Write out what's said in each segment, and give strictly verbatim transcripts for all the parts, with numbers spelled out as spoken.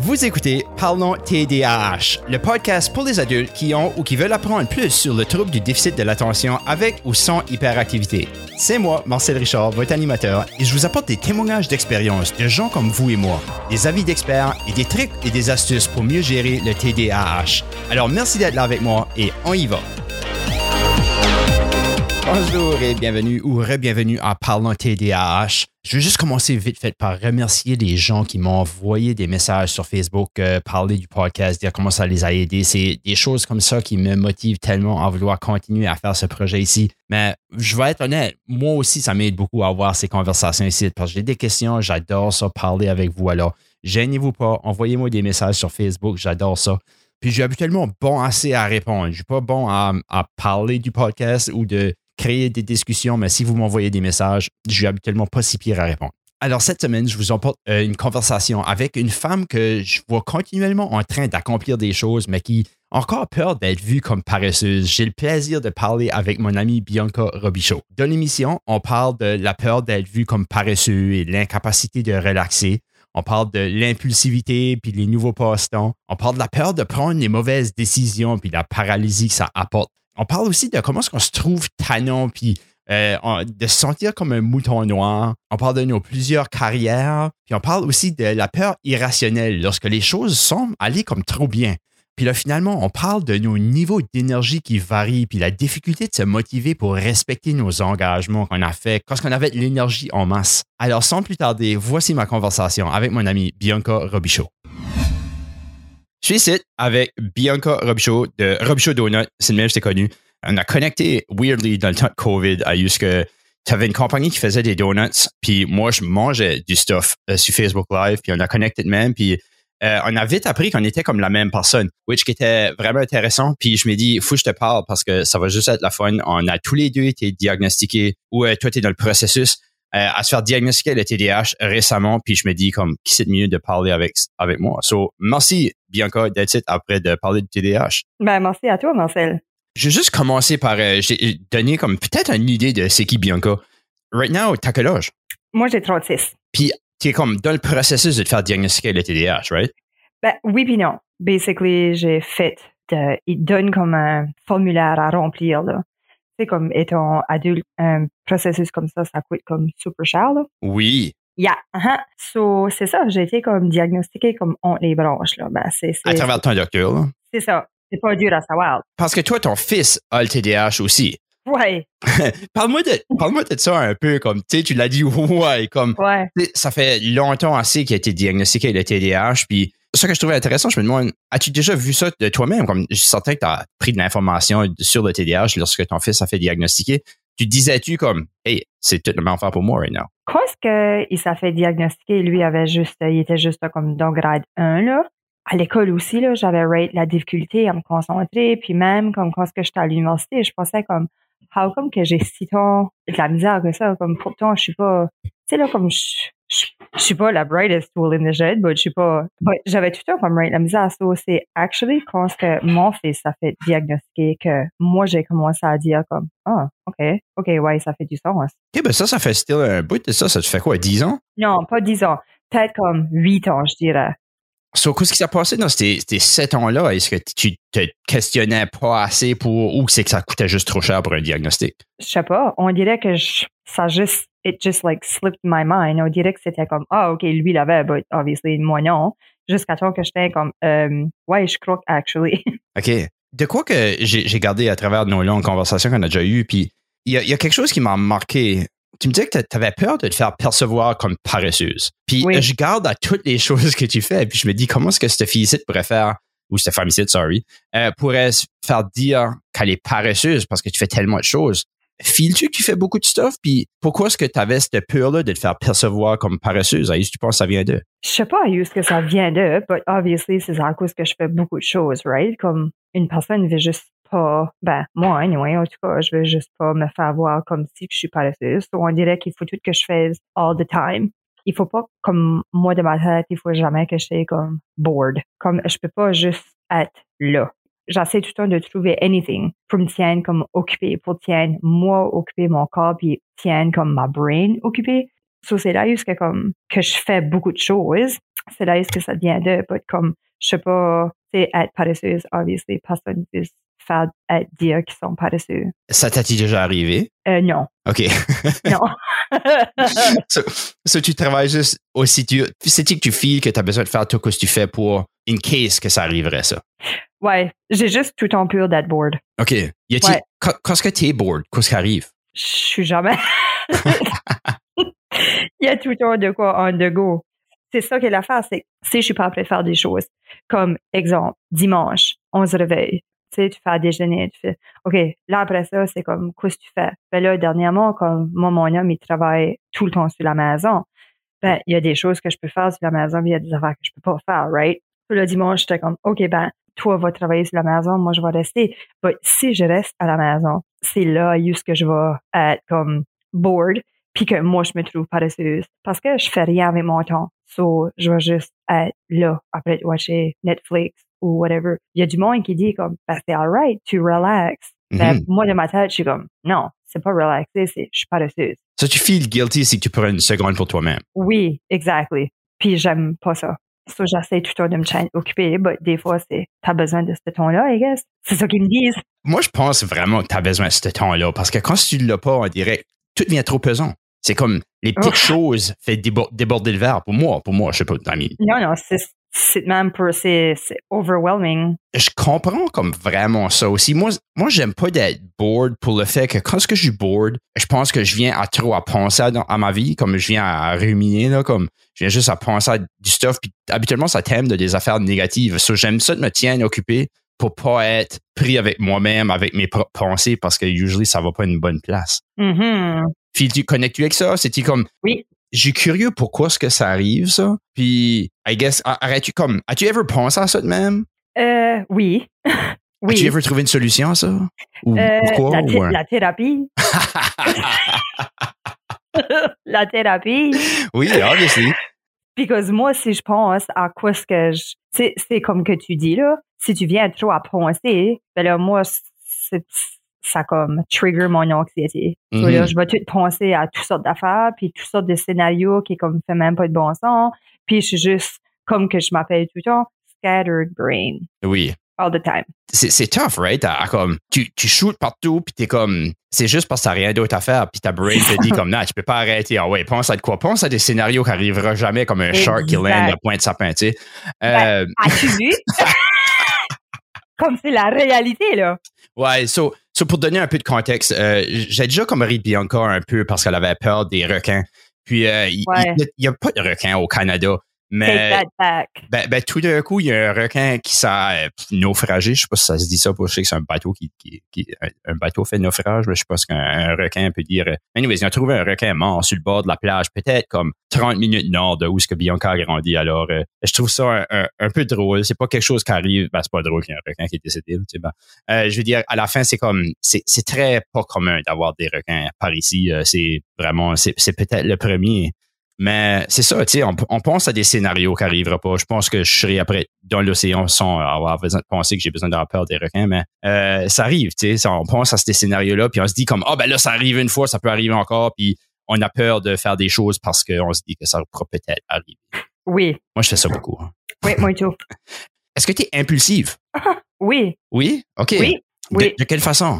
Vous écoutez Parlons T D A H, le podcast pour les adultes qui ont ou qui veulent apprendre plus sur le trouble du déficit de l'attention avec ou sans hyperactivité. C'est moi, Marcel Richard, votre animateur, et je vous apporte des témoignages d'expérience de gens comme vous et moi, des avis d'experts et des trucs et des astuces pour mieux gérer le T D A H. Alors merci d'être là avec moi et on y va. Bonjour et bienvenue ou re-bienvenue à Parlons T D A H. Je veux juste commencer vite fait par remercier les gens qui m'ont envoyé des messages sur Facebook, euh, parler du podcast, dire comment ça les a aidés. C'est des choses comme ça qui me motivent tellement à vouloir continuer à faire ce projet ici. Mais je vais être honnête, moi aussi, ça m'aide beaucoup à avoir ces conversations ici parce que j'ai des questions, j'adore ça, parler avec vous. Alors, gênez-vous pas, envoyez-moi des messages sur Facebook, j'adore ça. Puis je suis habituellement bon assez à répondre. Je ne suis pas bon à, à parler du podcast ou de créer des discussions, mais si vous m'envoyez des messages, je suis habituellement pas si pire à répondre. Alors, cette semaine, je vous emporte euh, une conversation avec une femme que je vois continuellement en train d'accomplir des choses, mais qui a encore peur d'être vue comme paresseuse. J'ai le plaisir de parler avec mon amie Bianca Robichaud. Dans l'émission, on parle de la peur d'être vue comme paresseux et l'incapacité de relaxer. On parle de l'impulsivité puis les nouveaux passe-temps. On parle de la peur de prendre les mauvaises décisions puis la paralysie que ça apporte. On parle aussi de comment est-ce qu'on se trouve tannant puis euh, de se sentir comme un mouton noir. On parle de nos plusieurs carrières. Puis on parle aussi de la peur irrationnelle lorsque les choses semblent aller comme trop bien. Puis là, finalement, on parle de nos niveaux d'énergie qui varient puis la difficulté de se motiver pour respecter nos engagements qu'on a fait quand on avait de l'énergie en masse. Alors, sans plus tarder, voici ma conversation avec mon amie Bianca Robichaud. Je suis ici avec Bianca Robichaud de Robichaud Donut. C'est le même que je t'ai connu. On a connecté weirdly dans le temps de COVID à juste que tu avais une compagnie qui faisait des donuts, puis moi, je mangeais du stuff euh, sur Facebook Live, puis on a connecté de même, puis euh, on a vite appris qu'on était comme la même personne, which qui était vraiment intéressant. Puis je me dis, faut que je te parle parce que ça va juste être la fun. On a tous les deux été diagnostiqués, ou euh, toi, tu es dans le processus euh, à se faire diagnostiquer le T D A H récemment, puis je me dis, comme, qui c'est de mieux de parler avec, avec moi? So, merci, Bianca, d'être ici après de parler du T D A H. Ben, merci à toi, Marcel. Je vais juste commencer par euh, j'ai donné comme peut-être une idée de c'est qui Bianca. Right now, t'as quel âge? Moi, j'ai trente-six. Puis, t'es comme dans le processus de te faire diagnostiquer le T D A H, right? Ben, oui puis non. Basically, j'ai fait, de, il donne comme un formulaire à remplir, là. C'est comme étant adulte, un processus comme ça, ça coûte comme super cher, là. Oui. Yeah. Uh-huh. So, c'est ça, j'ai été comme diagnostiquée comme on les branches, là. Ben, c'est, c'est, à travers ton docteur, là. C'est ça. C'est pas dur à savoir. Parce que toi, ton fils a le T D A H aussi. Ouais. parle-moi de, parle-moi de ça un peu, comme, tu sais, tu l'as dit, ouais, comme, ouais. Ça fait longtemps assez qu'il a été diagnostiqué le T D A H, puis ce que je trouvais intéressant, je me demande, as-tu déjà vu ça de toi-même? Comme, je sentais que tu as pris de l'information sur le T D A H lorsque ton fils a fait diagnostiquer. Tu disais-tu comme, hey, c'est tout le même affaire pour moi right now? Quand est-ce qu'il s'est fait diagnostiquer, lui avait juste, il était juste comme dans grade un, là. À l'école aussi, là, j'avais rate la difficulté à me concentrer, puis même comme quand j'étais à l'université, je pensais comme, how come que j'ai si tant de la misère que ça, comme pourtant je suis pas, tu sais là, comme je, je, je suis pas la brightest tool in the shed, mais je suis pas, but j'avais tout le temps comme rate la misère, so c'est actually quand que mon fils a fait diagnostiquer que moi j'ai commencé à dire comme, ah, ok, ok, ouais, ça fait du sens. Ok, ben ça, ça fait still un bout de ça, ça te fait quoi, dix ans? Non, pas dix ans, peut-être comme huit ans, je dirais. So, qu'est-ce qui s'est passé dans ces, ces sept ans-là? Est-ce que tu te questionnais pas assez pour, ou c'est que ça coûtait juste trop cher pour un diagnostic? Je sais pas. On dirait que je, ça juste, it just like slipped my mind. On dirait que c'était comme, ah, ok, lui il avait, but obviously, moi non. Jusqu'à temps que j'étais comme, um, ouais, je crois actually. OK. De quoi que j'ai, j'ai gardé à travers nos longues conversations qu'on a déjà eues, puis il y a, y a quelque chose qui m'a marqué. Tu me disais que tu avais peur de te faire percevoir comme paresseuse. Puis oui. Je garde à toutes les choses que tu fais, puis je me dis, comment est-ce que cette fille-ci pourrait faire, ou cette femme-ci, sorry, euh, pourrait se faire dire qu'elle est paresseuse parce que tu fais tellement de choses. Files-tu que tu fais beaucoup de stuff? Puis pourquoi est-ce que tu avais cette peur-là de te faire percevoir comme paresseuse? Est-ce que tu penses que ça vient d'eux? Je sais pas où est-ce que ça vient d'eux, but obviously, c'est à cause que je fais beaucoup de choses, right? Comme une personne veut juste pas, ben, moi, anyway, en tout cas, je veux juste pas me faire voir comme si je suis paresseuse. So, on dirait qu'il faut tout que je fasse all the time. Il faut pas, comme moi de ma tête, il faut jamais que je sois comme bored. Comme je peux pas juste être là. J'essaie tout le temps de trouver anything pour me tienne comme occupé, pour tienne moi occuper mon corps, puis tienne comme ma brain occupée. So, c'est là juste que comme, que je fais beaucoup de choses. c'est là est-ce que ça vient de, but comme, je sais pas, c'est être paresseuse, obviously, personne ne peut faire être dire qu'ils sont paresseux. Ça t'a-t-il déjà arrivé? Euh, non. OK. Non. so, so, tu travailles juste aussi, tu, c'est-tu que tu files que tu as besoin de faire tout ce que tu fais pour, in case que ça arriverait, ça? Ouais, j'ai juste tout le temps peur d'être bored. OK. Y a-t-il, Ouais. quand, quand est-ce que t'es bored? Qu'est-ce qui arrive? Je suis jamais. Il y a tout le temps de quoi on the go. C'est ça qui est l'affaire, c'est que si je suis pas prête à faire des choses, comme exemple, dimanche, on se réveille, tu sais, tu fais à déjeuner, tu fais, OK, là après ça, c'est comme, qu'est-ce que tu fais? Ben là, dernièrement, comme moi, mon homme, il travaille tout le temps sur la maison, ben, il y a des choses que je peux faire sur la maison, mais il y a des affaires que je peux pas faire, right? Puis le dimanche, j'étais comme, OK, ben, toi, va travailler sur la maison, moi, je vais rester. Mais si je reste à la maison, c'est là, juste que je vais être comme bored, puis que moi, je me trouve paresseuse. Parce que je fais rien avec mon temps. So, je vais juste être là, après watcher Netflix ou whatever. Il y a du monde qui dit comme, ben, c'est alright, tu relaxes. Mm-hmm. Ben, moi, de ma tête, je suis comme, non, c'est pas relaxer, c'est, je suis paresseuse. So, tu feels guilty si tu prends une seconde pour toi-même. Oui, exactly. Puis j'aime pas ça. So, j'essaie tout le temps de me tenir occupée, mais des fois, c'est, t'as besoin de ce temps-là, I guess. C'est ça qu'ils me disent. Moi, je pense vraiment que t'as besoin de ce temps-là, parce que quand tu l'as pas en direct, tout devient trop pesant. C'est comme les petites oh. choses fait déborder le verre. Pour moi, pour moi, je sais pas, Dami. Non, non, c'est, c'est même pour, c'est, c'est overwhelming. Je comprends comme vraiment ça aussi. Moi, moi, j'aime pas d'être bored pour le fait que quand ce que je suis bored, je pense que je viens à trop à penser à, à ma vie, comme je viens à ruminer, là, comme je viens juste à penser à du stuff, puis habituellement, ça t'aime de des affaires négatives. So, j'aime ça de me tenir occupé pour pas être pris avec moi-même, avec mes propres pensées, parce que usually, ça va pas à une bonne place. Mm-hmm. Puis tu connectes-tu avec ça? C'est-tu comme... Oui. Je suis curieux pourquoi est-ce que ça arrive, ça. Puis, I guess, arrête-tu comme... As-tu ever pensé à ça de même? Euh, oui. Oui. As-tu ever trouvé une solution à ça? Ou euh, pourquoi? La, th- ou... la thérapie. La thérapie. Oui, obviously. Parce que moi, si je pense à quoi ce que je... C'est, c'est comme que tu dis, là. Si tu viens trop à penser, ben là, moi, c'est... ça comme trigger mon anxiété. Mm-hmm. So, là, je vais tout penser à toutes sortes d'affaires, puis toutes sortes de scénarios qui comme fait même pas de bon sens. Puis je suis juste, comme que je m'appelle tout le temps, scattered brain. Oui. All the time. C'est, c'est tough, right? À, à comme, tu, tu shootes partout, puis t'es comme, c'est juste parce que t'as rien d'autre à faire, puis ta brain te dit comme, non, tu peux pas arrêter. Ah ouais, pense à de quoi? Pense à des scénarios qui arriveront jamais, comme un exact. Shark qui lande le point de sapin, tu sais. Ben, euh... as-tu vu? Comme c'est la réalité, là. Ouais, so, so pour donner un peu de contexte, euh, j'ai déjà comme ri Bianca un peu parce qu'elle avait peur des requins. Puis, euh, il ouais. n'y a, a pas de requins au Canada. Mais Take that back. Ben, ben, tout d'un coup, il y a un requin qui s'est euh, naufragé. Je sais pas si ça se dit ça. Je sais que c'est un bateau qui, qui, qui un, un bateau fait naufrage. Mais je sais pas ce qu'un requin peut dire. Anyways, ils ont trouvé un requin mort sur le bord de la plage, peut-être comme trente minutes nord de où ce que Bianca a grandi. Alors, euh, je trouve ça un, un, un peu drôle. C'est pas quelque chose qui arrive. Ben, c'est pas drôle qu'il y ait un requin qui est décédé. Tu sais, ben. euh, je veux dire, à la fin, c'est comme, c'est, c'est très pas commun d'avoir des requins par ici. Euh, c'est vraiment, c'est, c'est peut-être le premier. Mais c'est ça, tu sais, on, on pense à des scénarios qui n'arriveront pas. Je pense que je serai après dans l'océan sans avoir besoin de penser que j'ai besoin d'avoir peur des requins, mais euh, ça arrive, tu sais. On pense à ces scénarios-là, puis on se dit comme, ah oh, ben là, ça arrive une fois, ça peut arriver encore, puis on a peur de faire des choses parce qu'on se dit que ça pourra peut-être arriver. Oui. Moi, je fais ça beaucoup. Hein. Oui, moi tout. Est-ce que tu es impulsive? Oui. Oui? OK. Oui. De, oui. de quelle façon?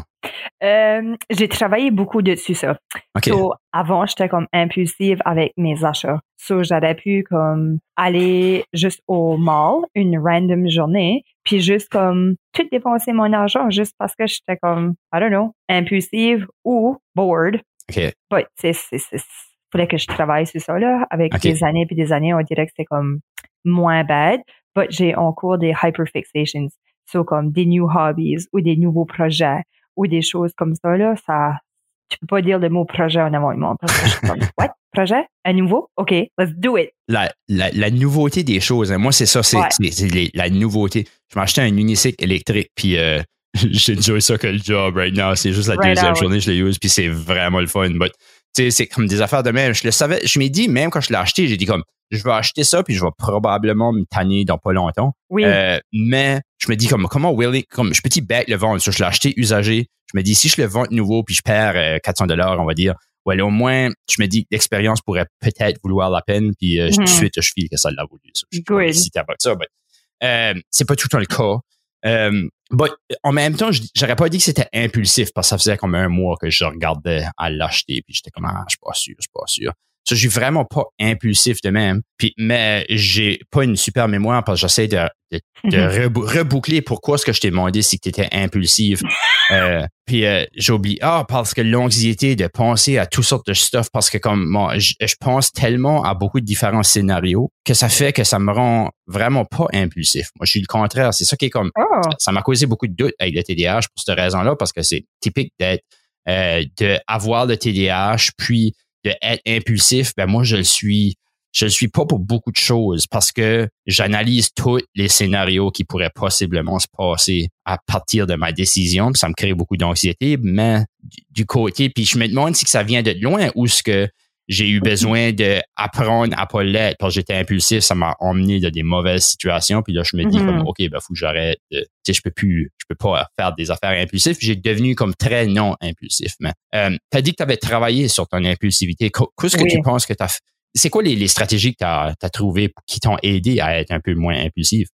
Euh, j'ai travaillé beaucoup dessus ça. Okay. So, avant, j'étais comme impulsive avec mes achats. So, j'aurais pu comme aller juste au mall une random journée, puis juste comme tout dépenser mon argent juste parce que j'étais comme, I don't know, impulsive ou bored. OK. But c'est, c'est, c'est, fallait que je travaille sur ça là. Avec okay. des années puis des années, on dirait que c'est comme moins bad. But j'ai en cours des hyperfixations. So, comme des new hobbies ou des nouveaux projets ou des choses comme ça, là, ça, tu peux pas dire le mot projet en avant de moi parce que je suis comme, what? Projet? Un nouveau? OK, let's do it. La, la, la nouveauté des choses, hein. Moi, c'est ça, c'est, ouais. c'est, c'est les, la nouveauté. Je m'ai acheté un unicycle électrique, puis euh, j'ai enjoy ça que le job right now. C'est juste la right deuxième out. journée que je l'ai use, puis c'est vraiment le fun. But, tu sais, c'est comme des affaires de même. Je le savais, je m'ai dit, même quand je l'ai acheté, j'ai dit comme, je vais acheter ça, puis je vais probablement me tanner dans pas longtemps. Oui. Euh, mais je me dis, comme, comment Willie, comme, je peux-tu bête le vendre? So, je l'ai acheté usagé. Je me dis, si je le vends de nouveau, puis je perds euh, quatre cents dollars, on va dire, ouais, au moins, je me dis que l'expérience pourrait peut-être vouloir la peine, puis euh, mm-hmm. tout de suite, je file que ça l'a voulu. So, je suis pas excité about ça, mais euh, c'est pas tout le temps le cas. Euh, but, en même temps, j'aurais pas dit que c'était impulsif parce que ça faisait comme un mois que je regardais à l'acheter puis j'étais comme ah, je suis pas sûr, je suis pas sûr. Ça, je suis vraiment pas impulsif de même. Puis, mais j'ai pas une super mémoire parce que j'essaie de, de, de mm-hmm. rebou- reboucler pourquoi est-ce que je t'ai demandé si tu étais impulsive. euh, puis euh, j'oublie ah parce que l'anxiété de penser à toutes sortes de stuff parce que comme moi, je, je pense tellement à beaucoup de différents scénarios que ça fait que ça me rend vraiment pas impulsif. Moi, je suis le contraire. C'est ça qui est comme oh. ça, ça m'a causé beaucoup de doutes avec le T D A H pour cette raison-là parce que c'est typique d'être euh, de avoir le T D A H puis de être impulsif, ben moi je le suis, je le suis pas pour beaucoup de choses parce que j'analyse tous les scénarios qui pourraient possiblement se passer à partir de ma décision, puis ça me crée beaucoup d'anxiété, mais du, du côté, puis je me demande si que ça vient de loin ou ce que j'ai eu besoin d'apprendre à pas l'être parce que j'étais impulsif, ça m'a emmené dans des mauvaises situations, puis là je me dis mm-hmm. comme ok ben faut que j'arrête, tu sais je peux plus, je peux pas faire des affaires impulsives, puis j'ai devenu comme très non impulsif. Mais euh, t'as dit que t'avais travaillé sur ton impulsivité, qu'est-ce que oui. tu penses que t'as, c'est quoi les, les stratégies que t'as, t'as trouvées qui t'ont aidé à être un peu moins impulsive?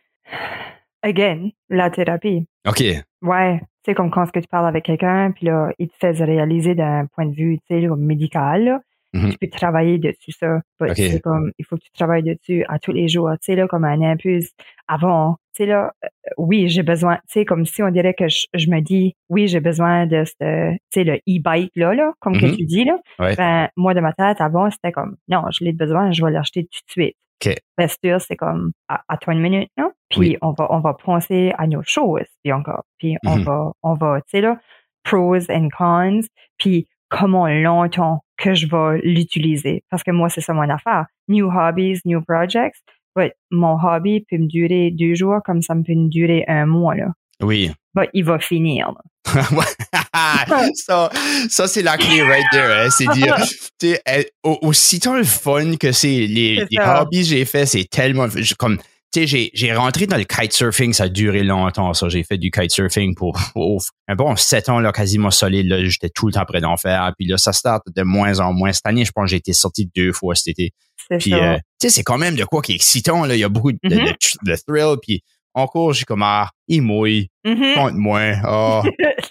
Again, la thérapie. Ok. Ouais, c'est comme quand tu parles avec quelqu'un, puis là il te fait réaliser d'un point de vue, tu sais, médical. Là. Mm-hmm. Tu peux travailler dessus, ça. Okay. C'est comme, il faut que tu travailles dessus à tous les jours. Tu sais, là, comme un impulse avant. Tu sais, là, euh, oui, j'ai besoin, tu sais, comme si on dirait que je, je me dis, oui, j'ai besoin de ce, tu sais, le e-bike, là, là, comme mm-hmm. que tu dis, là. Ouais. Ben, moi, de ma tête, avant, c'était comme, non, je l'ai besoin, je vais l'acheter tout de suite. Okay. Bien sûr, c'est comme, à, à toi une minute, non? Puis, oui. on va, on va penser à nos choses, puis encore. Puis, mm-hmm. on va, on va, tu sais, là, pros and cons, puis comment longtemps que je vais l'utiliser. Parce que moi, c'est ça mon affaire. New hobbies, new projects. But mon hobby peut me durer deux jours comme ça me peut me durer un mois, là. Oui. But il va finir, ça, ça, c'est la clé right there. Hein. C'est dire, tu sais, aussitôt le fun que c'est, les, les hobbies que j'ai fait, c'est tellement, comme, tu sais, j'ai, j'ai rentré dans le kitesurfing, ça a duré longtemps, ça. J'ai fait du kitesurfing pour, pour un bon sept ans, là, quasiment solide, là. J'étais tout le temps prêt d'en faire. Puis là, ça start de moins en moins. Cette année, je pense que j'ai été sorti deux fois cet été. C'est puis, ça. Euh, tu sais, c'est quand même de quoi qui est excitant, là. Il y a beaucoup de, mm-hmm. de, de, de thrill. Puis, encore, j'ai comme, ah, il mouille. Mm-hmm. Compte-moi. Ah,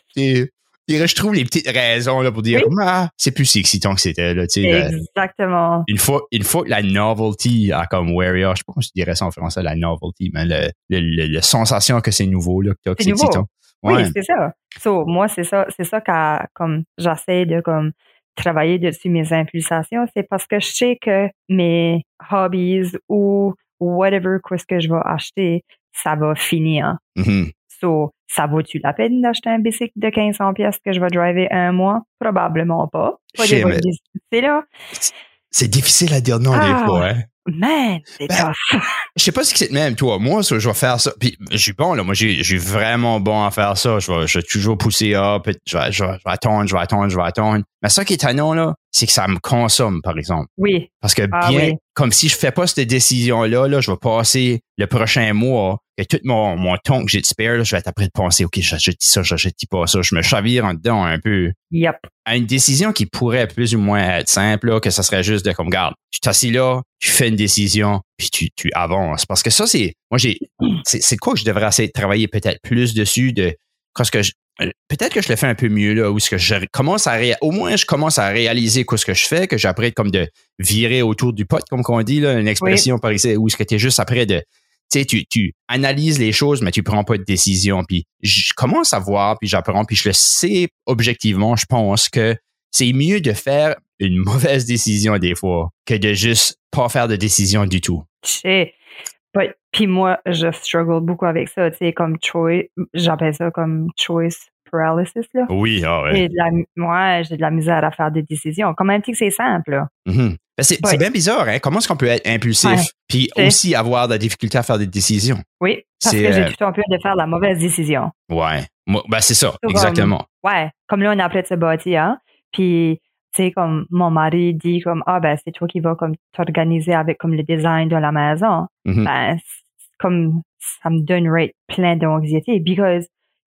tu je trouve les petites raisons là pour dire oui. ah, c'est plus si excitant que c'était là, tu sais. Exactement. La, une fois, une fois que la novelty a comme warrior, je sais pas comment je dirais ça en français, la novelty, mais le, le, le, le sensation que c'est nouveau là, que c'est, c'est excitant. Ouais. Oui, c'est ça. So, moi, c'est ça, c'est ça qu'à, comme j'essaie de comme travailler dessus mes impulsations, c'est parce que je sais que mes hobbies ou whatever qu'est-ce que je vais acheter, ça va finir. Mm-hmm. So, ça vaut-tu la peine d'acheter un bicycle de quinze cents pièces que je vais driver un mois? Probablement pas. pas des mais... C'est là. C'est difficile à dire non ah, des fois, hein? Man, c'est ben, tough. Je sais pas si c'est de même, toi. Moi, ça, je vais faire ça. Puis, je suis bon, là. Moi, j'ai, j'ai vraiment bon à faire ça. Je vais, je vais toujours pousser up. Je vais, je vais, je vais attendre, je vais attendre, je vais attendre. Mais ça qui est tannant, là, c'est que ça me consomme, par exemple. Oui. Parce que ah, bien, oui. comme si je fais pas cette décision-là, là, je vais passer le prochain mois, que tout mon, mon ton que j'ai de spare, là, je vais être après de penser, OK, j'achète ça, j'achète pas ça. Je me chavire en dedans un peu. Yep. À une décision qui pourrait plus ou moins être simple, là, que ça serait juste de comme, garde, tu t'assis là, tu fais une décision, puis tu, tu avances. Parce que ça, c'est, moi, j'ai, c'est, c'est quoi que je devrais essayer de travailler peut-être plus dessus de, parce que je, peut-être que je le fais un peu mieux là, où ce que je commence à ré... au moins je commence à réaliser quoi ce que je fais, que j'apprête comme de virer autour du pot, comme qu'on dit là, une expression oui. par ici, où ce que t'es juste après de, tu sais, tu, tu analyses les choses, mais tu prends pas de décision. Puis je commence à voir, puis j'apprends, puis je le sais objectivement, je pense que c'est mieux de faire une mauvaise décision des fois que de juste pas faire de décision du tout. C'est But, puis moi, je struggle beaucoup avec ça, tu sais, comme choice, j'appelle ça comme choice paralysis, là. Oui, ah ouais. J'ai de la, ouais, j'ai de la misère à faire des décisions. Quand même, tu sais que c'est simple, là. Mm-hmm. Ben c'est, c'est bien bizarre, hein. Comment est-ce qu'on peut être impulsif ouais. puis c'est... aussi avoir de la difficulté à faire des décisions? Oui, parce c'est, que j'ai euh... tout le temps peur de faire la mauvaise décision. Ouais. Moi, ben c'est ça, c'est exactement. Comme, ouais. Comme là, on a appelé de se bâtir, hein. Puis, tu sais, comme mon mari dit comme, ah, ben, c'est toi qui vas comme t'organiser avec comme le design de la maison. Mm-hmm. Ben, comme, ça me donnerait plein d'anxiété because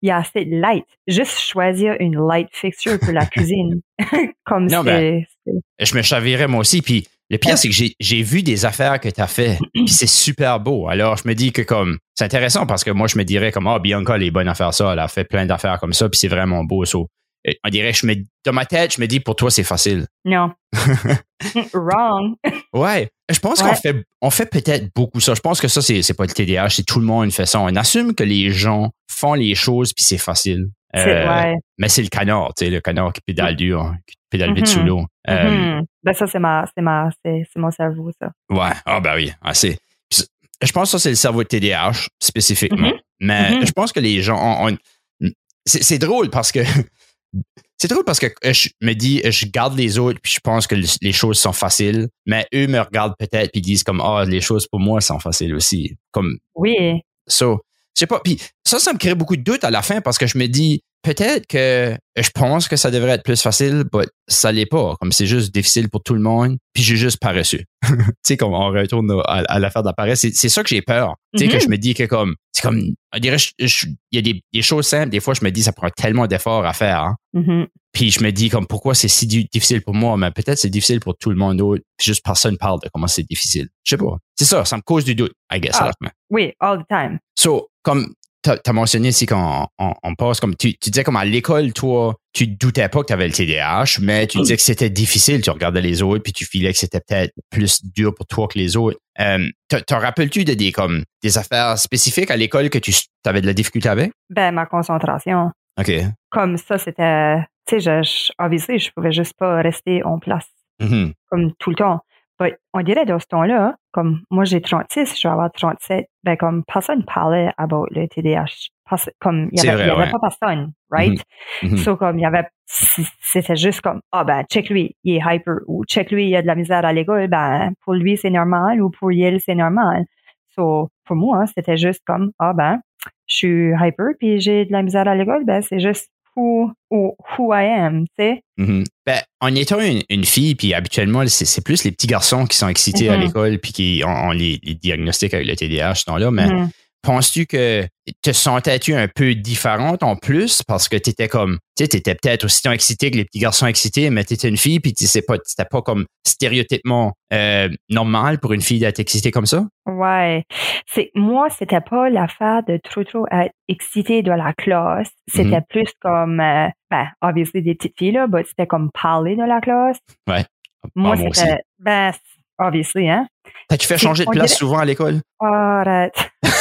il y a assez de light. Juste choisir une light fixture pour la cuisine. Comme non, c'est, ben, c'est... Je me chavirais moi aussi. Puis le pire, c'est que j'ai, j'ai vu des affaires que tu as fait. Puis c'est super beau. Alors, je me dis que comme c'est intéressant parce que moi, je me dirais comme, ah, oh, Bianca, elle est bonne à faire ça. Elle a fait plein d'affaires comme ça. Puis c'est vraiment beau. So, on dirait, je me, dans ma tête, je me dis, pour toi, c'est facile. Non. Wrong. Ouais. Je pense ouais. qu'on fait, on fait peut-être beaucoup ça. Je pense que ça, c'est, c'est pas le T D A H, c'est tout le monde fait ça. On assume que les gens font les choses puis c'est facile. C'est euh, ouais. Mais c'est le canard, tu sais, le canard qui pédale dur, qui pédale mm-hmm. vite sous l'eau. Mm-hmm. Euh, ben ça, c'est ma, c'est ma, c'est, c'est mon cerveau, ça. Ouais. Ah, ben oui. Ah, c'est, je pense que ça, c'est le cerveau de T D A H, spécifiquement. Mm-hmm. Mais mm-hmm. je pense que les gens ont, ont c'est, c'est drôle parce que c'est drôle parce que je me dis, je garde les autres puis je pense que les choses sont faciles, mais eux me regardent peut-être puis disent comme, ah, oh, les choses pour moi sont faciles aussi. Comme, oui. So, je sais pas. Puis ça, ça me crée beaucoup de doutes à la fin parce que je me dis, peut-être que je pense que ça devrait être plus facile, mais ça l'est pas. Comme c'est juste difficile pour tout le monde, puis j'ai juste paresseux. Tu sais, comme on retourne à, à l'affaire de la paresse, c'est, c'est ça que j'ai peur. Tu sais, mm-hmm. que je me dis que comme, c'est comme, on dirait, il y a des, des choses simples, des fois, je me dis, ça prend tellement d'efforts à faire. Hein? Mm-hmm. Puis je me dis, comme, pourquoi c'est si difficile pour moi? Mais peut-être c'est difficile pour tout le monde d'autre, puis juste personne parle de comment c'est difficile. Je sais pas. C'est ça, ça me cause du doute, I guess. Ah, oui, all the time. So, comme, T'as, t'as mentionné ici qu'on on, on passe comme tu, tu disais comme à l'école, toi, tu doutais pas que tu avais le T D A H, mais tu disais que c'était difficile. Tu regardais les autres, puis tu filais que c'était peut-être plus dur pour toi que les autres. Euh, t'en rappelles-tu de des comme des affaires spécifiques à l'école que tu avais de la difficulté avec? Ben ma concentration. OK. Comme ça, c'était, tu sais, je, je, obviously, je pouvais juste pas rester en place mm-hmm. comme tout le temps. But on dirait dans ce temps-là, comme moi j'ai trente-six, je vais avoir trente-sept, ben comme personne parlait about le T D A H. Parce, comme il y avait, vrai, il y avait ouais. pas personne, right? Mm-hmm. So comme il y avait, c'était juste comme, ah oh, ben check lui, il est hyper, ou check lui, il a de la misère à l'école, ben pour lui c'est normal, ou pour elle c'est normal. So pour moi c'était juste comme, ah oh, ben je suis hyper puis j'ai de la misère à l'école, ben c'est juste Who, who, who I am, tu sais. Mm-hmm. Ben, en étant une, une fille, puis habituellement, c'est, c'est plus les petits garçons qui sont excités mm-hmm. à l'école puis qui ont, ont les, les diagnostics avec le T D A H, ce temps-là, mais mm-hmm. penses-tu que te sentais-tu un peu différente en plus parce que t'étais comme, tu sais, t'étais peut-être aussi tant excité que les petits garçons excités, mais t'étais une fille puis c'est pas, c'était pas comme stéréotypement euh, normal pour une fille d'être excitée comme ça? Ouais. C'est, moi, c'était pas l'affaire de trop, trop être excitée de la classe. C'était mm-hmm. plus comme, euh, ben, obviously des petites filles, là, mais c'était comme parler de la classe. Ouais. Moi, bon, c'était, moi ben, obviously, hein. T'as-tu fait changer de place dirait... souvent à l'école? Oh, arrête.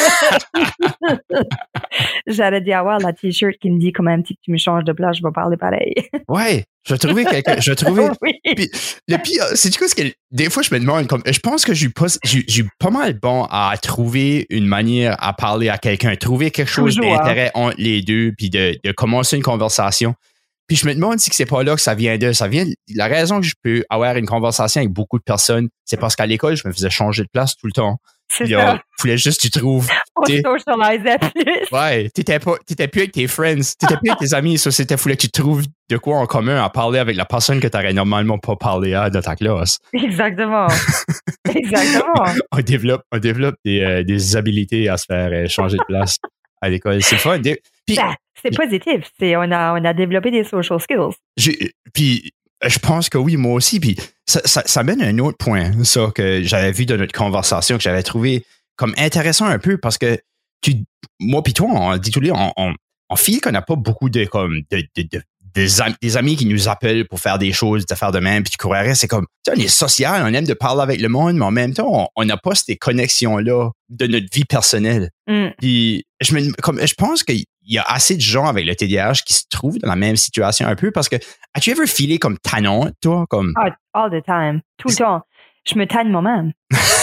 J'aurais dû avoir la t-shirt qui me dit comme un petit que tu me changes de place, je vais parler pareil. Ouais, je vais trouver quelqu'un. Je vais trouver. Oui. Puis, le pire, c'est du coup, ce que des fois, je me demande, comme, je pense que j'ai pas, j'ai, j'ai pas mal bon à trouver une manière à parler à quelqu'un, trouver quelque chose Toujours, d'intérêt hein. entre les deux, puis de, de commencer une conversation. Puis je me demande si c'est pas là que ça vient de. Ça vient. La raison que je peux avoir une conversation avec beaucoup de personnes, c'est parce qu'à l'école, je me faisais changer de place tout le temps. C'est puis, ça. Il fallait juste que tu trouves. On socialisait plus. Ouais, t'étais pas, t'étais plus avec tes friends, t'étais plus avec tes amis. Ça, c'était fallait que tu trouves de quoi en commun à parler avec la personne que t'aurais normalement pas parlé à dans ta classe. Exactement. Exactement. on développe, on développe des, euh, des habilités à se faire euh, changer de place à l'école. C'est fun. Puis, ben, c'est positif. C'est, on a, on a développé des social skills. J'ai, puis, je pense que oui, moi aussi. Puis, ça, ça, ça mène à un autre point, ça, que j'avais vu dans notre conversation, que j'avais trouvé comme intéressant un peu parce que tu, moi puis toi, on dit tous les, on, on, on file qu'on n'a pas beaucoup de, comme, de, de, de Des, am- des amis qui nous appellent pour faire des choses, de faire de même, puis qui courraient, c'est comme, tu sais, on est social, on aime de parler avec le monde, mais en même temps, on n'a pas ces connexions-là de notre vie personnelle. Mm. Puis, je me, comme, je pense qu'il y a assez de gens avec le T D A H qui se trouvent dans la même situation un peu, parce que, as-tu ever filé comme tannant, toi, comme? Oh, all the time. Tout le temps. Je me tanne moi-même.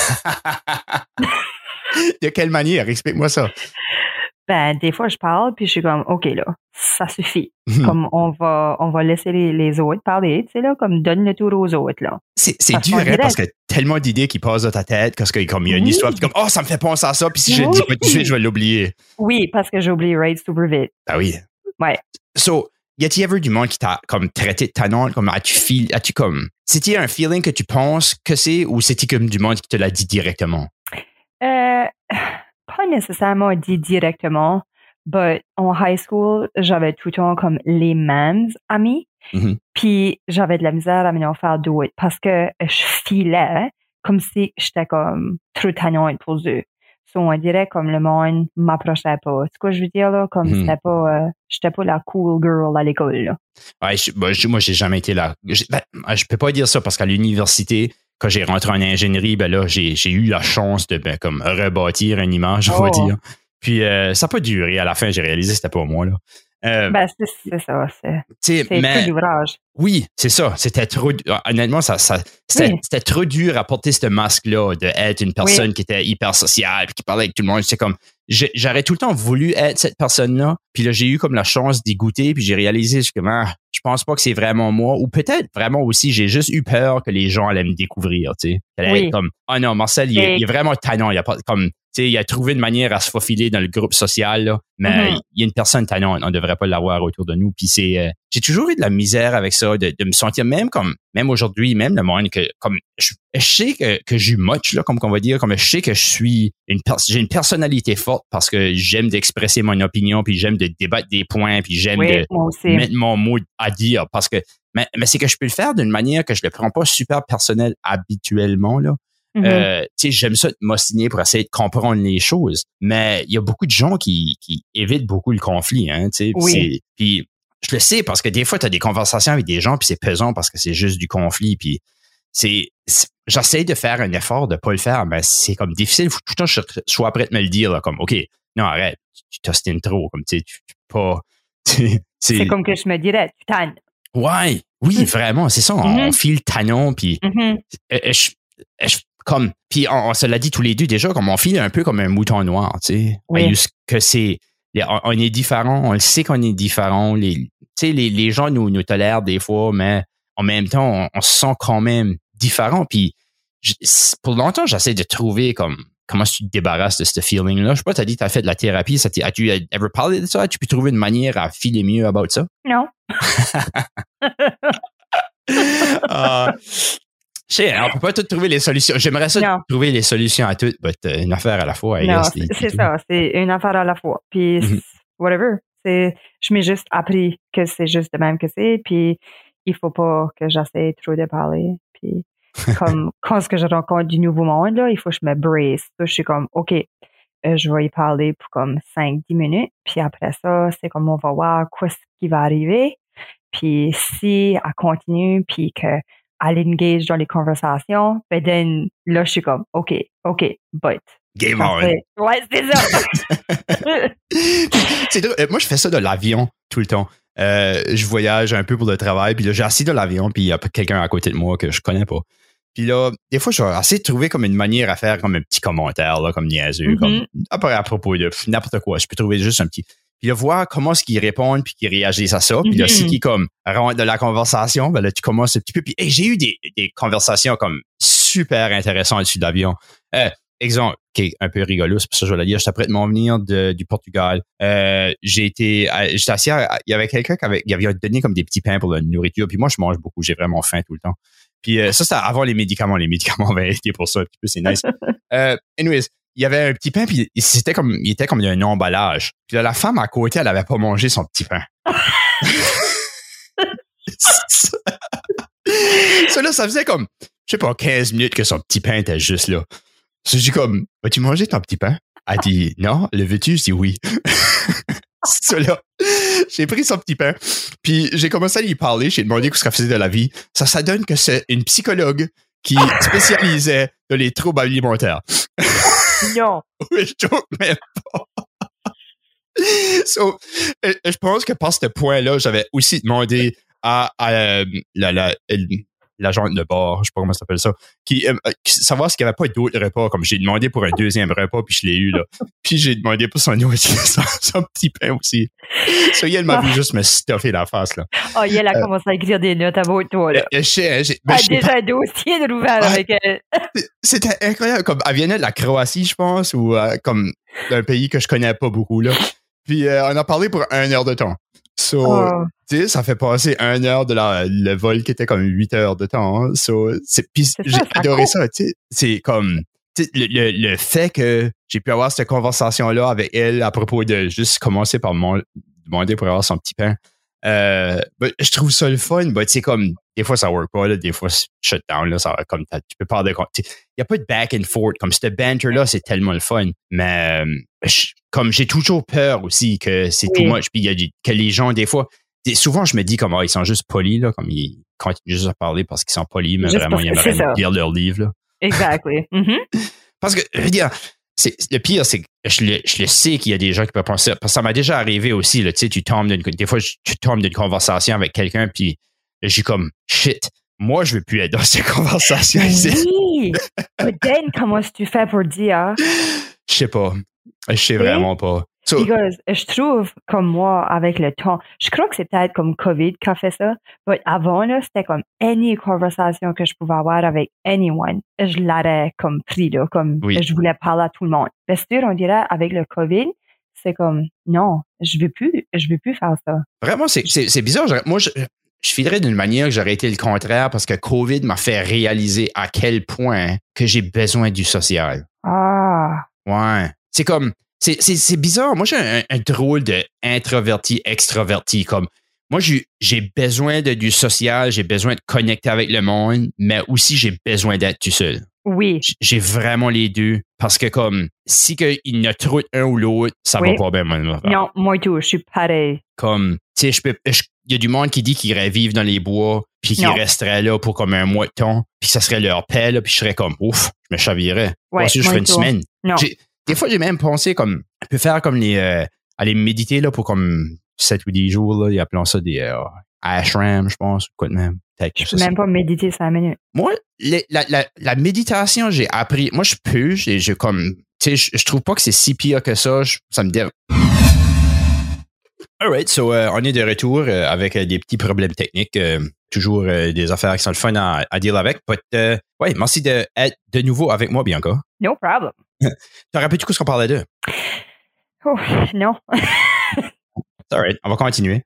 De quelle manière? Explique-moi ça. Ben, des fois, je parle, puis je suis comme, OK, là, ça suffit. Comme, on va, on va laisser les, les autres parler, tu sais, là, comme, donne le tour aux autres, là. C'est, c'est dur, hein, parce que tellement d'idées qui passent dans ta tête, parce que, comme, il y a une oui. histoire, puis comme, oh, ça me fait penser à ça, puis si je le dis pas tout de suite, je vais l'oublier. Oui, parce que j'oublierai super vite. Ah oui. Ouais. So, y a-t-il ever du monde qui t'a, comme, traité de tannant, comme, as-tu feel, as-tu, comme, c'est-il un feeling que tu penses que c'est, ou c'est-il comme du monde qui te l'a dit directement? Euh, pas nécessairement dit directement. but en high school, j'avais tout le temps comme les mêmes amis. Mm-hmm. Puis j'avais de la misère à m'en faire d'autres parce que je filais comme si j'étais comme trop tannante pour eux. So, on dirait comme le monde m'approchait pas. C'est quoi je veux dire, là? Comme mm-hmm. c'était pas, euh, j'étais pas la cool girl à l'école, là. Ouais, je, ben, je, moi, j'ai jamais été là. Je, ben, je peux pas dire ça parce qu'à l'université, quand j'ai rentré en ingénierie, ben là, j'ai, j'ai eu la chance de, ben, comme, rebâtir une image, on va Oh. dire. Puis, euh, ça n'a pas duré. À la fin, j'ai réalisé que c'était pas moi, là. Euh, ben, c'est, c'est ça. C'est, c'est mais, tout l'ouvrage. Oui, c'est ça. C'était trop. Honnêtement, ça, ça, c'était, oui. c'était trop dur à porter ce masque-là, d'être une personne oui. qui était hyper sociale, puis qui parlait avec tout le monde. C'est comme. J'aurais tout le temps voulu être cette personne-là. Puis là, j'ai eu comme la chance d'y goûter, puis j'ai réalisé que ah, je pense pas que c'est vraiment moi. Ou peut-être vraiment aussi, j'ai juste eu peur que les gens allaient me découvrir. Tu sais, allaient oui. être comme ah oh non, Marcel, il, il est vraiment tannant. Il a pas comme. Tu sais, il a trouvé une manière à se faufiler dans le groupe social, là, mais mm-hmm. il y a une personne tannante, on ne devrait pas l'avoir autour de nous. Puis c'est, euh, j'ai toujours eu de la misère avec ça, de, de me sentir même comme, même aujourd'hui, même le monde que, comme, je, je sais que, que j'ai much, là, comme qu'on va dire, comme je sais que je suis une personne, j'ai une personnalité forte parce que j'aime d'expresser mon opinion, puis j'aime de débattre des points, puis j'aime oui, de mettre mon mot à dire parce que, mais, mais c'est que je peux le faire d'une manière que je le prends pas super personnel habituellement, là. Mm-hmm. Euh, tu sais, j'aime ça de m'ostiner pour essayer de comprendre les choses, mais il y a beaucoup de gens qui, qui évitent beaucoup le conflit, hein, tu sais. Oui. Puis je le sais parce que des fois, tu as des conversations avec des gens, puis c'est pesant parce que c'est juste du conflit, puis c'est, c'est j'essaie de faire un effort de pas le faire, mais c'est comme difficile. Il faut tout le temps que je sois prêt à me le dire, là, comme, OK, non, arrête, tu t'ostines trop, comme, tu sais, tu peux pas... c'est, c'est comme que je me dirais, tu tannes. Ouais, oui, vraiment, c'est ça, on, mm-hmm. on file tanon, puis mm-hmm. euh, je, je comme puis on, on se l'a dit tous les deux déjà comme on file un peu comme un mouton noir, tu sais. Oui. Que c'est on, on est différent, on le sait qu'on est différent, les tu sais les, les gens nous nous tolèrent des fois, mais en même temps on, on se sent quand même différent, puis je, pour longtemps j'essaie de trouver comme comment tu te débarrasses de ce feeling là. Je sais pas, t'as dit t'as fait de la thérapie, ça as-tu ever parlé de ça? As-tu pu trouver une manière à filer mieux about ça? Non. uh, Je sais, on peut pas tout trouver les solutions. J'aimerais ça non. trouver les solutions à tout, mais euh, une affaire à la fois. Non, c'est, c'est ça. C'est une affaire à la fois. Puis, mm-hmm. whatever. C'est, je m'ai juste appris que c'est juste de même que c'est. Puis, il faut pas que j'essaie trop de parler. Puis, comme, quand ce que je rencontre du nouveau monde, là, il faut que je me brace. Je suis comme, OK, euh, je vais y parler pour comme cinq dix minutes. Puis après ça, c'est comme, on va voir quoi ce qui va arriver. Puis, si elle continue, puis que à l'engage dans les conversations, ben then, là, je suis comme, OK, OK, but. Game on. Fait, ouais, c'est ça. c'est drôle. Moi, je fais ça de l'avion tout le temps. Euh, je voyage un peu pour le travail, puis là, j'ai assis dans l'avion, puis il y a quelqu'un à côté de moi que je connais pas. Puis là, des fois, je vais essayer de trouver comme une manière à faire comme un petit commentaire, là, comme niaiseux, mm-hmm. comme après, à propos de n'importe quoi. Je peux trouver juste un petit... Puis là, voir comment est-ce qu'ils répondent puis qu'ils réagissent à ça. Puis là, mm-hmm. si qui comme rentre de la conversation, ben là, tu commences un petit peu. Puis hey, j'ai eu des, des conversations comme super intéressantes dessus d'avion. Euh, exemple, qui est un peu rigolo, c'est pour ça que je vais le dire. J'étais prêt de m'en venir de, du Portugal. Euh, j'ai été, j'étais assis, à, il y avait quelqu'un qui avait, qui avait donné comme des petits pains pour la nourriture. Puis moi, je mange beaucoup. J'ai vraiment faim tout le temps. Puis euh, ça, c'était avant les médicaments. Les médicaments avaient été pour ça un petit peu. C'est nice. euh, anyways. Il y avait un petit pain, puis c'était comme, il était comme un emballage. Puis là, la femme à côté, elle avait pas mangé son petit pain. ça, ça, là, ça faisait comme, je sais pas, quinze minutes que son petit pain était juste là. J'ai dit comme, vas-tu manger ton petit pain? Elle dit, non, le veux-tu? Je dis oui. Ça là, j'ai pris son petit pain, puis j'ai commencé à lui parler, j'ai demandé ce qu'elle faisait de la vie. Ça, ça donne que c'est une psychologue qui spécialisait dans les troubles alimentaires. Non. Oui, je joke même pas. So, je pense que par ce point-là, j'avais aussi demandé à, à euh, la, la, l'agente de bord, je sais pas comment ça s'appelle ça, qui, euh, savoir s'il n'y avait pas d'autres repas. Comme j'ai demandé pour un deuxième repas, puis je l'ai eu, là. Puis j'ai demandé pour son nourriture, son, son petit pain aussi. So, elle m'a vu juste me stuffer la face, là. Oh, elle a euh, commencé à écrire des notes à votre toi, là. Je sais, hein, j'ai, ben, elle a déjà pas... un dossier de rouvert ouais, avec elle. C'était incroyable. Comme, elle venait de la Croatie, je pense, ou euh, comme d'un pays que je connais pas beaucoup, là. Puis euh, on a parlé pour une heure de temps. So, oh. tu sais, ça fait passer une heure de la, le vol qui était comme huit heures de temps. Hein. So, c'est, puis c'est j'ai ça, adoré ça, ça, tu sais. C'est comme, le, le, le fait que j'ai pu avoir cette conversation-là avec elle à propos de juste commencer par mon, demander pour avoir son petit pain, euh, ben, je trouve ça le fun. Ben, tu sais, comme, des fois, ça work pas, là, des fois, shut down, là, ça, comme, tu peux pas de, il y a pas de back and forth. Comme, ce banter-là, c'est tellement le fun. Mais, euh, je, comme, j'ai toujours peur aussi que c'est Oui. too much. Puis, il y a du, que les gens, des fois, des, souvent, je me dis, comme, oh, ils sont juste polis, là, comme, ils continuent juste à parler parce qu'ils sont polis, mais Juste vraiment, ils aimeraient lire leur livre, là. Exactly. Mm-hmm. Parce que, je veux dire, c'est, le pire, c'est que je le, je le sais qu'il y a des gens qui peuvent penser, parce que ça m'a déjà arrivé aussi, là, tu sais, tu tombes d'une, des fois, tu tombes d'une conversation avec quelqu'un, puis j'ai comme, shit, moi, je veux plus être dans cette conversation ici. Oui! Mais Dan, comment est-ce que tu fais pour dire? Je sais pas. Je sais vraiment pas. So, Because je trouve, comme moi, avec le temps, je crois que c'est peut-être comme COVID qui a fait ça, mais avant, là, c'était comme any conversation que je pouvais avoir avec anyone, je l'aurais comme pris, là, comme oui. je voulais parler à tout le monde. Bien sûr, on dirait, avec le COVID, c'est comme, non, je veux plus, je veux plus faire ça. Vraiment, c'est, c'est, c'est bizarre. Moi, je, je filerais d'une manière que j'aurais été le contraire parce que COVID m'a fait réaliser à quel point que j'ai besoin du social. Ah. Ouais. C'est comme, c'est, c'est, c'est bizarre. Moi, j'ai un, un drôle de introverti, extraverti. Comme, moi, j'ai, j'ai besoin de du social, j'ai besoin de connecter avec le monde, mais aussi j'ai besoin d'être tout seul. Oui. J'ai vraiment les deux. Parce que comme, si que il y en a trop un ou l'autre, ça oui. va pas bien. Moi, non, moi tout, je suis pareil. Comme, tu sais, je peux, il y a du monde qui dit qu'ils iraient vivre dans les bois, puis qu'ils resteraient là pour comme un mois de temps, puis ça serait leur paix, là, puis je serais comme, ouf, je me chavirais. Ouais, Ensuite, je ferais une tout. semaine. Non. J'ai, des fois, j'ai même pensé comme, on peut faire comme les, euh, aller méditer, là, pour comme sept ou dix jours, là, ils appellent ça des, euh, ashram, je pense, quoi de même. Je peux même pas méditer cinq minutes. Moi, les, la, la, la méditation, j'ai appris, moi, je peux, j'ai, j'ai comme, tu sais, je, je trouve pas que c'est si pire que ça, je, ça me dérange. All right, so uh, on est de retour uh, avec uh, des petits problèmes techniques, uh, toujours uh, des affaires qui sont le fun à, à deal avec. But, uh, ouais, merci d'être de nouveau avec moi, Bianca. No problem. T'as rappelé du coup ce qu'on parlait de? Oh, non. All right, on va continuer.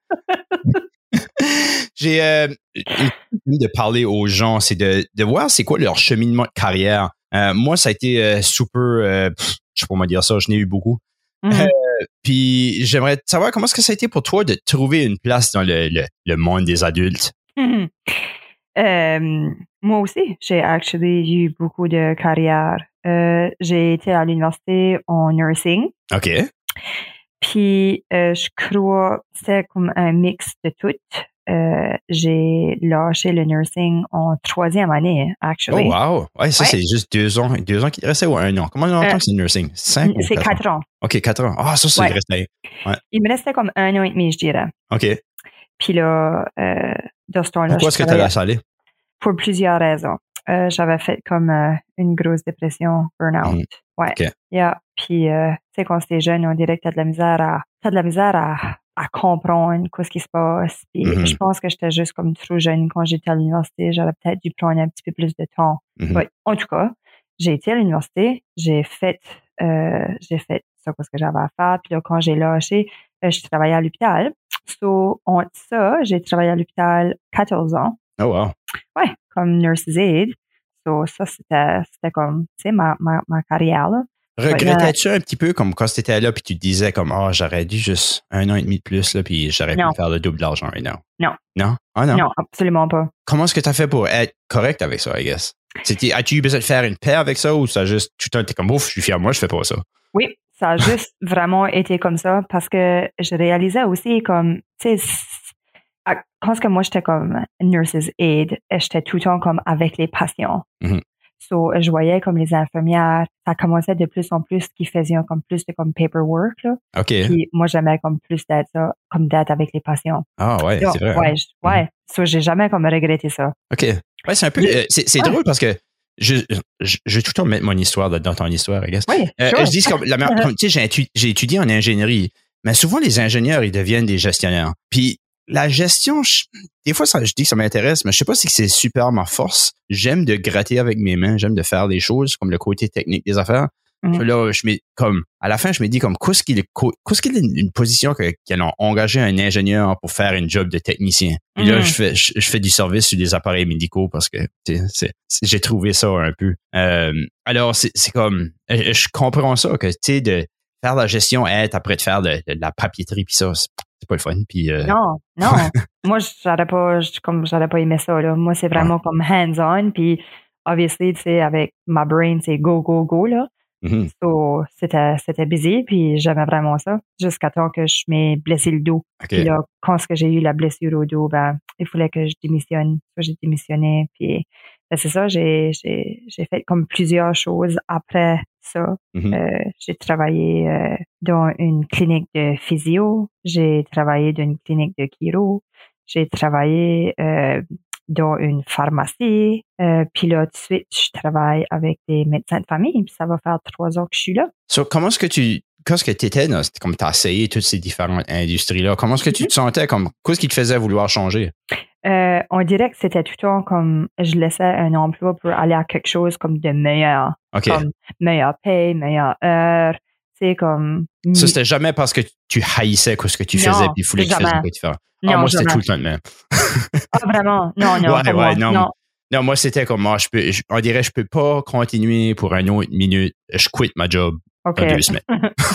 J'ai euh, envie de parler aux gens, c'est de, de voir c'est quoi leur cheminement de carrière. Euh, moi, ça a été euh, super, euh, pff, je sais pas comment dire ça, je n'ai eu beaucoup. Mm-hmm. Euh, puis j'aimerais savoir comment est-ce que ça a été pour toi de trouver une place dans le, le, le monde des adultes. Mm-hmm. Euh, moi aussi, j'ai actually eu beaucoup de carrière. Euh, j'ai été à l'université en nursing. OK. Puis euh, je crois que c'était comme un mix de tout. Euh, j'ai lâché le nursing en troisième année, actually. Oh wow! Ouais, ça ouais. C'est juste deux ans, deux ans qui restait ou un an? Comment longtemps euh, que c'est le nursing? Cinq C'est ou quatre ans? ans. OK, quatre ans. Ah, ça, c'est ouais. resté. Ouais. Il me restait comme un an et demi, je dirais. OK. Puis là, euh, dans ce temps-là, pourquoi est-ce que tu as lâché aller? Pour plusieurs raisons. Euh, j'avais fait comme euh, une grosse dépression, burn-out. Mm. Ouais. OK. Yeah. Puis, euh, tu sais, quand t'es jeune, on dirait que t'as de la misère à, t'as de la misère à, à comprendre quoi ce qui se passe. Puis, mm-hmm. je pense que j'étais juste comme trop jeune quand j'étais à l'université. J'aurais peut-être dû prendre un petit peu plus de temps. Mm-hmm. Ouais. En tout cas, j'ai été à l'université. J'ai fait, euh, j'ai fait ça parce que j'avais à faire. Puis là, quand j'ai lâché, euh, je travaillais à l'hôpital. So, en ça, j'ai travaillé à l'hôpital quatorze ans. Oh wow. Ouais, comme nurse's aide. So, ça, c'était, c'était comme, tu sais, ma, ma, ma carrière, là. Regrettais-tu un petit peu comme quand tu étais là puis tu te disais comme ah oh, j'aurais dû juste un an et demi de plus là puis j'aurais non. pu faire le double d'argent right now. Non. Non? Ah non? Non, absolument pas. Comment est-ce que tu as fait pour être correct avec ça, I guess? C'était, as-tu eu besoin de faire une paix avec ça ou ça juste tout le temps t'es comme ouf, je suis fier moi, je fais pas ça? Oui, ça a juste vraiment été comme ça parce que je réalisais aussi comme tu sais quand que moi j'étais comme nurse's aide, j'étais tout le temps comme avec les patients. Mm-hmm. So, je voyais comme les infirmières, ça commençait de plus en plus qui faisaient comme plus de comme paperwork, là. OK. Puis moi, j'aimais comme plus d'être ça, comme d'être avec les patients. Ah ouais, so, c'est vrai. Ouais, hein? je, ouais. Mm-hmm. So, j'ai jamais comme regretté ça. OK. Ouais, c'est un peu, euh, c'est, c'est ouais. drôle parce que je, je, je vais tout le temps mettre mon histoire dans ton histoire, I guess. Oui, euh, sure. Je dis comme, la comme, tu sais, j'ai, étu- j'ai étudié en ingénierie, mais souvent les ingénieurs, ils deviennent des gestionnaires. Puis, la gestion, je, des fois, ça, je dis que ça m'intéresse, mais je sais pas si c'est super ma force. J'aime de gratter avec mes mains, j'aime de faire des choses comme le côté technique des affaires. Mm. Là, je m'ai, comme, à la fin, je me dis comme, qu'est-ce qu'il est, qu'est-ce qu'il est une, une position que, qu'ils ont engagé un ingénieur pour faire une job de technicien. Puis là, Mm. je fais, je, je fais du service sur des appareils médicaux parce que, tu sais, c'est, c'est, j'ai trouvé ça un peu. Euh, alors, c'est, c'est comme, je, je comprends ça, que, tu sais, de faire la gestion, être après de faire de, de, de la papeterie, puis ça, c'est, c'est pas le fun. Puis, euh, non, non. Moi, j'aurais pas, comme, j'aurais pas aimé ça, là. Moi, c'est vraiment ouais. comme hands-on, puis, obviously, tu sais, avec ma brain, c'est go, go, go, là. Mm-hmm. So, c'était, c'était busy, puis j'aimais vraiment ça, jusqu'à temps que je m'ai blessé le dos. Okay. Puis là, quand j'ai eu la blessure au dos, ben, il fallait que je démissionne. J'ai démissionné, puis ben, c'est ça, j'ai, j'ai, j'ai fait comme plusieurs choses après ça. Mm-hmm. Euh, j'ai travaillé euh, dans une clinique de physio, j'ai travaillé dans une clinique de chiro, j'ai travaillé euh, dans une pharmacie. Euh, puis là, tout de suite, je travaille avec des médecins de famille. Puis ça va faire trois ans que je suis là. So, comment est-ce que tu... Quand est-ce que tu étais, là, comme tu as essayé toutes ces différentes industries-là, comment est-ce que tu te sentais? Comme, qu'est-ce qui te faisait vouloir changer? Euh, on dirait que c'était tout le temps comme je laissais un emploi pour aller à quelque chose comme de meilleur. Okay. Comme meilleure paye, meilleure heure. C'est comme... Ça, c'était jamais parce que tu haïssais ce que tu non, faisais puis il fallait que tu fasses quoi différent. Non, ah, moi, jamais. c'était tout le temps le même. Ah, vraiment? Non, non. Ouais, ouais, moi, non. non. Non, moi, c'était comme, moi, je peux, je, on dirait, je peux pas continuer pour une autre minute. Je quitte ma job okay. en deux semaines.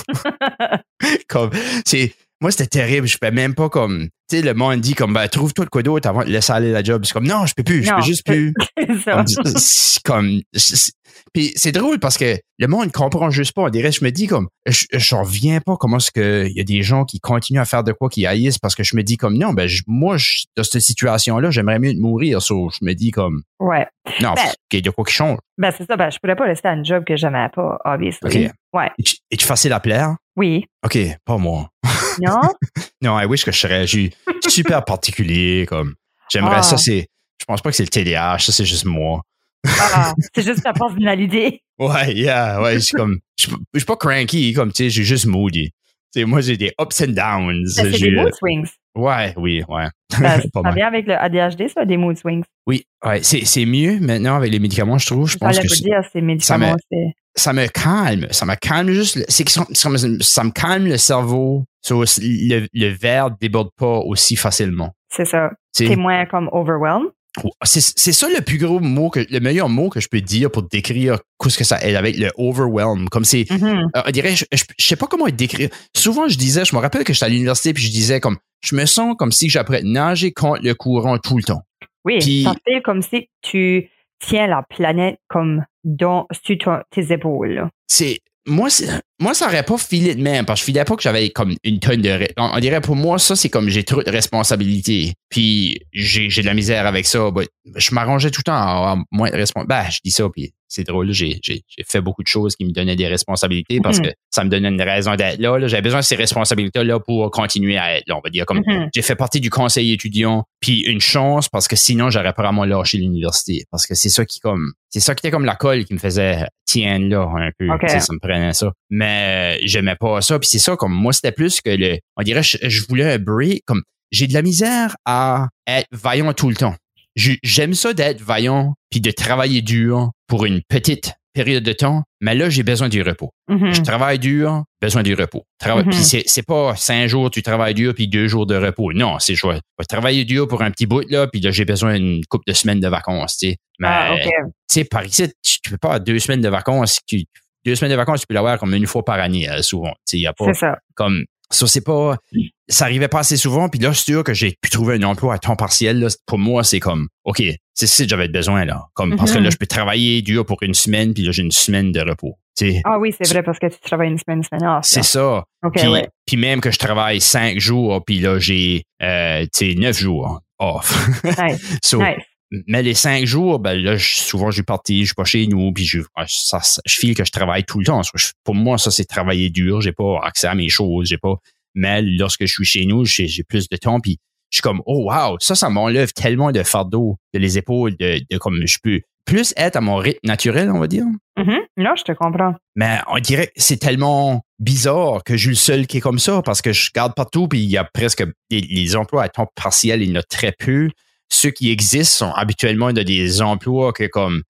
Comme, c'est, moi, c'était terrible. Je peux même pas comme, tu sais, le monde dit comme, ben, trouve-toi de quoi d'autre avant de laisser aller la job. C'est comme, non, je peux plus, je non, peux juste plus. C'est ça. Comme, c'est comme, c'est, puis c'est drôle parce que le monde ne comprend juste pas. On dirait, je me dis comme, je, je reviens pas comment est-ce que il y a des gens qui continuent à faire de quoi qui haïssent parce que je me dis comme, non, ben, je, moi, je, dans cette situation-là, j'aimerais mieux mourir. So, je me dis comme, ouais. non, ben, il y a quoi qui change. Ben, c'est ça, ben, je pourrais pas rester à un job que j'aimais pas, obviously. OK. Ouais. Es-tu facile à plaire? Oui. OK, pas moi. Non? Non, I wish que je serais, je suis super particulier, comme, j'aimerais ah. ça, c'est, je pense pas que c'est le T D A H, ça, c'est juste moi. Ah, c'est juste ta personnalité. Ouais, yeah, ouais, c'est comme, je suis pas cranky, comme, tu sais, j'ai juste moody. Tu sais, moi, j'ai des ups and downs. Ben, c'est j'ai, des mood swings. Ouais, oui, ouais. Ben, ça vient avec le A D H D, ça, des mood swings. Oui, ouais, c'est, c'est mieux maintenant avec les médicaments, je trouve. Je pense que c'est, dire, ces médicaments, ça, me, c'est... ça me calme. Ça me calme juste. C'est que ça, ça, me, ça me calme le cerveau. So, le, le verre ne déborde pas aussi facilement. C'est ça. C'est moins comme overwhelmed. C'est, c'est ça le plus gros mot, que, le meilleur mot que je peux dire pour décrire ce que ça est avec le overwhelm. Comme c'est, mm-hmm. euh, on dirait, je, je, je sais pas comment décrire. Souvent, je disais, je me rappelle que j'étais à l'université puis je disais comme, je me sens comme si j'apprends à nager contre le courant tout le temps. Oui, puis, ça fait comme si tu tiens la planète comme dans, sur ton, tes épaules. C'est, moi, c'est, moi, ça aurait pas filé de même parce que je filais pas que j'avais comme une tonne de... On, on dirait pour moi, ça, c'est comme j'ai trop de responsabilités. Puis j'ai, j'ai de la misère avec ça. Bah, je m'arrangeais tout le temps à avoir moins de responsabilités. Ben, je dis ça, puis c'est drôle. J'ai, j'ai, j'ai fait beaucoup de choses qui me donnaient des responsabilités parce mm-hmm. que ça me donnait une raison d'être là, là. J'avais besoin de ces responsabilités-là pour continuer à être là, on va dire. Comme mm-hmm. j'ai fait partie du conseil étudiant, puis une chance parce que sinon, j'aurais probablement lâché l'université. Parce que c'est ça qui comme... C'est ça qui était comme la colle qui me faisait tiens là un peu. Okay. Ça me prenait ça. Mais j'aimais pas ça. Puis c'est ça, comme moi, c'était plus que le. On dirait je, je voulais un break. Comme j'ai de la misère à être vaillant tout le temps. Je, j'aime ça d'être vaillant puis de travailler dur pour une petite période de temps, mais là, j'ai besoin du repos. Mm-hmm. Je travaille dur, besoin du repos. Trava- mm-hmm. Puis c'est, c'est pas cinq jours, tu travailles dur, puis deux jours de repos. Non, c'est je vais travailler dur pour un petit bout, là, puis là, j'ai besoin d'une couple de semaines de vacances, tu sais. Mais, ah, okay. tu sais, par ici, tu, tu peux pas deux semaines de vacances, tu, deux semaines de vacances, tu peux l'avoir comme une fois par année, euh, souvent. Tu sais, il y a pas. C'est ça. Comme, ça, c'est pas, ça arrivait pas assez souvent, puis là, c'est sûr que j'ai pu trouver un emploi à temps partiel, là. Pour moi, c'est comme, OK, c'est ça que j'avais besoin, là. Comme, mm-hmm. parce que là, je peux travailler dur pour une semaine, puis là, j'ai une semaine de repos. T'sais. Ah oui, c'est vrai, parce que tu travailles une semaine, une semaine off. C'est ça. Okay, puis, ouais. puis même que je travaille cinq jours, puis là, j'ai, euh, tu sais, neuf jours off. Nice. so, nice. Mais les cinq jours, ben là, je, souvent, je suis parti, je suis pas chez nous, puis je, ça, ça, je file que je travaille tout le temps. Je, pour moi, ça, c'est travailler dur. J'ai pas accès à mes choses, j'ai pas. Mais lorsque je suis chez nous, j'ai, j'ai plus de temps, puis je suis comme, oh wow, ça, ça m'enlève tellement de fardeau de les épaules, de, de comme je peux plus être à mon rythme naturel, on va dire. Mm-hmm. Là, je te comprends. Mais on dirait que c'est tellement bizarre que je suis le seul qui est comme ça, parce que je regarde partout, puis il y a presque les, les emplois à temps partiel, il y en a très peu. Ceux qui existent sont habituellement de des emplois que comme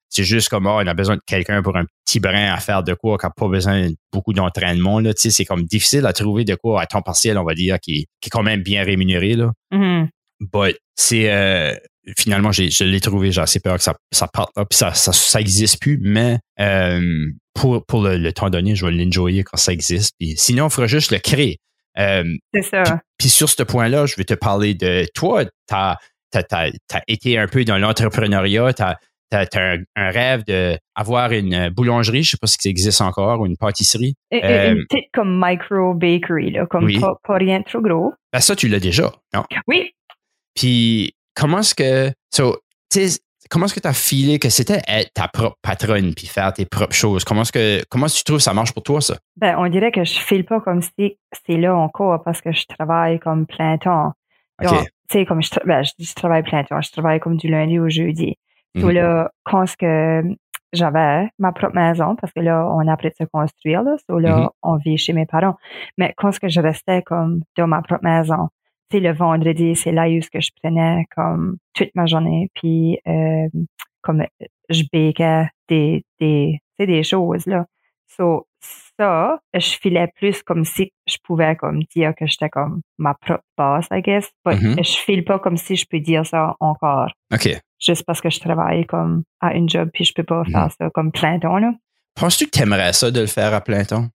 c'est juste comme, oh, on a besoin de quelqu'un pour un petit brin à faire de quoi, qui n'a pas besoin de beaucoup d'entraînement, là. Tu sais, c'est comme difficile à trouver de quoi à temps partiel, on va dire, qui, qui est quand même bien rémunéré, là. Mm-hmm. But, c'est, euh, finalement, j'ai, je l'ai trouvé, j'ai assez peur que ça, ça parte là, puis ça, ça, ça existe plus, mais, euh, pour, pour le, le temps donné, je vais l'enjoyer quand ça existe. Puis sinon, il faudra juste le créer. Euh, c'est ça. Puis, puis sur ce point-là, je vais te parler de toi. T'as, t'as, t'as, t'as été un peu dans l'entrepreneuriat. T'as, t'as, t'as un, un rêve d'avoir une boulangerie. Je sais pas si ça existe encore, ou une pâtisserie. Une, euh, une petite comme micro bakery, là, comme oui. pas, pas rien trop gros. Ben ça, tu l'as déjà, non? Oui. Puis comment est-ce que, so, tu sais, comment est-ce que tu as filé que c'était être ta propre patronne puis faire tes propres choses? Comment est-ce que comment est-ce que tu trouves que ça marche pour toi, ça? Ben, on dirait que je file pas comme si c'est là encore parce que je travaille comme plein temps. OK. Donc, tu sais, comme je, tra- ben, je dis je travaille plein temps, je travaille comme du lundi au jeudi. Mm-hmm. So là, quand est-ce que j'avais ma propre maison, parce que là, on a appris de se construire, là, so là, Mm-hmm. on vit chez mes parents. Mais quand est-ce que je restais comme dans ma propre maison, tu sais, le vendredi, c'est là où que je prenais comme toute ma journée, puis euh, comme je bakais des, des, tu sais, des choses, là. So, ça, je filais plus comme si je pouvais comme dire que j'étais comme ma propre boss, I guess. But Mm-hmm. je file pas comme si je peux dire ça encore. OK. Juste parce que je travaille comme à une job puis je peux pas Mm-hmm. faire ça comme plein temps, là. Penses-tu que tu aimerais ça de le faire à plein temps?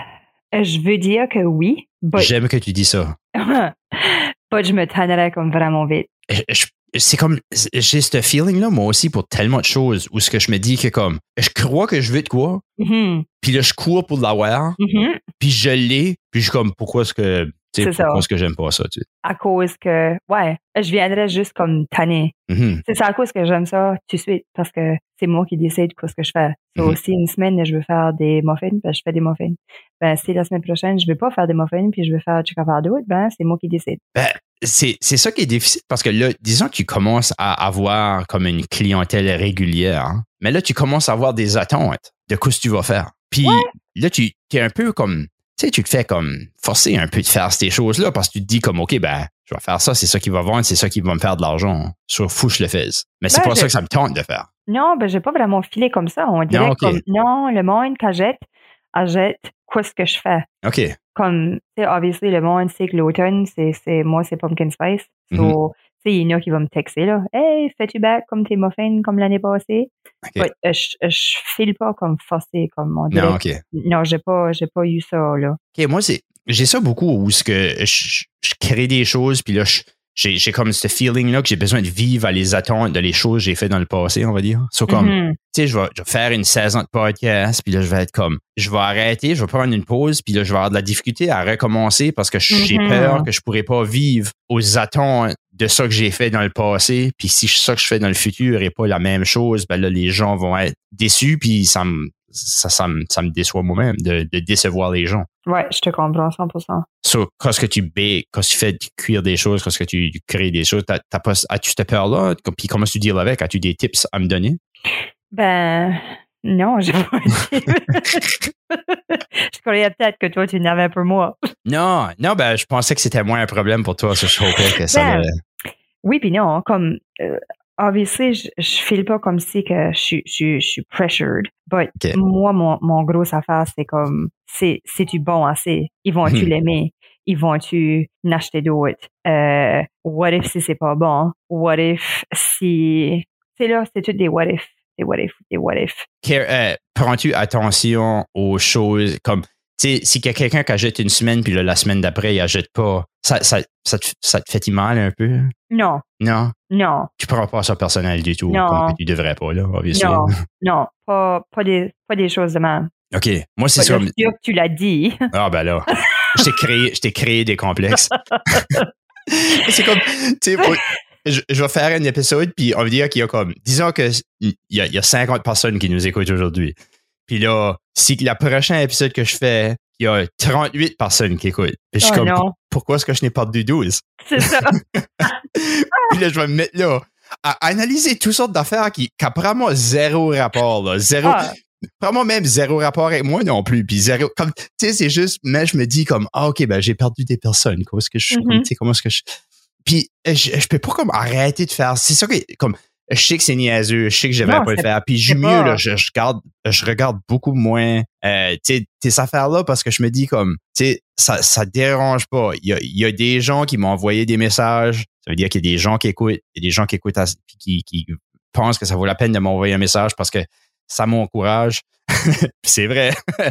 Je veux dire que oui, but, J'aime que tu dis ça. but je me tannerais comme vraiment vite. Je- je- c'est comme, j'ai ce feeling-là, moi aussi, pour tellement de choses, où ce que je me dis que comme, je crois que je veux de quoi, Mhm. puis là, je cours pour l'avoir, Mhm. puis je l'ai, puis je suis comme, pourquoi est-ce que, tu sais, C'est pourquoi ça. est-ce que j'aime pas ça, tu sais? À cause que, ouais, je viendrais juste comme tanner. Mhm. C'est ça à cause que j'aime ça tout de suite parce que c'est moi qui décide de ce que je fais. So, Mhm. si une semaine je veux faire des muffins, ben je fais des muffins. Ben si la semaine prochaine je veux pas faire des muffins puis je veux faire du café d'autre, ben c'est moi qui décide. Ben, c'est, c'est ça qui est difficile parce que là, disons que tu commences à avoir comme une clientèle régulière, hein, mais là, tu commences à avoir des attentes de quoi ce que tu vas faire. Puis Ouais. là, tu es un peu comme, tu sais, tu te fais comme forcer un peu de faire ces choses-là parce que tu te dis comme, OK, ben, je vais faire ça, c'est ça qui va vendre, c'est ça qui va me faire de l'argent. Sur fou, je le fais. Mais c'est Ben, pas je- ça que ça me tente de faire. Non, ben j'ai pas vraiment filé comme ça. On dirait Non, ok. comme non, le monde qu'achète, achète quoi ce que je fais. OK. Comme, tu sais, obviously, le monde sait que l'automne, c'est, c'est, moi, c'est pumpkin spice. So, Mhm. tu sais, il y en a qui vont me texter, là. Hey, fais-tu back comme tes muffins comme l'année passée? OK. But, euh, je, je file pas comme forcé, comme on dirait. Non, OK. Non, j'ai pas, j'ai pas eu ça, là. OK, moi, c'est, j'ai ça beaucoup où ce que je, je crée des choses, puis là, je, j'ai, j'ai comme ce feeling-là que j'ai besoin de vivre à les attentes de les choses que j'ai fait dans le passé, on va dire. So, comme, Mhm. tu sais, je vais, je vais faire une saison de podcast, puis là, je vais être comme, je vais arrêter, je vais prendre une pause, puis là, je vais avoir de la difficulté à recommencer parce que j'ai Mhm. peur que je pourrais pas vivre aux attentes de ça que j'ai fait dans le passé, puis si ça que je fais dans le futur est pas la même chose, ben là, les gens vont être déçus, puis ça me, ça, ça me, ça me déçoit moi-même de, de décevoir les gens. Ouais, je te comprends cent pour cent. So, quand ce que tu bakes, quand tu fais cuire des choses, quand ce que tu crées des choses, t'as, t'as pas, as-tu cette peur-là? Puis comment tu deals avec? As-tu des tips à me donner? Ben, non, j'ai pas dit. Je croyais peut-être que toi, tu n'avais pour moi. Non, non, ben, je pensais que c'était moins un problème pour toi, ça, je hopais que ça Ben, le- Oui, puis non, comme, euh, obviously, je, je file pas comme si que je, suis- je, suis- je suis pressured. But Ok. moi, mon, mon gros affaire, c'est comme, c'est, c'est-tu bon assez? Ils vont-tu Mhm. l'aimer? Ils vont-tu n'acheter d'autres? Euh, what if si c'est pas bon? What if si, c'est là, c'est tout des what if, des what if, des what if. Care- euh, prends-tu attention aux choses comme, tu sais, si qu'il y a quelqu'un qui achète une semaine, puis là, la semaine d'après, il achète pas, ça, ça, ça, te, ça te fait mal un peu? Non, Non? non, Tu prends pas ça personnel du tout, Non. comme que tu devrais pas, là, obviously. non, non, pas, pas des, pas des choses de même. OK. Moi, c'est But ça. là, je suis sûre que tu l'as dit. Ah, ben là, je t'ai créé, je t'ai créé des complexes. C'est comme, tu sais, pour- je, je vais faire un épisode, puis on va dire qu'il y a comme, disons que il y a, il y a cinquante personnes qui nous écoutent aujourd'hui. Puis là, si le prochain épisode que je fais, il y a trente-huit personnes qui écoutent. Puis je suis Oh comme, non. pour- pourquoi est-ce que je n'ai pas de douze? C'est ça. Puis là, je vais me mettre là à analyser toutes sortes d'affaires qui, qui apparemment zéro rapport, là. Zéro. Ah. Vraiment même zéro rapport avec moi non plus. Puis zéro. Comme, tu sais, c'est juste, mais je me dis comme, ah, OK, ben, j'ai perdu des personnes. Comment est-ce que je suis, Mhm. comme, tu sais, comment est-ce que je. Puis, je, je peux pas comme arrêter de faire. C'est ça que, comme, je sais que c'est niaiseux, je sais que je devrais Non, pas le c'est- faire. Puis je c'est mieux, pas- là, je, je regarde, je regarde beaucoup moins euh, tu sais, tes affaires-là parce que je me dis comme, tu sais, ça, ça dérange pas. Il y a, il y a des gens qui m'ont envoyé des messages. Ça veut dire qu'il y a des gens qui écoutent, il y a des gens qui écoutent, à- puis qui, qui pensent que ça vaut la peine de m'envoyer un message parce que ça m'encourage. C'est vrai.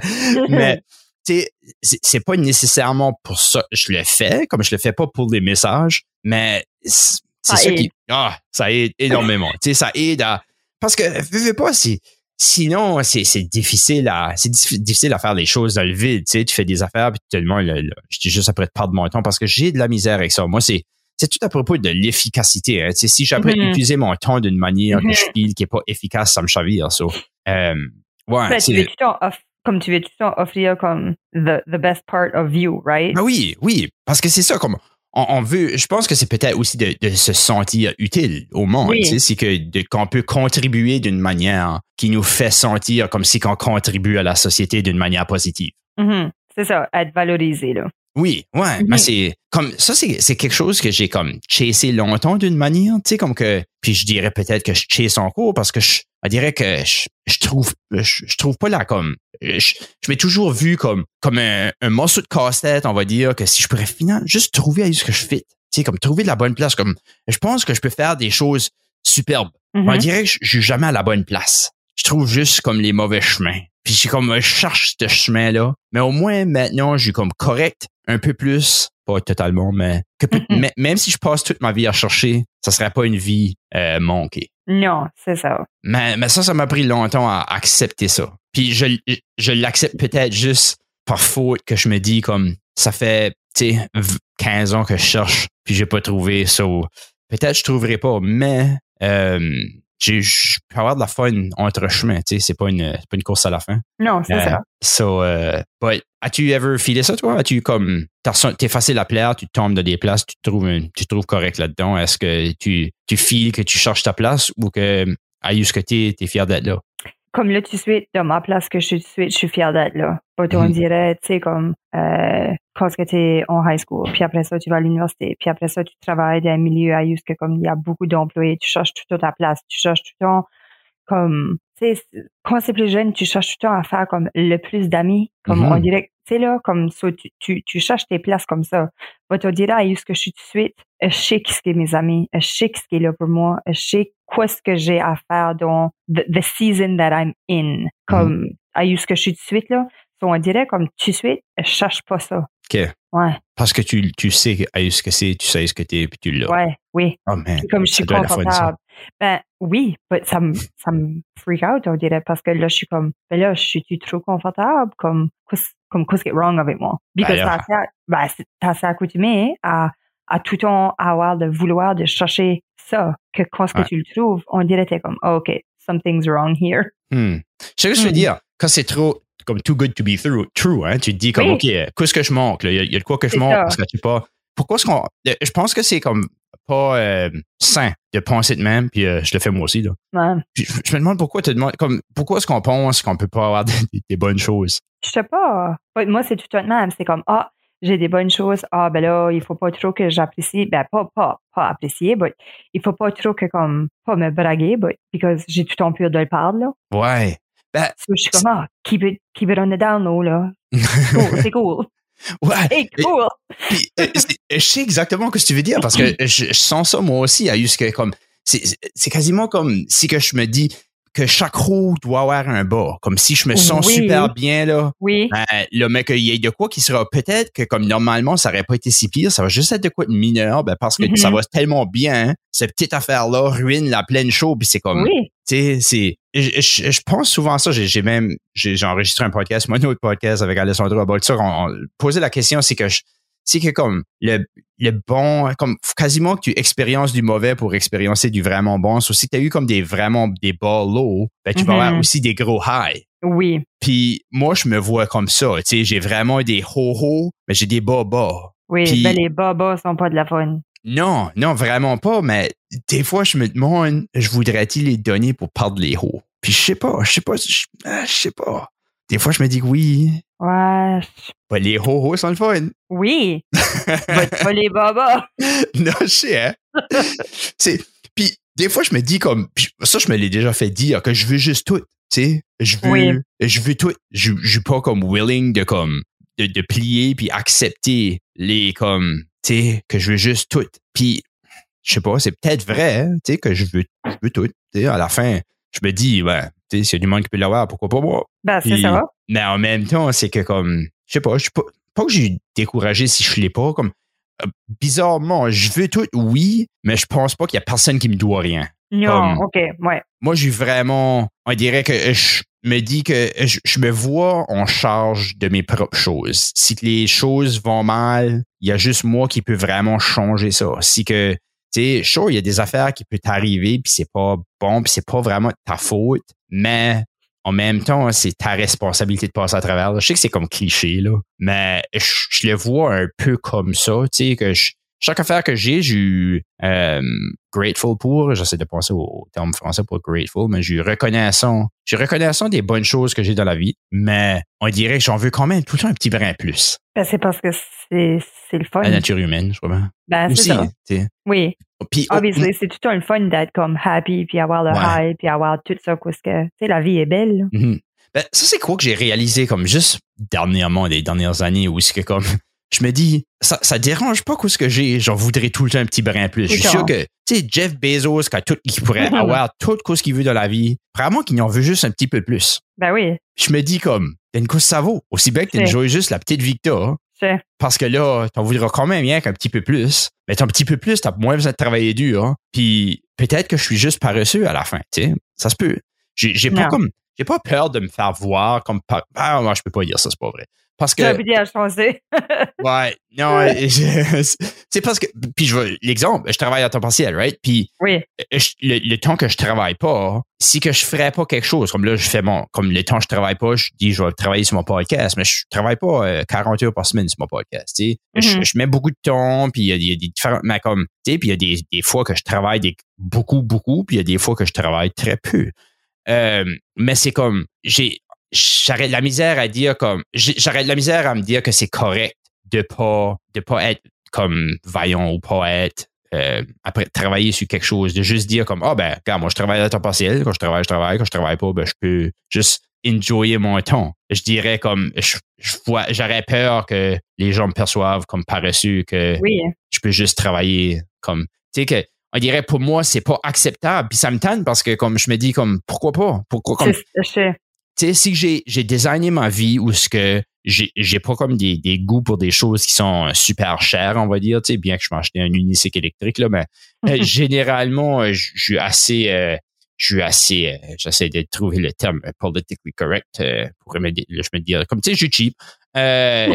Mais tu sais, c'est, c'est pas nécessairement pour ça que je le fais, comme je le fais pas pour les messages, mais c'est, c'est Ça ça aide. qui, ah, ça aide énormément. Tu sais, ça aide à, parce que, veux, veux pas, c'est, sinon, c'est, c'est difficile à, c'est dif- difficile à faire les choses dans le vide. Tu sais, tu fais des affaires puis tellement, là, là, je dis juste après de perdre mon temps parce que j'ai de la misère avec ça. Moi, c'est, c'est tout à propos de l'efficacité. Hein. Tu sais, si j'apprends Mhm. à utiliser mon temps d'une manière Mhm. que je file qui est pas efficace, ça me chavire. So, euh, ouais, Ben, c'est, tu veux tout le temps off- comme tu veux tout le temps offrir comme the, the best part of you, right? ben oui, oui, parce que c'est ça, comme on, on veut, je pense que c'est peut-être aussi de, de se sentir utile au monde, Oui. tu sais, c'est que de, qu'on peut contribuer d'une manière qui nous fait sentir comme si qu'on contribue à la société d'une manière positive. Mhm. C'est ça, être valorisé, là. Oui, ouais, Mhm. mais c'est comme ça, c'est, c'est quelque chose que j'ai comme chassé longtemps d'une manière, tu sais, comme que, puis je dirais peut-être que je chase en cours parce que je, je dirais que je, je trouve, je, je trouve pas là comme, je, je m'ai toujours vu comme, comme un, un morceau de casse-tête, on va dire, que si je pourrais finalement juste trouver à ce que je fit, tu sais, comme trouver de la bonne place, comme, je pense que je peux faire des choses superbes. Mhm. On dirait que je, je suis jamais à la bonne place. Je trouve juste comme les mauvais chemins. Puis j'ai comme, je cherche ce chemin-là. Mais au moins, maintenant, je suis comme correct un peu plus. Pas totalement, mais, que peut- Mhm. mais- même si je passe toute ma vie à chercher, ça serait pas une vie euh, manquée. Non, c'est ça. Mais, mais ça, ça m'a pris longtemps à accepter ça. Puis je, je l'accepte peut-être juste par faute que je me dis comme, ça fait, tu sais, quinze ans que je cherche, puis j'ai pas trouvé ça. Peut-être je trouverai pas, mais euh, j'ai, je peux avoir de la fun entre chemins, tu sais, c'est pas une, c'est pas une course à la fin. Non, c'est Euh, ça. So, uh, but, as-tu ever filé ça, toi? As-tu comme, t'as- t'es facile à plaire, tu tombes dans des places, tu te trouves, un- tu te trouves correct là-dedans? Est-ce que tu, tu files que tu cherches ta place ou que, à ce que t'es, t'es fier d'être là? Comme là, tu suis dans ma place que je suis tout de suite, je suis fière d'être là. Pas on Mhm. dirait, tu sais, comme euh, quand tu es en high school, puis après ça, tu vas à l'université, puis après ça, tu travailles dans un milieu à où comme il y a beaucoup d'employés, tu cherches tout le temps ta place, tu cherches tout le temps comme, tu sais, quand c'est plus jeune, tu cherches tout le temps à faire comme le plus d'amis, comme Mhm. on dirait, tu sais là, comme ça, tu, tu, tu cherches tes places comme ça. Va te dire, à où ce que je suis tout de suite, je sais ce qui est mes amis, je sais ce qui est là pour moi, je sais quoi ce que j'ai à faire dans the, the season that I'm in, comme à où ce que je suis tout de suite là. So, on dirait comme tout de suite, je cherche pas ça. OK. Ouais, Parce que tu, tu sais à ce que c'est, tu sais ce que t'es, puis tu l'as. ouais, oui. Oh man. Puis comme je ça suis doit être la fun, ça. confortable. Ben oui, but ça me ça me freak out, on dirait, parce que là, je suis comme, ben là, je suis trop confortable, comme, qu'est-ce- comme, qu'est-ce qui est wrong avec moi? Because Ben là. t'as assez, ben, c'est- t'as assez accoutumé à, à tout le temps avoir de vouloir de chercher ça, que quand ce que Ouais. tu le trouves, on dirait t'es comme, oh, OK, something's wrong here. Hmm. Je sais ce que je veux Hmm. dire. Quand c'est trop, comme too good to be true, true hein, tu te dis comme, Oui. OK, qu'est-ce que je manque? là? Il y, a- il y a de quoi que je C'est manque ça. parce que tu pas. Pourquoi est-ce qu'on. euh, Je pense que c'est comme pas euh, sain de penser de même, puis euh, je le fais moi aussi. Là. Ouais. Puis je, je me demande pourquoi te demande, comme, pourquoi est-ce qu'on pense qu'on peut pas avoir des, des bonnes choses? Je sais pas. But moi, c'est tout le temps de même. C'est comme, ah, j'ai des bonnes choses. Ah, ben là, il faut pas trop que j'apprécie. Ben, pas, pas, pas apprécier, mais il faut pas trop que, comme, pas me braguer, but because j'ai tout le temps peur de le perdre, là. Ouais. Ben, So, je suis comme, ah, keep it, keep it on the down low, là. Cool, c'est cool. ouais. Hey, cool. Puis, euh, c'est- je sais exactement ce que tu veux dire parce que je, je sens ça moi aussi à juste que comme c'est c'est quasiment comme si que je me dis que chaque roue doit avoir un bas, comme si je me sens Oui. super bien là. Oui. Ben, là, mais qu'il y ait de quoi qui sera peut-être que comme normalement ça aurait pas été si pire, ça va juste être de quoi de mineur, ben parce que Mhm. ça va tellement bien, hein, cette petite affaire là ruine la pleine show puis c'est comme Oui. tu sais, c'est. Je, je, je pense souvent à ça. J'ai, j'ai même. J'ai, j'ai enregistré un podcast, moi, un autre podcast avec Alessandro Aboltur. On, on posait la question, c'est que je, c'est que comme le, le bon, comme quasiment que tu expériences du mauvais pour expériencer du vraiment bon. C'est aussi que tu as eu comme des vraiment des bas low, ben tu vas Mhm. avoir aussi des gros highs. Oui. Puis moi, je me vois comme ça. Tu sais, j'ai vraiment des hauts-hauts, mais j'ai des bas-bas. Oui. Puis- Ben, les babas sont pas de la fun. Non, non, vraiment pas, mais des fois, je me demande, je voudrais-tu les donner pour perdre les hauts? Puis je sais pas, je sais pas, je, ah, je sais pas. Des fois, je me dis que oui, Ouais. ben, les hauts hauts sont le fun. Oui. but pas les babas. Non, je sais, hein? C'est, puis des fois, je me dis comme, ça, je me l'ai déjà fait dire, que je veux juste tout, tu sais. Je veux, oui. je veux tout. Je, je suis pas comme willing de comme, de, de plier puis accepter les comme, tu sais, que je veux juste tout. Puis, je sais pas, c'est peut-être vrai, hein, tu sais, que je veux, je veux tout. Tu sais, à la fin, je me dis, ouais, tu sais, s'il y a du monde qui peut l'avoir, pourquoi pas moi? Ben, puis, c'est ça. Mais en même temps, c'est que comme, je sais pas, je suis pas, pas que je suis découragé si je l'ai pas, comme, euh, bizarrement, je veux tout, oui, mais je pense pas qu'il y a personne qui me doit rien. Non, Comme, OK, ouais. Moi, j'ai vraiment, on dirait que je me dis que je, je me vois en charge de mes propres choses. Si que les choses vont mal, il y a juste moi qui peux vraiment changer ça. Si que, tu sais, sure, il y a des affaires qui peuvent t'arriver puis c'est pas bon puis c'est pas vraiment ta faute, mais en même temps, c'est ta responsabilité de passer à travers. Je sais que c'est comme cliché, là, mais je, je le vois un peu comme ça, tu sais, que je, chaque affaire que j'ai, j'ai eu euh, grateful pour, j'essaie de penser au terme français pour grateful, mais j'ai eu reconnaissant, j'ai reconnaissant des bonnes choses que j'ai dans la vie, mais on dirait que j'en veux quand même tout le temps un petit brin plus. Ben, c'est parce que c'est, c'est le fun. La nature humaine, je crois. Ben, Aussi, c'est ça. T'sais. Oui. Puis, Obviously, oh, c'est tout le temps le fun d'être comme happy, puis avoir le ouais. high, puis avoir tout ça, parce que, tu sais, la vie est belle. Mm-hmm. Ben, ça, c'est quoi que j'ai réalisé comme juste dernièrement, des dernières années, où c'est que comme, je me dis, ça, ça dérange pas quoi ce que j'ai, j'en voudrais tout le temps un petit brin plus. Je suis sûr que, tu sais, Jeff Bezos, qui, a tout, qui pourrait avoir tout ce qu'il veut dans la vie, vraiment qu'il en veut juste un petit peu plus. Ben oui. Je me dis comme, t'as une cause ça vaut. Aussi bien que tu joues juste la petite victoire. C'est. Parce que là, t'en voudras quand même rien qu'un petit peu plus. Mais t'as un petit peu plus, t'as moins besoin de travailler dur. Hein? Puis peut-être que je suis juste paresseux à la fin, tu sais. Ça se peut. J'ai, j'ai pas comme, j'ai pas peur de me faire voir comme par... Ah, moi, je peux pas dire ça, c'est pas vrai. Parce que. J'ai envie d'y changer. Ouais, non, c'est parce que, puis je veux, l'exemple, je travaille à temps partiel, right? Puis, oui. je, le, le temps que je travaille pas, si que je ferais pas quelque chose, comme là, je fais mon, comme le temps que je travaille pas, je dis, je vais travailler sur mon podcast, mais je travaille pas euh, quarante heures par semaine sur mon podcast, tu sais. Mm-hmm. Je, je mets beaucoup de temps, puis il y a, il y a des différents, mais comme, tu sais, puis il y a des, des fois que je travaille des, beaucoup, beaucoup, puis il y a des fois que je travaille très peu. Euh, mais c'est comme, j'ai, j'arrête la misère à dire comme j'arrête la misère à me dire que c'est correct de pas de pas être comme vaillant ou pas être euh, après travailler sur quelque chose, de juste dire comme ah oh, ben regarde, moi je travaille à temps partiel, quand je travaille je travaille, quand je travaille pas ben je peux juste enjoyer mon temps. Je dirais comme je, je vois j'aurais peur que les gens me perçoivent comme paresseux, que oui. je peux juste travailler comme tu sais que on dirait pour moi c'est pas acceptable, puis ça me tente parce que comme je me dis comme pourquoi pas pourquoi comme c'est, tu sais, si j'ai, j'ai designé ma vie où ce que j'ai, j'ai pas comme des, des goûts pour des choses qui sont super chères, on va dire, tu sais, bien que je m'achetais un unicycle électrique, là, mais euh, généralement, euh, je suis assez, euh, je suis assez, euh, j'essaie de trouver le terme uh, politically correct euh, pour me, je me dire, comme tu sais, je suis cheap. Euh,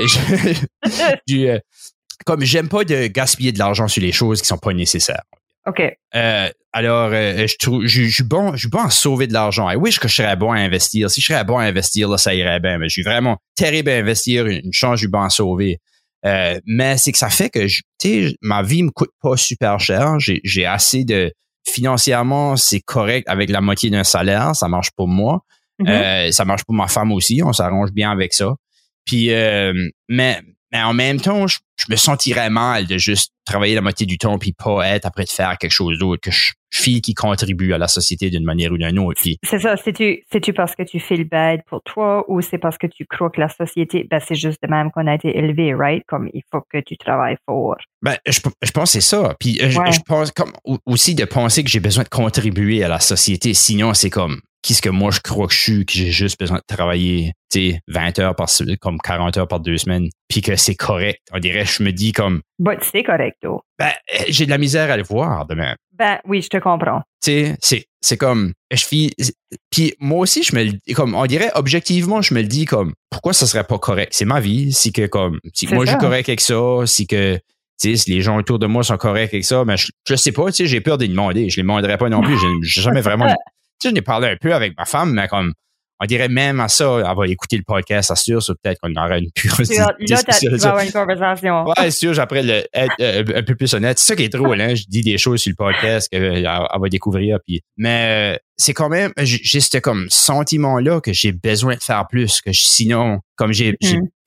je, du, euh, comme j'aime pas de gaspiller de l'argent sur les choses qui sont pas nécessaires. OK. Euh, alors, euh, je trouve, je, je suis bon, je suis bon à sauver de l'argent. I wish que je serais bon à investir. Si je serais bon à investir, là, ça irait bien. Mais je suis vraiment terrible à investir. Une chance, je suis bon à sauver. Euh, mais c'est que ça fait que, tu sais, ma vie me coûte pas super cher. J'ai, j'ai assez de, financièrement, c'est correct avec la moitié d'un salaire. Ça marche pour moi. Mm-hmm. Euh, ça marche pour ma femme aussi. On s'arrange bien avec ça. Puis, euh, mais, mais en même temps, je, je me sentirais mal de juste travailler la moitié du temps puis pas être après de faire quelque chose d'autre, que je fille qui contribue à la société d'une manière ou d'une autre. Puis, c'est ça. C'est-tu, c'est-tu parce que tu fais le bad pour toi ou c'est parce que tu crois que la société, ben, c'est juste de même qu'on a été élevé, right? Comme il faut que tu travailles fort. Ben, je, je pense que c'est ça. Puis, ouais. je, je pense comme aussi de penser que j'ai besoin de contribuer à la société. Sinon, c'est comme, qu'est-ce que moi je crois que je suis, que j'ai juste besoin de travailler, tu sais, vingt heures par semaine, comme quarante heures par deux semaines, puis que c'est correct. On dirait, je me dis comme... But c'est correct, though. Ben, j'ai de la misère à le voir demain. Ben, oui, je te comprends. Tu sais, c'est, c'est comme... je fis, puis moi aussi, je me le dis, comme, on dirait, objectivement, je me le dis comme, pourquoi ça serait pas correct? C'est ma vie, si que comme, si moi je suis correct avec ça, si que... Tu sais, si les gens autour de moi sont corrects avec ça, mais je, je sais pas, tu sais, j'ai peur de les demander. Je les demanderais pas non plus. J'ai, j'ai jamais vraiment... Tu sais, j'en ai parlé un peu avec ma femme, mais comme, on dirait même à ça, elle va écouter le podcast, c'est sûr, ça peut-être qu'on aura une pure discussion. Là, tu vas avoir une conversation. Ouais, c'est sûr, j'apprends le, être euh, un peu plus honnête. C'est ça qui est drôle, hein. Je dis des choses sur le podcast qu'elle va découvrir, puis, mais, c'est quand même, j'ai ce comme sentiment-là que j'ai besoin de faire plus, que je, sinon, comme j'ai, mm-hmm. j'ai puis,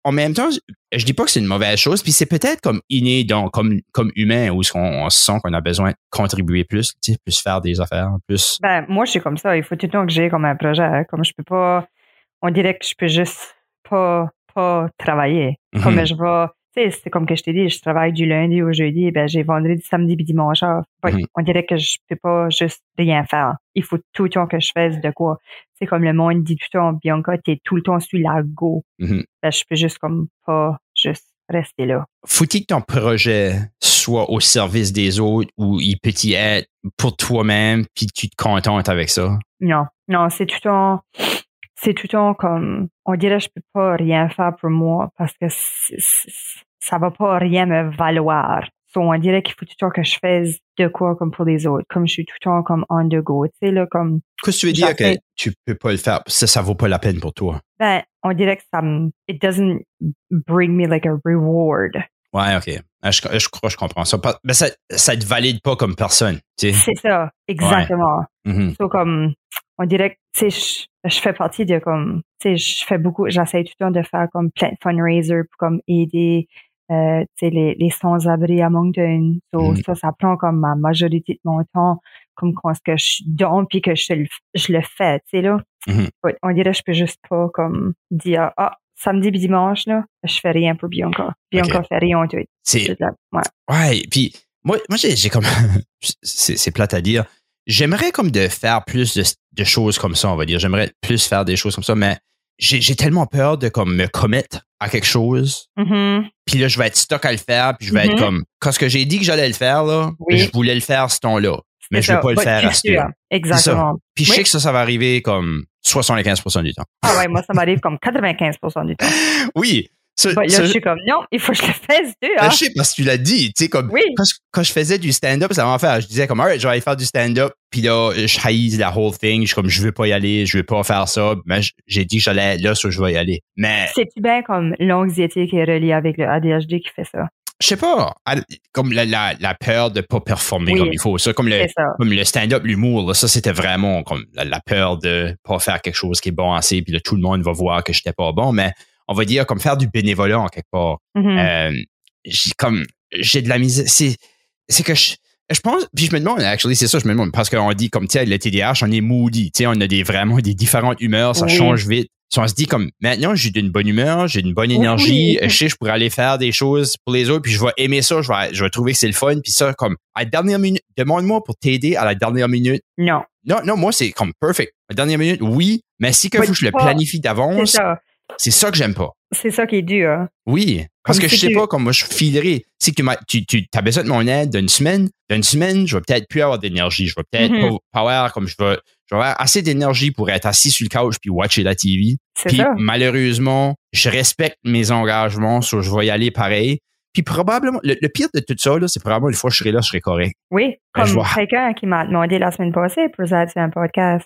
en même temps, je dis pas que c'est une mauvaise chose, puis c'est peut-être comme inné, donc, comme, comme humain, où on, on se sent qu'on a besoin de contribuer plus, tu sais, plus faire des affaires, plus. Ben, moi, je suis comme ça. Il faut tout le temps que j'ai comme un projet. Hein. Comme je peux pas, on dirait que je peux juste pas, pas travailler. Mm-hmm. Comme je vais, tu sais, c'est comme que je t'ai dit, je travaille du lundi au jeudi, ben, j'ai vendredi, samedi, puis dimanche. Mm-hmm. On dirait que je peux pas juste rien faire. Il faut tout le temps que je fasse de quoi. C'est comme le monde dit tout le temps, Bianca, t'es tout le temps sur la go. Mm-hmm. Ben, je peux juste comme pas juste rester là. Faut-il que ton projet soit au service des autres ou il peut y être pour toi-même puis tu te contentes avec ça? Non, non, c'est tout le temps, c'est tout le temps comme, on dirait que je peux pas rien faire pour moi parce que c'est, c'est, ça va pas rien me valoir. So, on dirait qu'il faut tout le temps que je fasse de quoi comme pour les autres, comme je suis tout le temps comme on the go, tu sais, là, comme. Qu'est-ce que tu veux dire que tu peux pas le faire? Ça, ça vaut pas la peine pour toi? Ben, on dirait que ça me, it doesn't bring me like a reward. Ouais, OK. Je, je crois que je comprends ça. Mais ça, ça te valide pas comme personne, tu sais. C'est ça, exactement. Ouais. Mm-hmm. So, comme, on dirait que, tu sais, je, je fais partie de comme, tu sais, je fais beaucoup, j'essaie tout le temps de faire comme plein de fundraisers pour comme aider, euh, tu sais, les, les sans-abri à Moncton. So, mm-hmm. ça, ça prend comme ma majorité de mon temps, comme quand ce que je donne puis que je, je le fais, tu sais, là. Mm-hmm. On dirait que je peux juste pas, comme, dire, ah, samedi et dimanche, là, je fais rien pour Bianca. Bianca okay. fait rien, tout. C'est, là, ouais. Ouais, puis moi, moi j'ai, j'ai comme, c'est, c'est plate à dire, j'aimerais comme de faire plus de, de choses comme ça, on va dire. J'aimerais plus faire des choses comme ça, mais j'ai, j'ai tellement peur de comme me commettre à quelque chose. Mm-hmm. Puis là, je vais être stock à le faire, puis je vais mm-hmm. être comme, quand ce que j'ai dit que j'allais le faire, là, oui. je voulais le faire ce temps-là. Mais c'est je ne vais pas ouais, le faire à ce temps. Exactement. Puis je oui. sais que ça, ça va arriver comme soixante-quinze pour cent du temps. Ah ouais, moi, ça m'arrive comme quatre-vingt-quinze pour cent du temps. Oui. Ça, là, ça, je suis comme, non, il faut que je le fasse, tu hein? Je sais, parce que tu l'as dit. Tu sais, comme, oui. quand, je, quand je faisais du stand-up, ça m'a fait, je disais comme, alright, je vais aller faire du stand-up. Puis là, je haïs la whole thing. Je suis comme, je veux pas y aller, je veux pas faire ça. Mais j'ai dit que j'allais là, so je vais y aller. Mais. C'est-tu bien comme l'anxiété qui est reliée avec le A D H D qui fait ça? Je sais pas, comme la, la, la peur de pas performer oui, comme il faut. Ça, comme le, ça. Comme le stand-up, l'humour, là, ça, c'était vraiment comme la, la peur de pas faire quelque chose qui est bon assez, puis là, tout le monde va voir que j'étais pas bon. Mais on va dire, comme faire du bénévolat en quelque part. Mm-hmm. Euh, j'ai, comme, j'ai de la misère. C'est, c'est que je, je pense, puis je me demande, actually, c'est ça, je me demande, parce qu'on dit, comme, tu sais, le T D A H, on est moody, tu sais, on a des, vraiment des différentes humeurs, ça oui. change vite. Si on se dit comme, maintenant, j'ai d'une bonne humeur, j'ai une bonne énergie, oui. je sais, je pourrais aller faire des choses pour les autres, puis je vais aimer ça, je vais, je vais trouver que c'est le fun, puis ça, comme, à la dernière minute, demande-moi pour t'aider à la dernière minute. Non. Non, non, moi, c'est comme perfect. À la dernière minute, oui, mais si que faut que je le planifie d'avance, c'est ça. c'est ça que j'aime pas. C'est ça qui est dur. Hein? Oui, parce comme que si je sais tu... pas, comme moi, je filerai. Si tu, tu, tu as besoin de mon aide d'une semaine, d'une semaine, je vais peut-être plus avoir d'énergie. Je vais peut-être mm-hmm. pas avoir, comme je vais, je vais avoir assez d'énergie pour être assis sur le couch puis watcher la T V. C'est puis, ça. malheureusement, je respecte mes engagements, so je vais y aller pareil. Puis probablement, le, le pire de tout ça, là, c'est probablement une fois que je serai là, je serai correct. Oui, comme vois... quelqu'un qui m'a demandé la semaine passée pour ça sur un podcast.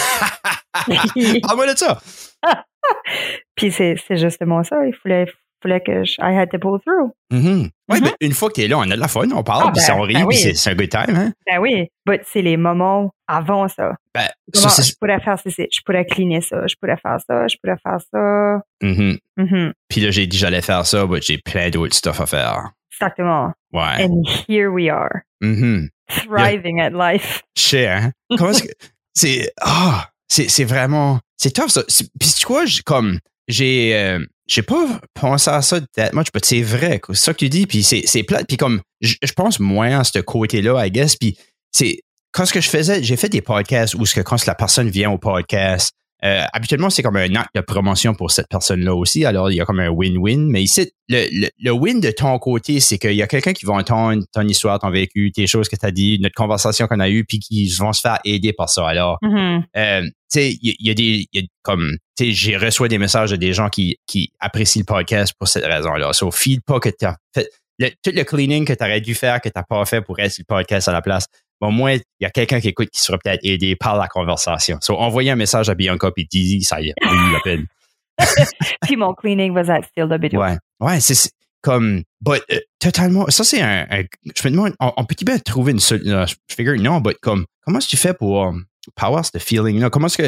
Parle-moi de ça. Puis c'est, c'est justement ça. Il fallait, fallait que je, I had to pull through. Mm-hmm. Oui, mm-hmm. ben, une fois que t'es là, on a de la fun, on parle, puis ah, ben, on rit, ben puis oui. c'est, c'est un good time. Hein? Ben oui, mais c'est les moments avant ça. Ben, Comment, ça c'est... Je pourrais faire ceci, je pourrais cleaner ça, je pourrais faire ça, je pourrais faire ça. Mm-hmm. Mm-hmm. Puis là, j'ai dit j'allais faire ça, mais j'ai plein d'autres stuff à faire. Exactement. Ouais. And here we are. Mm-hmm. Thriving yeah. at life. Je sais, hein? Comment est-ce que... C'est... Ah! Oh, c'est, c'est vraiment... C'est tough, ça. C'est, puis tu vois, j'ai, comme... J'ai... Euh, j'ai pas pensé à ça that much, mais c'est vrai. C'est ça que tu dis, puis c'est, c'est plate. Puis comme... Je, je pense moins à ce côté-là, I guess. Puis c'est... Quand ce que je faisais... J'ai fait des podcasts où ce que quand la personne vient au podcast... Euh, habituellement, c'est comme un acte de promotion pour cette personne-là aussi. Alors, il y a comme un win-win. Mais ici, le, le, le win de ton côté, c'est qu'il y a quelqu'un qui va entendre ton histoire, ton vécu, tes choses que tu as dit, notre conversation qu'on a eue, puis qui vont se faire aider par ça. Alors, mm-hmm. euh, tu sais, il y, y a des... Y a comme, tu sais, j'ai reçu des messages de des gens qui, qui apprécient le podcast pour cette raison-là. So, file pas que tu as fait... Le, tout le cleaning que tu aurais dû faire, que tu n'as pas fait pour être sur le podcast à la place. Bon, moi, il y a quelqu'un qui écoute qui sera peut-être aidé par la conversation. So, envoyez un message à Bianca puis dis ça y est, oui, la peine. Puis mon cleaning was at still the video. Ouais, ouais, c'est, c'est comme, but, euh, totalement, ça c'est un, un je me demande, on, on peut-tu bien trouver une solution, je figure, non, but comme, comment est-ce que tu fais pour um, power ce feeling-là? Comment est-ce que, tu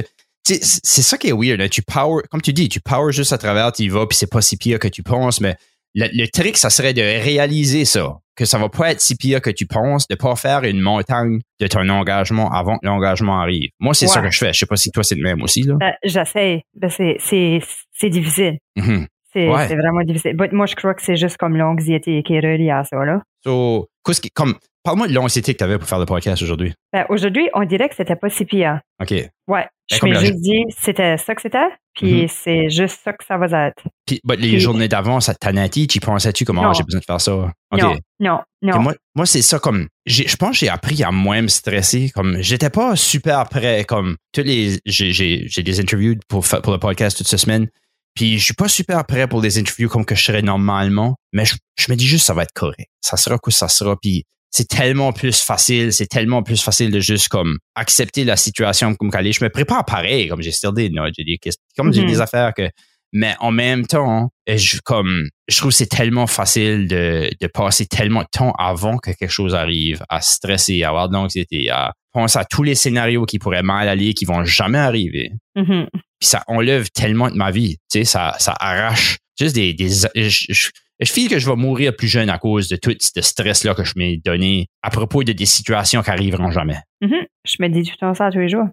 c'est, c'est ça qui est weird. Hein. Tu power, comme tu dis, tu power juste à travers, tu y vas, puis c'est pas si pire que tu penses, mais le, le trick, ça serait de réaliser ça, que ça va pas être si pire que tu penses, de pas faire une montagne de ton engagement avant que l'engagement arrive. Moi, c'est ouais. ça que je fais. Je sais pas si toi, c'est le même aussi, là. Euh, j'essaie. Ben, c'est, c'est, c'est difficile. Mm-hmm. C'est, ouais. c'est vraiment difficile. Mais moi, je crois que c'est juste comme l'anxiété qui est reliée à ça, là. So, comme, parle-moi de l'anxiété que tu avais pour faire le podcast aujourd'hui. Ben, aujourd'hui, on dirait que c'était pas si pire. OK. Ouais. Ben, je m'ai juste dit, c'était ça que c'était, puis mm-hmm. c'est juste ça que ça va être. Puis, ben, les puis, journées d'avant, ça t'anati, tu pensais-tu comment ah, j'ai besoin de faire ça? Okay. Non, non, non. Moi, moi, c'est ça, comme, j'ai, je pense que j'ai appris à moins me stresser, comme, j'étais pas super prêt, comme, tous les, j'ai, j'ai, j'ai des interviews pour, pour le podcast toute cette semaine, puis je suis pas super prêt pour des interviews comme que je serais normalement, mais je, je me dis juste, ça va être correct. Ça sera quoi ça sera, puis c'est tellement plus facile, c'est tellement plus facile de juste comme accepter la situation comme qu'elle est. Je me prépare pareil, comme j'ai still des notes, j'ai des questions, comme mm-hmm. j'ai des affaires que, mais en même temps, je, comme, je trouve que c'est tellement facile de, de passer tellement de temps avant que quelque chose arrive, à stresser, à avoir de l'anxiété, à penser à tous les scénarios qui pourraient mal aller, qui vont jamais arriver. Mm-hmm. Puis ça enlève tellement de ma vie, tu sais, ça, ça arrache juste des, des, je, je, je file que je vais mourir plus jeune à cause de tout ce stress-là que je m'ai donné à propos de des situations qui arriveront jamais. Mm-hmm. Je me dis tout le temps ça tous les jours.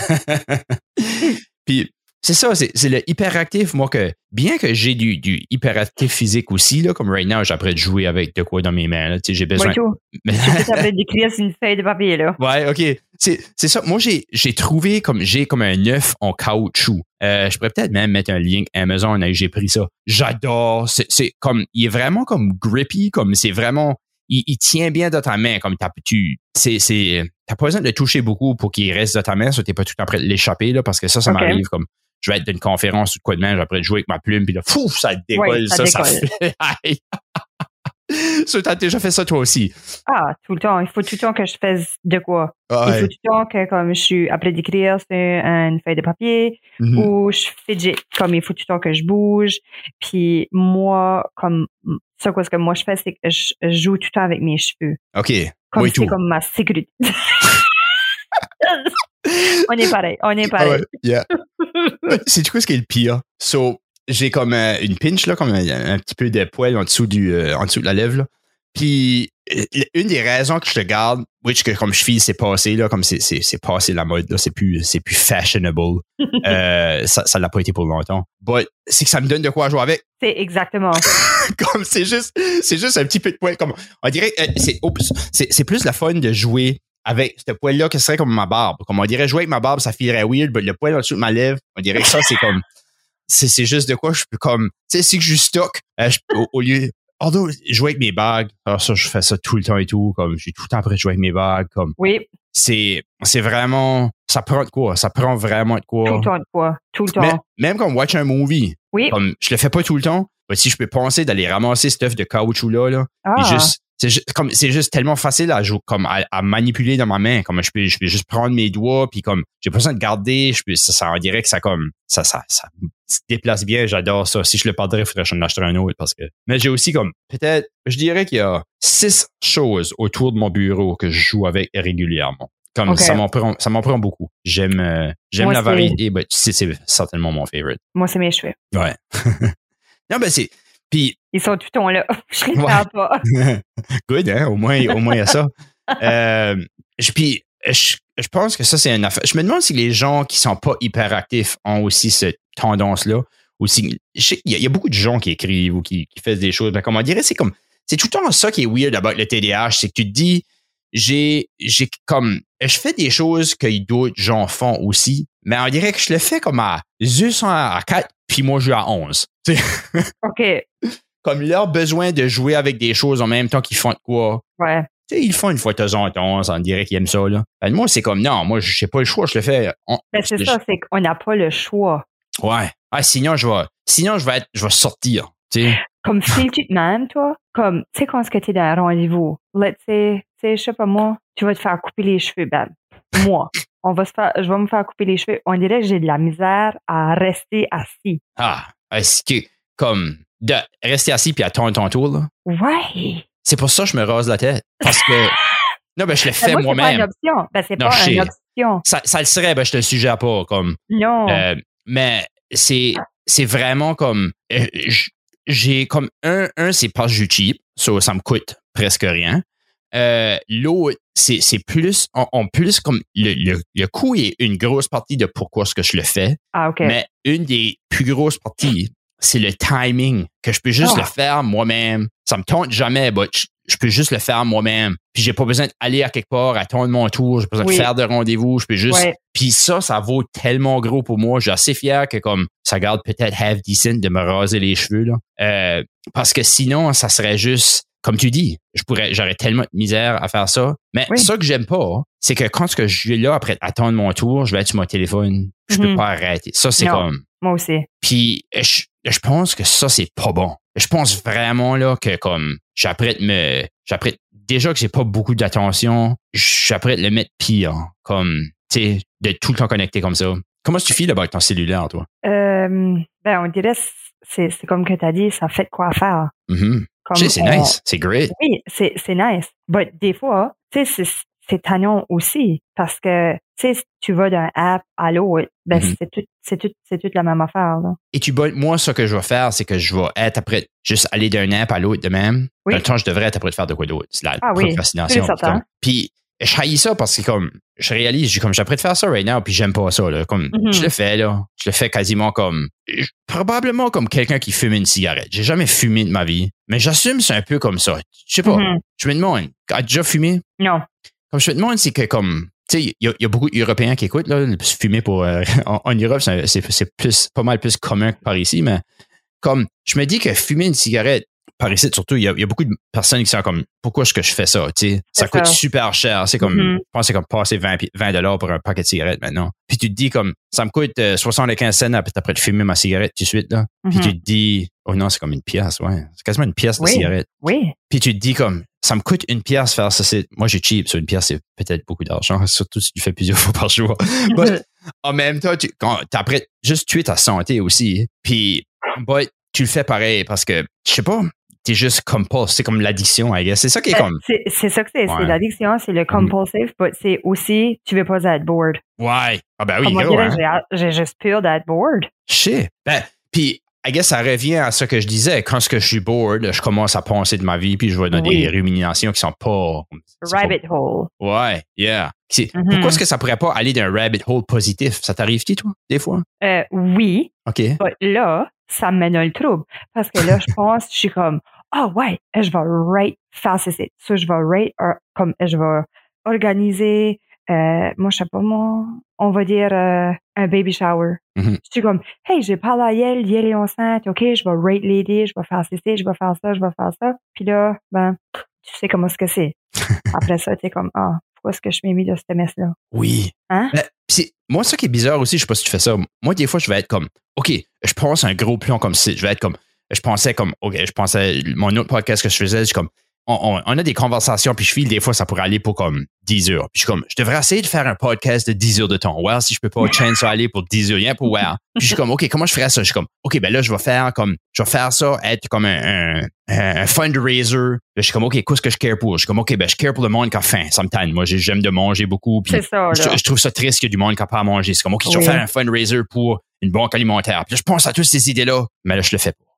Puis, c'est ça, c'est, c'est le hyperactif, moi, que bien que j'ai du, du hyperactif physique aussi, là, comme right now, j'ai après de jouer avec de quoi dans mes mains, là, tu sais, j'ai besoin... Moi, tout. Mais... Je peux après d'écrire sur une feuille de papier, là. Ouais, OK. C'est, c'est ça. Moi, j'ai, j'ai trouvé comme, j'ai comme un œuf en caoutchouc. Euh, je pourrais peut-être même mettre un link Amazon, là, j'ai pris ça. J'adore. C'est, c'est comme, il est vraiment comme grippy, comme c'est vraiment, il, il tient bien dans ta main, comme t'as, tu, c'est, c'est, t'as pas besoin de le toucher beaucoup pour qu'il reste dans ta main, ça t'es pas tout le temps prêt de l'échapper, là, parce que ça, ça okay. m'arrive comme, je vais être d'une conférence ou de quoi de main, j'ai après de jouer avec ma plume, puis là, fou, ça décolle, oui, ça, ça, décolle. ça fait. So, t'as déjà fait ça toi aussi? Ah, tout le temps. Il faut tout le temps que je fasse de quoi. Ah, il ouais. faut tout le temps que, comme je suis après d'écrire sur une feuille de papier, mm-hmm. ou je fidget, comme il faut tout le temps que je bouge. Puis moi, comme ça, quoi, ce que moi je fais, c'est que je, je joue tout le temps avec mes cheveux. OK. Comme oui, c'est tout. comme ma sécurité. On est pareil. On est pareil. Ah ouais, yeah. C'est quoi ce qui est le pire? So, j'ai comme euh, une pinch, là, comme un, un petit peu de poil en dessous, du, euh, en dessous de la lèvre. Là. Puis, une des raisons que je te garde, which que comme je file, c'est passé, là, comme c'est, c'est, c'est passé la mode, là, c'est plus, c'est plus fashionable. euh, ça, ça l'a pas été pour longtemps. But, c'est que ça me donne de quoi jouer avec. C'est exactement. Comme c'est juste, c'est juste un petit peu de poil. Comme, on dirait, euh, c'est, oups, c'est, c'est plus la fun de jouer avec ce poil-là que ce serait comme ma barbe. Comme on dirait jouer avec ma barbe, ça filerait weird, mais le poil en dessous de ma lèvre, on dirait que ça, c'est comme, c'est, c'est juste de quoi je peux comme, tu sais, si je stocke, euh, je, au, au lieu, although, jouer avec mes bagues, alors ça, je fais ça tout le temps et tout, comme, j'ai tout le temps après de jouer avec mes bagues, comme. Oui. C'est, c'est vraiment, ça prend de quoi, ça prend vraiment de quoi. Tout le temps de quoi, tout le temps. Même, même comme watch un movie. Oui. Comme, je le fais pas tout le temps, mais si je peux penser d'aller ramasser ce stuff de caoutchouc-là, là, ah. et juste, c'est juste, comme, c'est juste tellement facile à jouer, comme, à, à manipuler dans ma main. Comme, je peux, je peux juste prendre mes doigts, puis comme, j'ai pas besoin de garder, je peux, ça, ça, on dirait que ça, comme, ça, ça, ça se déplace bien, j'adore ça. Si je le perdrais, il faudrait que je en achèterais un autre, parce que, mais j'ai aussi comme, peut-être, je dirais qu'il y a six choses autour de mon bureau que je joue avec régulièrement. Comme, okay. ça m'en prend, ça m'en prend beaucoup. J'aime, euh, j'aime moi, la variété, ben, c'est, c'est certainement mon favorite. Moi, c'est mes cheveux. Ouais. Non, ben, c'est, puis, ils sont tout le temps là. Je les perds pas. Good, hein? Au moins, au moins, il y a ça. euh, je, puis, je, je pense que ça, c'est une affaire. Je me demande si les gens qui sont pas hyperactifs ont aussi cette tendance-là. Aussi, je sais, il, y a, il y a beaucoup de gens qui écrivent ou qui, qui font des choses. Mais comme on dirait, c'est comme, c'est tout le temps ça qui est weird avec le T D A H. C'est que tu te dis, j'ai, j'ai comme, je fais des choses que d'autres gens font aussi. Mais on dirait que je le fais comme à dix à quatre, puis moi, je joue à onze. OK. Comme leur besoin de jouer avec des choses en même temps qu'ils font de quoi. Ouais. Tu sais, ils le font une fois de temps en temps, on dirait qu'ils aiment ça, là. Ben, moi, c'est comme, non, moi, je sais pas le choix, je le fais. On, ben, c'est je, ça, c'est qu'on n'a pas le choix. Ouais. Ah, sinon, je vais, sinon, je vais être, je vais sortir, tu sais. Comme file-tu de même, toi? Comme, tu sais, quand tu es dans un rendez-vous, let's say, tu sais, je sais pas moi, tu vas te faire couper les cheveux, ben, moi. On va se faire, je vais me faire couper les cheveux. On dirait que j'ai de la misère à rester assis. Ah, est-ce que, comme, de rester assis puis attendre ton tour, là? Ouais. C'est pour ça que je me rase la tête. Parce que, non, ben, je le fais ben moi, moi-même. C'est pas une option. Ben, c'est non, pas une option. question. Ça, ça le serait, ben, je te le suggère pas. Comme, non. Euh, mais c'est, c'est vraiment comme. Euh, j'ai comme un, un c'est pas du cheap, so, ça me coûte presque rien. Euh, l'autre, c'est, c'est plus, en, en plus comme le, le, le coût est une grosse partie de pourquoi ce que je le fais. Ah, OK. Mais une des plus grosses parties, c'est le timing, que je peux juste oh. le faire moi-même. Ça me tente jamais, mais je, je peux juste le faire moi-même. Puis j'ai pas besoin d'aller à quelque part, attendre mon tour, j'ai pas besoin oui. de faire de rendez-vous, je peux juste... Ouais. Puis ça, ça vaut tellement gros pour moi. Je suis assez fier que comme ça garde peut-être half decent de me raser les cheveux, là. Euh, parce que sinon, ça serait juste... Comme tu dis, je pourrais, j'aurais tellement de misère à faire ça. Mais oui. ça que j'aime pas, c'est que quand je suis là après attendre mon tour, je vais être sur mon téléphone. Je mm-hmm. peux pas arrêter. Ça, c'est non, comme... Moi aussi. Puis je, je pense que ça, c'est pas bon. Je pense vraiment là que comme j'apprête me... J'apprête... Déjà que j'ai pas beaucoup d'attention, j'apprête le mettre pire. Comme, tu sais, d'être tout le temps connecté comme ça. Comment tu files là-bas avec ton cellulaire, toi? Euh, ben, on dirait, c'est, c'est comme que tu as dit, ça fait quoi faire. Mm-hmm. Tu sais, c'est on... nice. C'est great. Oui, c'est, c'est nice. Mais des fois, tu sais, c'est, c'est tannant aussi. Parce que, tu sais, si tu vas d'un app à l'autre, ben, mm-hmm. c'est tout, c'est tout, c'est toute la même affaire, là. Et tu vois, moi, ce que je vais faire, c'est que je vais être après, juste aller d'un app à l'autre de même. Oui. Dans le temps, je devrais être après de faire de quoi d'autre. C'est la ah, procrastination. Oui, comme, puis, je haïs ça parce que comme, je réalise, j'ai comme, j'apprête de faire ça right now, puis j'aime pas ça, là. Comme, mm-hmm. je le fais, là. Je le fais quasiment comme, je, probablement comme quelqu'un qui fume une cigarette. J'ai jamais fumé de ma vie, mais j'assume c'est un peu comme ça. Je sais pas. Mm-hmm. Je me demande, as-tu déjà fumé? Non. Comme je me demande, c'est que comme, tu sais, il y, y a beaucoup d'Européens qui écoutent, là, fumer pour, euh, en, en Europe, c'est, c'est, c'est plus, pas mal plus commun que par ici, mais comme, je me dis que fumer une cigarette, par ici, surtout, il y, y a beaucoup de personnes qui sont comme, pourquoi est-ce que je fais ça, tu sais? Ça coûte ça. super cher. C'est comme, mm-hmm. je pense que c'est comme passer vingt dollars pour un paquet de cigarettes maintenant. Puis tu te dis comme, ça me coûte euh, soixante-quinze cents après de fumer ma cigarette tout de suite, là. Mm-hmm. Puis tu te dis, oh non, c'est comme une pièce, ouais. C'est quasiment une pièce de oui. cigarette. Oui. Puis tu te dis comme, ça me coûte une pièce faire ça. C'est, moi, j'ai cheap, sur une pièce, c'est peut-être beaucoup d'argent, surtout si tu fais plusieurs fois par jour. But, en même temps, tu, quand t'apprêtes juste tuer ta santé aussi. Puis, but, tu le fais pareil parce que, je sais pas, t'es juste compulsive. C'est comme l'addiction, I guess. C'est ça qui est comme... C'est, c'est ça que c'est. Ouais. C'est l'addiction, c'est le compulsive, mm. mais c'est aussi, tu veux pas être bored. Ouais. Ah ben oui, comme gros, on hein? dirait, j'ai, j'ai juste peur d'être bored. Je sais. Ben, puis, I guess ça revient à ce que je disais. Quand ce que je suis bored, je commence à penser de ma vie, puis je vais dans oui. des ruminations qui sont pas... Rabbit pas... hole. Ouais, yeah. C'est, mm-hmm. Pourquoi est-ce que ça pourrait pas aller d'un rabbit hole positif? Ça t'arrive-tu, toi, des fois? Euh, oui. OK. Mais là, ça me mène le trouble. Parce que là, je pense, je suis comme... Ah oh, ouais, je vais rate faire ceci. Ça, je vais rate, or, comme je vais organiser, euh, moi, je sais pas, moi, on va dire euh, un baby shower. Mm-hmm. Je suis comme, hey, j'ai parlé à elle, elle est enceinte, OK, je vais rate l'aider, je vais faire ceci, je vais faire ça, je vais faire ça. Puis là, ben, tu sais comment ce que c'est. Après ça, tu es comme, ah, pourquoi est-ce que je m'ai mis de cette messe-là? Oui. Hein? Mais, c'est, moi, ça qui est bizarre aussi, je sais pas si tu fais ça. Moi, des fois, je vais être comme, OK, je pense un gros plan comme ça. Je vais être comme, je pensais comme, OK, je pensais, mon autre podcast que je faisais, je suis comme, on, on, on a des conversations, puis je file, des fois, ça pourrait aller pour comme dix heures. Puis je suis comme, je devrais essayer de faire un podcast de dix heures de temps. Ouais, si je peux pas chaîne ça aller pour dix heures, rien pour voir. Puis je suis comme, OK, comment je ferais ça? Je suis comme, OK, ben là, je vais faire comme, je vais faire ça, être comme un, un, un fundraiser. Là, je suis comme, OK, qu'est-ce que je care pour? Je suis comme, OK, ben je care pour le monde qui a faim. Ça me tente. Moi, j'aime de manger beaucoup. Puis c'est ça, je, je trouve ça triste qu'il y a du monde qui n'a pas à manger. C'est comme, OK, oui. je vais faire un fundraiser pour une banque alimentaire. Puis là, je pense à toutes ces idées-là, mais là, je le fais pas.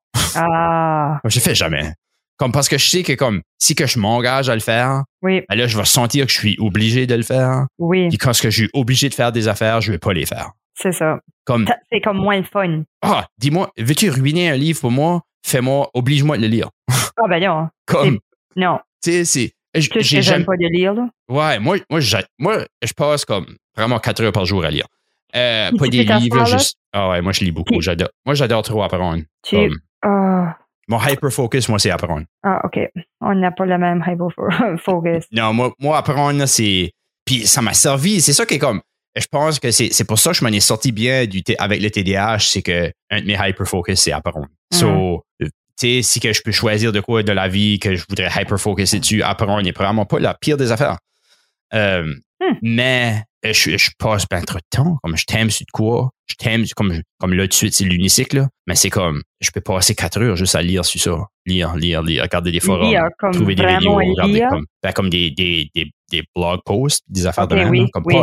Ah. Je le fais jamais. Comme parce que je sais que comme si que je m'engage à le faire, oui. ben là, je vais sentir que je suis obligé de le faire. Oui. Puis quand je suis obligé de faire des affaires, je vais pas les faire. C'est ça. Comme, c'est comme moins le fun. Ah, dis-moi, veux-tu ruiner un livre pour moi? Fais-moi, oblige-moi de le lire. Ah ben non. Comme, c'est, non. Tu sais, c'est... J- que j'ai j'aime pas de lire, là. Ouais, moi, moi, moi, je passe comme vraiment quatre heures par jour à lire. Euh, pas des livres, juste... Ah ouais, moi, je lis beaucoup. Puis, j'adore. Moi, j'adore trop apprendre. Tu... Comme, uh... Mon hyper-focus, moi, c'est apprendre. Ah, OK. On n'a pas le même hyper-focus. Non, moi, moi apprendre, là, c'est... Puis ça m'a servi. C'est ça qui est comme... Je pense que c'est, c'est pour ça que je m'en ai sorti bien du t- avec le T D A H, c'est que un de mes hyper-focus, c'est apprendre. Mm. So, tu sais, si que je peux choisir de quoi de la vie que je voudrais hyper-focuser dessus, apprendre n'est probablement pas la pire des affaires. Euh, mm. Mais je, je passe bien trop de temps. Comme je t'aime sur de quoi. Je t'aime, comme, comme là, tout de suite, c'est l'unicycle, là. Mais c'est comme, je peux passer quatre heures juste à lire sur ça. Lire, lire, lire, regarder des forums, lire, comme trouver des vidéos, regarder lire. comme, ben, comme des, des, des, des blog posts, des affaires okay, de même. Oui, comme oui. pas,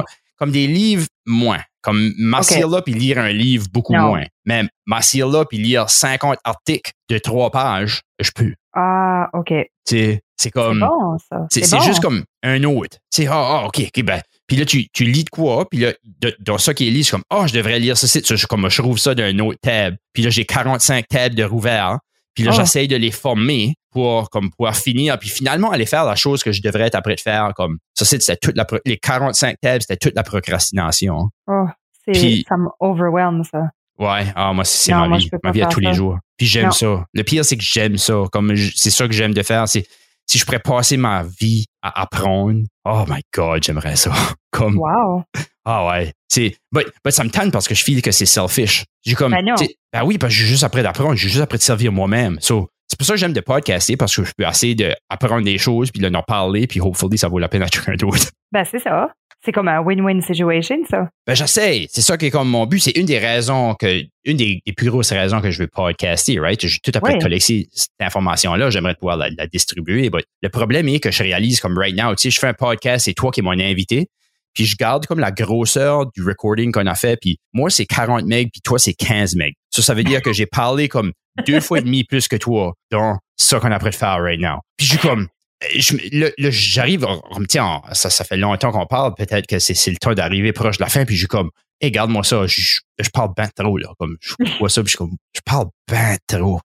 comme des livres, moins. Comme m'asseoir Okay. là puis lire un livre, beaucoup Non. moins. Mais m'asseoir là puis lire cinquante articles de trois pages, je peux. Ah, OK. Tu sais, c'est comme... C'est bon, ça. C'est, C'est c'est bon. juste comme un autre. Tu sais, ah, ah, OK, OK, ben... Puis là, tu, tu lis de quoi, puis là, de, dans ça qui est lu, c'est comme, ah, oh, je devrais lire ça, c'est, je, comme, je trouve ça d'un autre tab. Puis là, j'ai quarante-cinq tabs de rouvert. Puis là, Oh. j'essaye de les former pour comme pouvoir finir, puis finalement aller faire la chose que je devrais être après de faire. Comme ça, c'était toute la les quarante-cinq tabs, c'était toute la procrastination. Oh, c'est Puis- ça m'overwhelm, ça. Ouais, ah moi c'est, c'est Non, ma moi, vie, je peux ma pas vie à faire tous les ça. jours. Puis j'aime Non. ça. Le pire c'est que j'aime ça. Comme je- c'est ça que j'aime de faire. C'est si je pourrais passer ma vie à apprendre. Oh my God, j'aimerais ça. Comme Wow. ah ouais, c'est but, but ça me tente parce que je feel que c'est selfish. J'ai comme Ben non. tu sais, ben oui parce que j'ai juste après d'apprendre, j'ai juste après de servir moi-même. So, c'est pour ça que j'aime de podcaster parce que je peux essayer d'apprendre des choses puis de en parler puis hopefully ça vaut la peine à quelqu'un d'autre. Ben, c'est ça. C'est comme un win-win situation, ça. Ben j'essaie, c'est ça qui est comme mon but, c'est une des raisons que une des, des plus grosses raisons que je veux podcaster, right? J'ai tout après Oui. collecter cette information là, j'aimerais pouvoir la, la distribuer, but le problème est que je réalise comme right now, tu sais, je fais un podcast, c'est toi qui es mon invité. Puis je garde comme la grosseur du recording qu'on a fait. Puis moi, c'est quarante mégas, puis toi, c'est quinze mégas. Ça, ça veut dire que j'ai parlé comme deux fois et demi plus que toi dans ça qu'on a prêt de faire right now. Puis je suis comme... Je, là, là, j'arrive... Tiens, ça, ça fait longtemps qu'on parle. Peut-être que c'est, c'est le temps d'arriver proche de la fin. Puis je suis comme... Hey, garde-moi ça. Je, je, je parle ben trop, là. Comme, je vois ça, puis je suis comme... Je parle ben trop.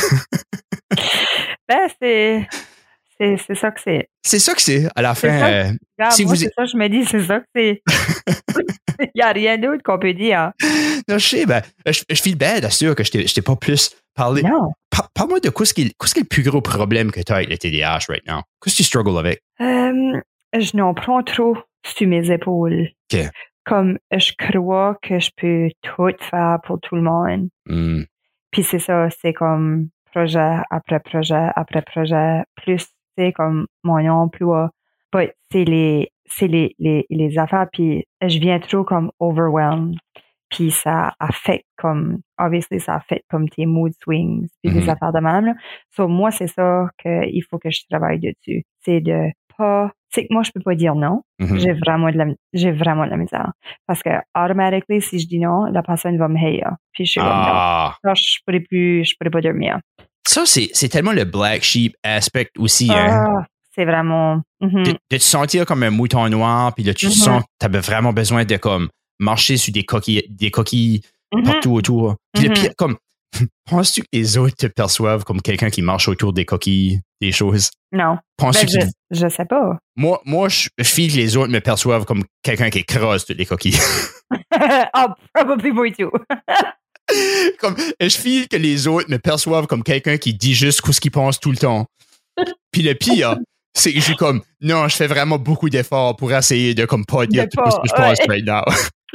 Ben, c'est... C'est, c'est ça que c'est. C'est ça que c'est, à la C'est fin. ça. euh, Regarde, si moi, vous- c'est ça, je me dis, c'est ça que c'est. Il n'y a rien d'autre qu'on peut dire. non, je sais, ben, je, je feel bad, assure que je t'ai, je t'ai pas plus parlé. Non. Par- Parle-moi de quoi ce qui est, quoi ce qui est le plus gros problème que tu as avec le T D A H right now. Qu'est-ce que tu struggles avec? Euh, je n'en prends trop sur mes épaules. OK. Comme je crois que je peux tout faire pour tout le monde. Hmm. Puis c'est ça, c'est comme projet après projet après projet, plus c'est comme mon emploi. But c'est les c'est les, les, les affaires, puis je viens trop comme overwhelmed. Puis ça affecte comme, obviously, ça affecte comme tes mood swings, puis Mhm. des affaires de même. Là. So, moi, c'est ça qu'il faut que je travaille dessus. C'est de pas, c'est que moi, je peux pas dire non. Mhm. J'ai vraiment de la, j'ai vraiment de la misère. Parce que, automatiquement, si je dis non, la personne va me haïr. Puis je suis comme, Ah, non, je pourrais plus, je pourrais pas dormir. ça, c'est, c'est tellement le black sheep aspect aussi. Hein? Ah, c'est vraiment, mhm. De, de te sentir comme un mouton noir, puis là, tu te Mhm. sens que tu avais vraiment besoin de comme marcher sur des coquilles, des coquilles Mhm. partout autour. Puis le Mhm. pire, comme, penses-tu que les autres te perçoivent comme quelqu'un qui marche autour des coquilles, des choses? Non. Penses-tu Ben, qu'ils- je, je sais pas. Moi, moi, je je file que les autres me perçoivent comme quelqu'un qui écrase toutes les coquilles. oh, probably me too. comme, je file que les autres me perçoivent comme quelqu'un qui dit juste ce qu'il pense tout le temps. Puis le pire, c'est que j'ai comme, non, je fais vraiment beaucoup d'efforts pour essayer de comme pas dire De tout pas, ce que je pense ouais. right now.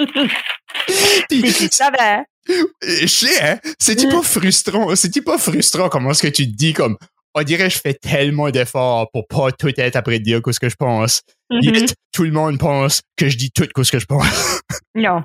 Puis, Si tu savais. je sais, hein, c'est-tu pas frustrant? C'est-tu pas frustrant comment est-ce que tu te dis comme, on dirait que je fais tellement d'efforts pour pas tout être après dire ce que je pense. Mhm. Yet, tout le monde pense que je dis tout ce que je pense. Non.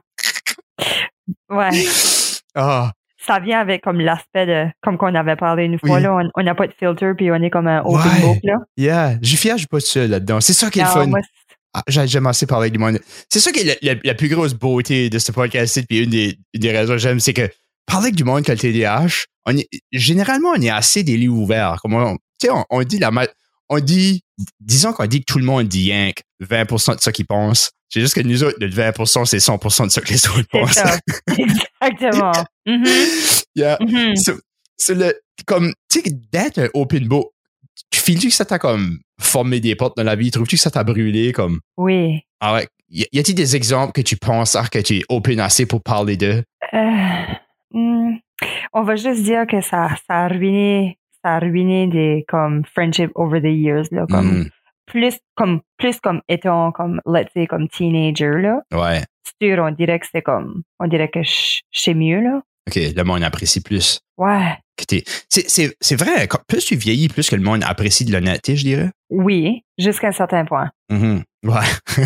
Ouais. Ah, Ça vient avec comme l'aspect de, comme qu'on avait parlé une fois, Oui. là, on on n'a pas de filter puis on est comme un open Ouais. book, là. yeah, je suis fier, je suis pas seul là-dedans. C'est ça qui est le Non, fun. moi, Ah, j'ai jamais assez parlé du monde. C'est ça qui est la, la- la plus grosse beauté de ce podcast-ci, puis une des, une des raisons que j'aime, c'est que parler avec du monde qui a le T D A H, on est, généralement, on est assez des livres ouverts. Comme on, tu sais, on, on dit la ma- on dit, disons qu'on dit que tout le monde dit rien que vingt pour cent de ça qu'ils pensent. C'est juste que nous autres, notre vingt pour cent, c'est cent pour cent de ça que les autres c'est pensent. ça. Exactement. Mhm. Yeah. Mhm. C'est, c'est le, comme, tu sais, d'être un open book, tu files-tu que ça t'a comme formé des portes dans la vie? Trouves-tu que ça t'a brûlé comme? Oui. Ah ouais. Y y a-t-il des exemples que tu penses ah, que tu es open assez pour parler d'eux? Euh, hmm, on va juste dire que ça, ça a ruiné, ça a ruiné des, comme, friendship over the years, là, comme, Mm, plus, comme, plus comme étant, comme, let's say, comme teenager, là. ouais. C'est sûr, on dirait que c'est comme, on dirait que je je sais mieux, là. OK, le monde apprécie plus. Ouais. Que t'es- c'est, c'est, c'est vrai, quand- plus tu vieillis, plus que le monde apprécie de l'honnêteté, je dirais. Oui, jusqu'à un certain point. Mhm. Ouais.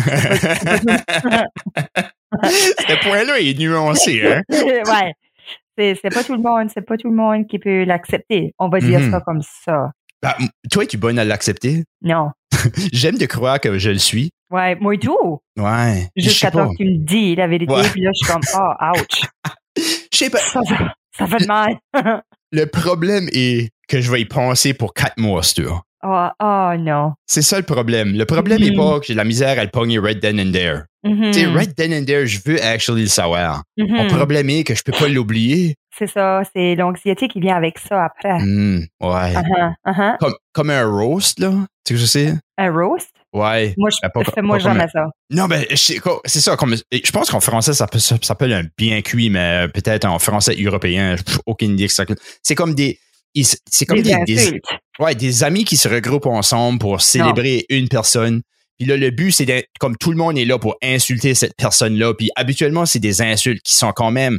Ce point-là est nuancé, hein? ouais. C'est, c'est pas tout le monde, c'est pas tout le monde qui peut l'accepter. On va dire Mhm. ça comme ça. Ben, toi, es-tu bonne à l'accepter? Non. J'aime de croire que je le suis. Ouais, moi et tout. Ouais. Jusqu'à temps que tu me dis la vérité, ouais. puis là, je suis comme, oh, ouch. Je sais pas. Ça, ça, ça fait mal. Le problème est que je vais y penser pour quatre mois, c'est tout. Oh, oh non. C'est ça le problème. Le problème n'est mm-hmm. pas que j'ai de la misère à le pogner right then and there. Mm-hmm. Tu sais, right then and there, je veux actually le savoir. Mm-hmm. Mon problème est que je peux pas l'oublier. C'est ça, c'est l'anxiété qui vient avec ça après. Mm, ouais. Uh-huh, uh-huh. Comme, comme un roast, là. Tu sais que je sais? Un roast? Ouais. Moi, je ben, fais moi jamais un... ça. Non, ben, c'est ça. Comme, je pense qu'en français, ça, peut, ça s'appelle un bien cuit, mais peut-être en français européen, aucune idée. C'est comme des... C'est comme des, des, des, ouais, des amis qui se regroupent ensemble pour célébrer non. une personne. Puis là, le but, c'est d'être comme tout le monde est là pour insulter cette personne-là. Puis habituellement, c'est des insultes qui sont quand même...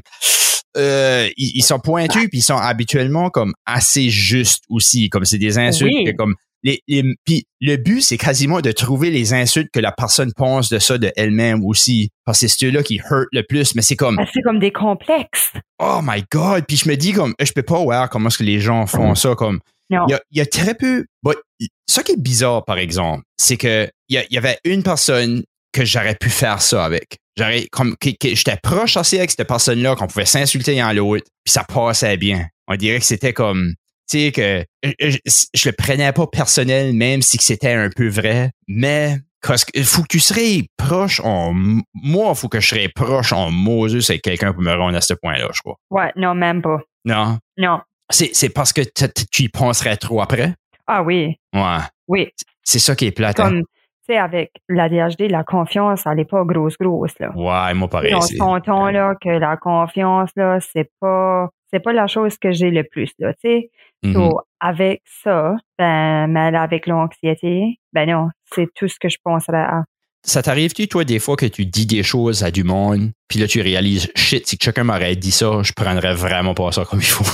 Euh, ils, ils sont pointus, puis ils sont habituellement comme assez justes aussi. Comme c'est des insultes oui. que comme... Les, les, puis le but, c'est quasiment de trouver les insultes que la personne pense de ça de elle-même aussi. Parce que c'est ceux-là qui hurt le plus, mais c'est comme... C'est comme des complexes. Oh my God! Puis je me dis comme, je peux pas voir comment est-ce que les gens font ça. Comme, il y a, y a très peu... Bon, ce qui est bizarre, par exemple, c'est que il y, y avait une personne que j'aurais pu faire ça avec. J'aurais comme que, que j'étais proche assez avec cette personne-là, qu'on pouvait s'insulter en l'autre, puis ça passait bien. On dirait que c'était comme... Tu sais, que je, je le prenais pas personnel, même si c'était un peu vrai, mais il faut que tu serais proche en... Moi, il faut que je serais proche en Moses avec quelqu'un pour me rendre à ce point-là, je crois. Ouais, non, même pas. Non? Non. C'est, c'est parce que tu y penserais trop après? Ah oui. Ouais. Oui. C'est ça qui est plate. Comme, tu sais, avec l'A D H D, la confiance, elle n'est pas grosse, grosse, là. Ouais, moi, pareil. On s'entend, là, que la confiance, là, c'est pas... C'est pas la chose que j'ai le plus, là, tu sais. Mm-hmm. So, avec ça, ben, mais avec l'anxiété, ben non, c'est tout ce que je penserais à. Ça t'arrive-tu, toi, des fois, que tu dis des choses à du monde, puis là, tu réalises, shit, si quelqu'un m'aurait dit ça, je prendrais vraiment pas ça comme il faut?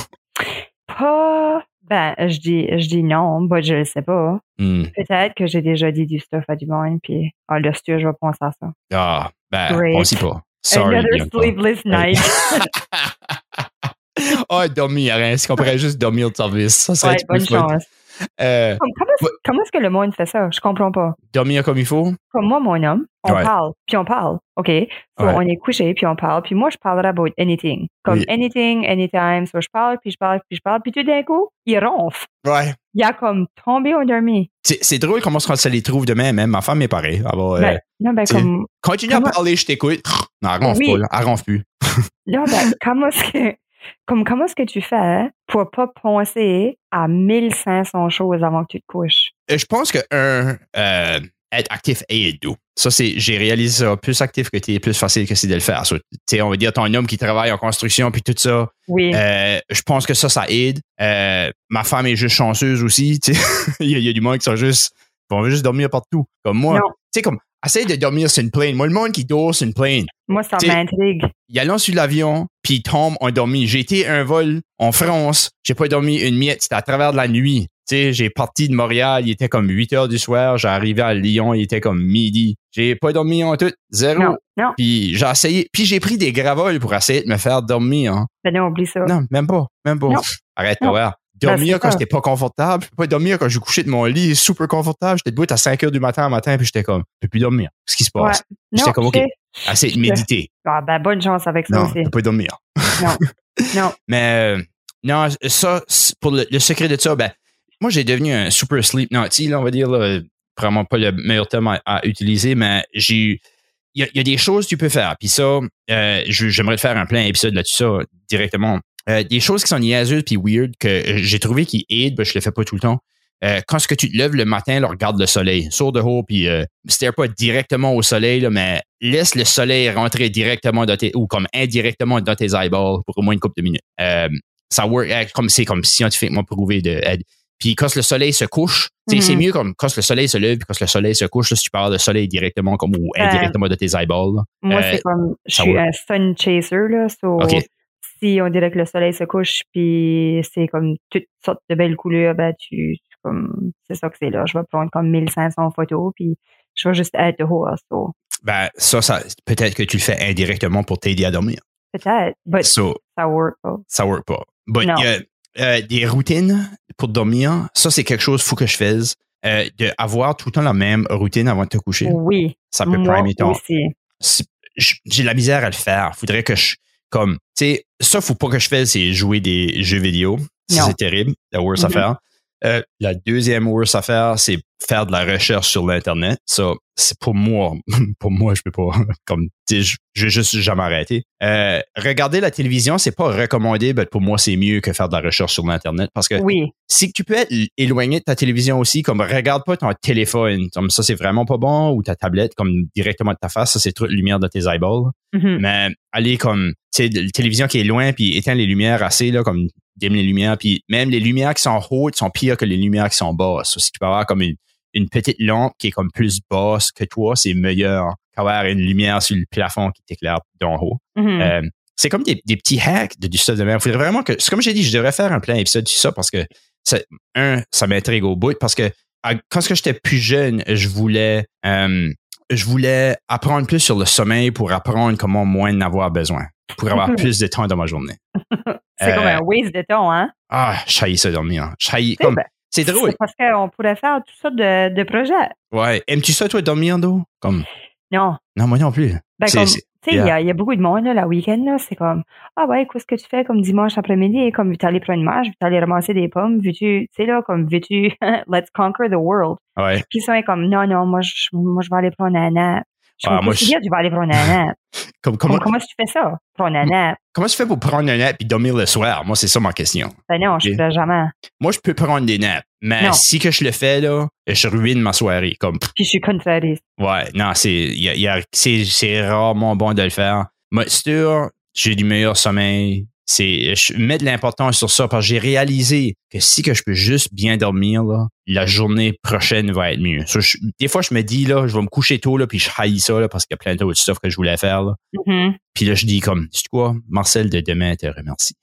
Pas, ben, je dis, je dis non, mais je le sais pas. Mm. Peut-être que j'ai déjà dit du stuff à du monde, puis, ah, là, si tu veux, je vais penser à ça. Ah, ben, Great. On sait pas. Sorry. Another sleepless night. Ah, oh, dormir, hein. Est-ce qu'on pourrait juste dormir de service? Ça serait ouais, bonne chance. Euh, comment, est-ce, comment est-ce que le monde fait ça? Je comprends pas. Dormir comme il faut? Comme moi, mon homme, on ouais. parle, puis on parle, OK? So, ouais. On est couché, puis on parle, puis moi, je parlerai about anything. Comme oui. anything, anytime. So, je parle, puis je parle, puis je parle, puis tout d'un coup, il ronfle. Ouais. Il a comme tombé endormi. C'est, c'est drôle comment on se les trouve demain, même. Ma femme est pareille. Alors, ben, euh, non, ben, comme. Continue comment... à parler, je t'écoute. Non, elle ronfle oui. pas, elle ronfle plus. Non, ben, comment est-ce que. Comme, comment est-ce que tu fais pour pas penser à mille cinq cents choses avant que tu te couches? Je pense que un, euh, être actif aide. Ça, c'est, j'ai réalisé ça. Plus actif que tu es, plus facile que c'est de le faire. So, on va dire ton homme qui travaille en construction puis tout ça. Oui. Euh, je pense que ça, ça aide. Euh, ma femme est juste chanceuse aussi. Il y, y a du monde qui sont juste, vont juste dormir partout. Comme moi. Tu sais, comme, essaye de dormir sur une plane. Moi, le monde qui dort sur une plane. Moi, ça m'intrigue. Il allait sur l'avion, puis il tombe, on dormi. J'ai été un vol en France, j'ai pas dormi une miette, c'était à travers de la nuit. Tu sais, j'ai parti de Montréal, il était comme huit heures du soir, j'ai arrivé à Lyon, il était comme midi. J'ai pas dormi en tout, zéro. Non, non. Puis j'ai essayé, puis j'ai pris des gravoles pour essayer de me faire dormir. Hein. Ben non, oublie ça. Non, même pas, même pas. Non. Arrête, ouais. Dormir ben, quand ça. J'étais pas confortable. Je peux pas dormir quand je couchais de mon lit super confortable. J'étais debout à cinq heures du matin, matin, puis j'étais comme, je peux plus dormir. Qu'est-ce qui se passe? Ouais. J'étais non, comme, OK, assez de méditer. Ah, ben, bonne chance avec ça non, aussi. Je peux pas dormir. Non, non. Mais, euh, non, ça, pour le, le secret de ça, ben, moi, j'ai devenu un super sleep naughty, là, on va dire, là, vraiment pas le meilleur terme à, à utiliser, mais j'ai il y, y a des choses que tu peux faire. Puis ça, euh, j'aimerais te faire un plein épisode là-dessus, ça, directement. Euh, des choses qui sont niaiseuses puis weird que j'ai trouvé qui aident, ben je le fais pas tout le temps. Euh, quand ce que tu te lèves le matin, là, regarde le soleil, sors de haut puis euh, stare pas directement au soleil, là, mais laisse le soleil rentrer directement dans tes ou comme indirectement dans tes eyeballs pour au moins une couple de minutes. Euh, ça work comme c'est comme scientifiquement prouvé de aide. Puis quand le soleil se couche, mm-hmm. c'est mieux comme quand le soleil se lève puis quand le soleil se couche, là, si tu parles de soleil directement comme ou indirectement euh, de tes eyeballs. Là, moi, euh, c'est comme je suis un sun chaser là, so okay. Si on dirait que le soleil se couche puis c'est comme toutes sortes de belles couleurs, ben tu comme c'est ça que c'est là. Je vais prendre comme mille cinq cents photos puis je vais juste être dehors. So. Ben ça, ça peut-être que tu le fais indirectement pour t'aider à dormir. Peut-être, but so, ça work pas. Ça work pas. But non. y a, euh, des routines pour dormir, ça, c'est quelque chose qu'il faut que je fasse. Euh, d'avoir tout le temps la même routine avant de te coucher. Oui. Ça peut moi primer ton... aussi. J'ai de la misère à le faire. Faudrait que je... Comme, tu sais, ça, faut pas que je fasse, c'est jouer des jeux vidéo. Ça, c'est terrible. La worst mm-hmm. affaire. Euh, la deuxième worst affaire, c'est faire de la recherche sur l'Internet. Ça, c'est pour moi. Pour moi, je peux pas. Comme, tu sais, je, je vais juste jamais arrêter. Euh, regarder la télévision, c'est pas recommandé, mais pour moi, c'est mieux que faire de la recherche sur l'Internet parce que oui. si tu peux être éloigné de ta télévision aussi, comme regarde pas ton téléphone, comme ça, c'est vraiment pas bon, ou ta tablette, comme directement de ta face, ça, c'est trop de lumière de tes eyeballs. Mm-hmm. Mais aller comme, tu sais, la télévision qui est loin, puis éteindre les lumières assez, là, comme dim les lumières, puis même les lumières qui sont hautes sont pires que les lumières qui sont basses. Si tu peux avoir comme une, une petite lampe qui est comme plus basse que toi, c'est meilleur qu'avoir une lumière sur le plafond qui t'éclaire d'en haut. Mm-hmm. Euh, c'est comme des, des petits hacks de du stuff de même. Il faudrait vraiment que, c'est comme j'ai dit, je devrais faire un plein épisode sur ça parce que, ça, un, ça m'intrigue au bout parce que quand j'étais plus jeune, je voulais, euh, je voulais apprendre plus sur le sommeil pour apprendre comment moins en avoir besoin, pour avoir plus de temps dans ma journée. C'est euh, comme un waste de temps, hein? Ah, je haïs ça dormir. Je haïs, comme, ben, c'est drôle. C'est parce qu'on pourrait faire tout ça de, de projets. Ouais. Aimes-tu ça, toi, dormir, d'eau? Comme... Non. Non, moi non plus. Ben, comme, tu sais, il yeah. y, y a beaucoup de monde, là, la week-end, là, c'est comme, ah ouais, qu'est-ce que tu fais comme dimanche après-midi? Comme, veux-tu aller prendre une marche? Veux-tu aller ramasser des pommes? Veux-tu, tu sais, là, comme, veux-tu, let's conquer the world. Ouais. Puis ça est comme, non, non, moi, je, moi, je vais aller prendre un nap. Je ah, moi, je... Dire, tu vas aller prendre un nap. Comme, comment, comment tu fais ça? Prendre un nap. Comment tu fais pour prendre un nap et dormir le soir? Moi, c'est ça ma question. Ben non, je ne ferai jamais. Moi, je peux prendre des naps, mais non. Si que je le fais, là, je ruine ma soirée. Comme... Puis je suis contrariée. Ouais, non, c'est, y a, y a, c'est, c'est rarement bon de le faire. Moi, c'est sûr, j'ai du meilleur sommeil. C'est, je mets de l'importance sur ça parce que j'ai réalisé que si que je peux juste bien dormir, là, la journée prochaine va être mieux. So, je, des fois, je me dis, là, je vais me coucher tôt, là, puis je haïs ça, là, parce qu'il y a plein d'autres stuff que je voulais faire, là. Mm-hmm. Puis là, je dis comme, tu sais quoi, Marcel de demain te remercie.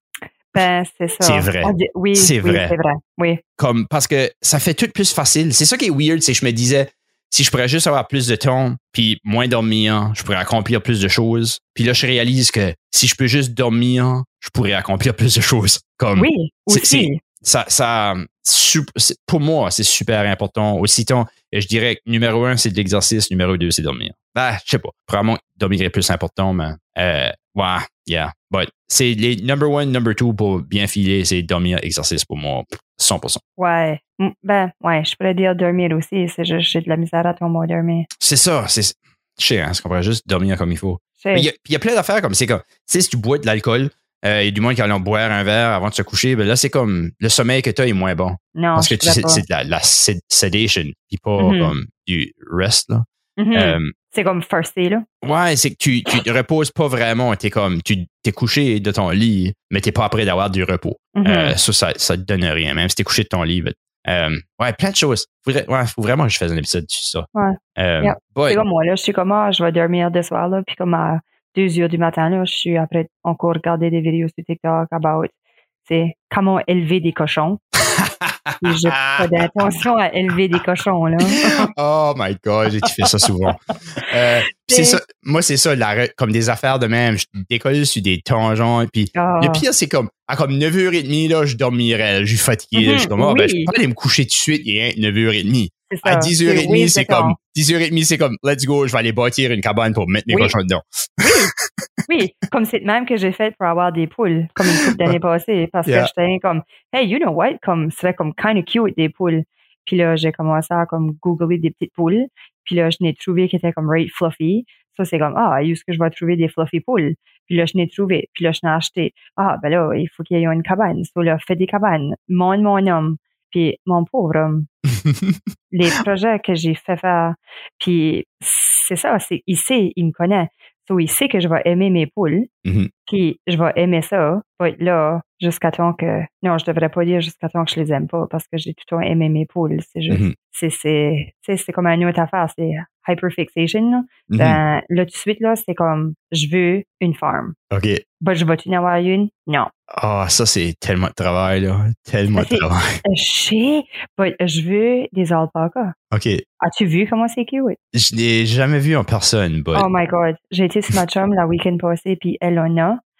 Ben, c'est ça. C'est vrai. Dit, oui, c'est oui, vrai. c'est vrai. Oui. Comme, parce que ça fait tout plus facile. C'est ça qui est weird, c'est que je me disais, si je pourrais juste avoir plus de temps, puis moins dormir, je pourrais accomplir plus de choses. Puis là, je réalise que si je peux juste dormir, je pourrais accomplir plus de choses. Comme, oui, aussi. C'est, c'est, ça, ça, c'est, pour moi, c'est super important. Aussitôt, je dirais que numéro un, c'est de l'exercice. Numéro deux, c'est dormir. Ben, je sais pas. Probablement, dormir est plus important, mais, euh, ouais, yeah. But c'est les number one, number two pour bien filer, c'est dormir, exercice pour moi, cent pour cent. Ouais. Ben, ouais, je pourrais dire dormir aussi. C'est juste, j'ai de la misère à tomber à dormir. C'est ça. C'est, je sais, hein, c'est qu'on pourrait juste dormir comme il faut. Il y, y a plein d'affaires comme, c'est comme, tu sais, si tu bois de l'alcool, euh, il y a du monde qui allait boire un verre avant de se coucher, ben là, c'est comme, le sommeil que tu as est moins bon. Non, parce que tu, c'est, c'est de la, la sedation, puis pas mm-hmm. comme du rest, là. Mm-hmm. Euh, c'est comme forcé, là. Ouais, c'est que tu, tu te reposes pas vraiment. T'es comme, tu t'es couché de ton lit, mais t'es pas prêt d'avoir du repos. Mm-hmm. Euh, ça, ça, ça te donne rien, même si t'es couché de ton lit. Ben, euh, ouais, plein de choses. Faudrait, ouais, faut vraiment que je fasse un épisode sur ça. Ouais. Euh, yeah. C'est comme moi, là. Je suis comme, ah, je vais dormir de soir, là, puis comme à deux heures du matin, là, je suis après encore regarder des vidéos sur TikTok about, c'est comment élever des cochons. Et j'ai pas d'intention à élever des cochons, là. Oh my God, j'ai fait ça souvent. Euh, c'est ça, moi, c'est ça, la, comme des affaires de même. Je décolle sur des tangents. Puis oh. Le pire, c'est comme, à comme neuf heures trente, là, je dormirais. Je suis fatigué. Mm-hmm, là, je suis comme, oh, oui. ben, je peux pas aller me coucher tout de suite, il est neuf heures trente. À dix heures trente, oui, c'est, c'est comme, dix heures trente, c'est comme, let's go, je vais aller bâtir une cabane pour mettre mes oui. cochons dedans. Oui. Oui, comme c'est le même que j'ai fait pour avoir des poules, comme une couple d'années passées, parce yeah. que j'étais comme, hey, you know what, comme, ce serait comme kind of cute des poules. Puis là, j'ai commencé à comme googler des petites poules. Puis là, je n'ai trouvé qui étaient comme right fluffy. Ça, c'est comme, ah, où est-ce que je vais trouver des fluffy poules? Puis là, je n'ai trouvé. Puis là, je n'ai acheté. Ah, ben là, il faut qu'il y ait une cabane. So là, fais des cabanes. Mon, mon homme. Puis mon pauvre homme. Les projets que j'ai fait faire. Puis c'est ça, c'est, il sait, il me connaît. So, il sait que je vais aimer mes poules, mm-hmm. puis je vais aimer ça, but là, jusqu'à temps que... Non, je devrais pas dire jusqu'à temps que je les aime pas, parce que j'ai tout le temps aimé mes poules. C'est juste... Mm-hmm. C'est, c'est, c'est, c'est comme une autre affaire, c'est hyperfixation. Là. Mm-hmm. Ben, là, tout de suite, là, c'est comme, je veux une farm. OK. But je vais-tu en avoir une? Non. Ah, oh, ça, c'est tellement de travail, là. Tellement de travail. Je sais, but je veux des alpacas. OK. As-tu vu comment c'est cute? Je l'ai jamais vu en personne, but... Oh my God. J'ai été sur ma chum la week-end passé, puis elle en a.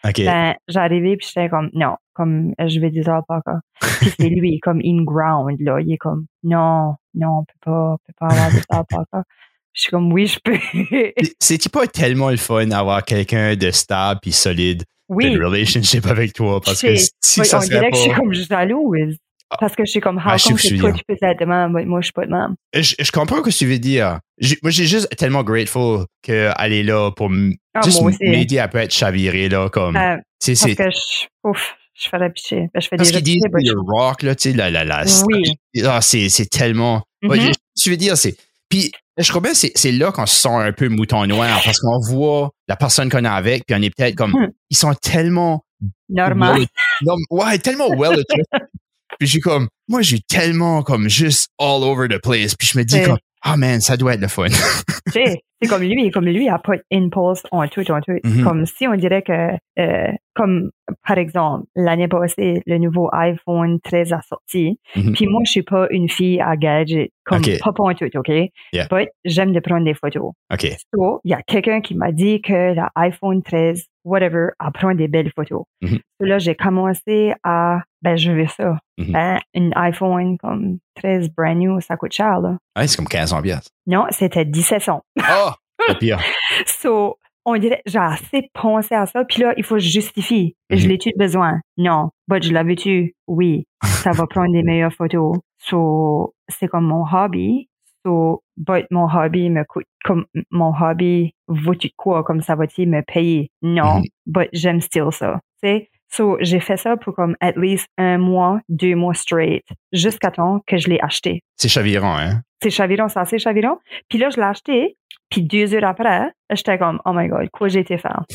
OK. Ben, j'arrivais puis j'étais comme, non, comme, je vais des alpacas. Puis c'est lui, comme, in ground, là. Il est comme, non, non, on peut pas, on peut pas avoir des alpacas. Je suis comme, oui, je peux. C'est-tu pas tellement le fun d'avoir quelqu'un de stable et solide Oui. de relationship avec toi? Parce que C'est- si oui, ça on serait dirait pas... que je suis comme jalouse. Parce que je suis comme, how Ah, je come suis que toi, bien. tu peux être de même, moi, je suis pas de même. Je, je comprends ce que tu veux dire. J'ai- moi, j'ai juste tellement grateful qu'elle est là pour m- Ah, juste moi aussi. m'aider à pas être chaviré, là, comme... Euh, tu sais, parce c'est... que je, ouf, je ferais pitié. Ben, je fais Parce déjà qu'ils disent pitié, le rock, là, tu sais, la, la, la Oui. ah, c'est, c'est tellement. Ouais, Mhm. je- tu veux dire, c'est. Puis, je crois bien, c'est, c'est là qu'on se sent un peu mouton noir parce qu'on voit la personne qu'on est avec, puis on est peut-être comme. Ils sont tellement. Normal. Well, non, ouais, tellement well adjusted. Puis, je suis comme. Moi, j'ai tellement, comme, juste all over the place. Puis, je me dis, C'est- comme. Ah, man, ça doit être le fun. Tu sais, c'est comme lui, comme lui a pas impulse en tout, en tout. Mhm. Comme si on dirait que, euh, comme par exemple, l'année passée, le nouveau iPhone treize a sorti. Mhm. Puis moi, je suis pas une fille à gadget, comme Ok. pas en tout, OK? Yeah. But j'aime de prendre des photos. OK. So, il y a quelqu'un qui m'a dit que l'iPhone treize, whatever, elle prend des belles photos. Mhm. So là, j'ai commencé à, ben, je veux ça. Mhm. Ben, une iPhone comme treize brand new, ça coûte cher, là. Ouais, c'est comme quinze cents piastres. Non, c'était dix-sept cents. Ah! Le pire. So, on dirait, j'ai assez pensé à ça, puis là, il faut que je justifie. Mhm. Je l'ai-tu besoin? Non. But je l'avais-tu? Oui. Ça va prendre des meilleures photos. So, c'est comme mon hobby. So, but mon hobby me coûte, comme mon hobby vaut-tu de quoi? Comme ça va-t-il me payer? Non. Mhm. But j'aime still ça. Tu sais? So, j'ai fait ça pour comme at least un mois, deux mois straight, jusqu'à temps que je l'ai acheté. C'est chavirant, hein? C'est chavirant, c'est assez chavirant. Puis là, je l'ai acheté. Puis deux heures après, j'étais comme, oh my God, quoi j'ai été faire?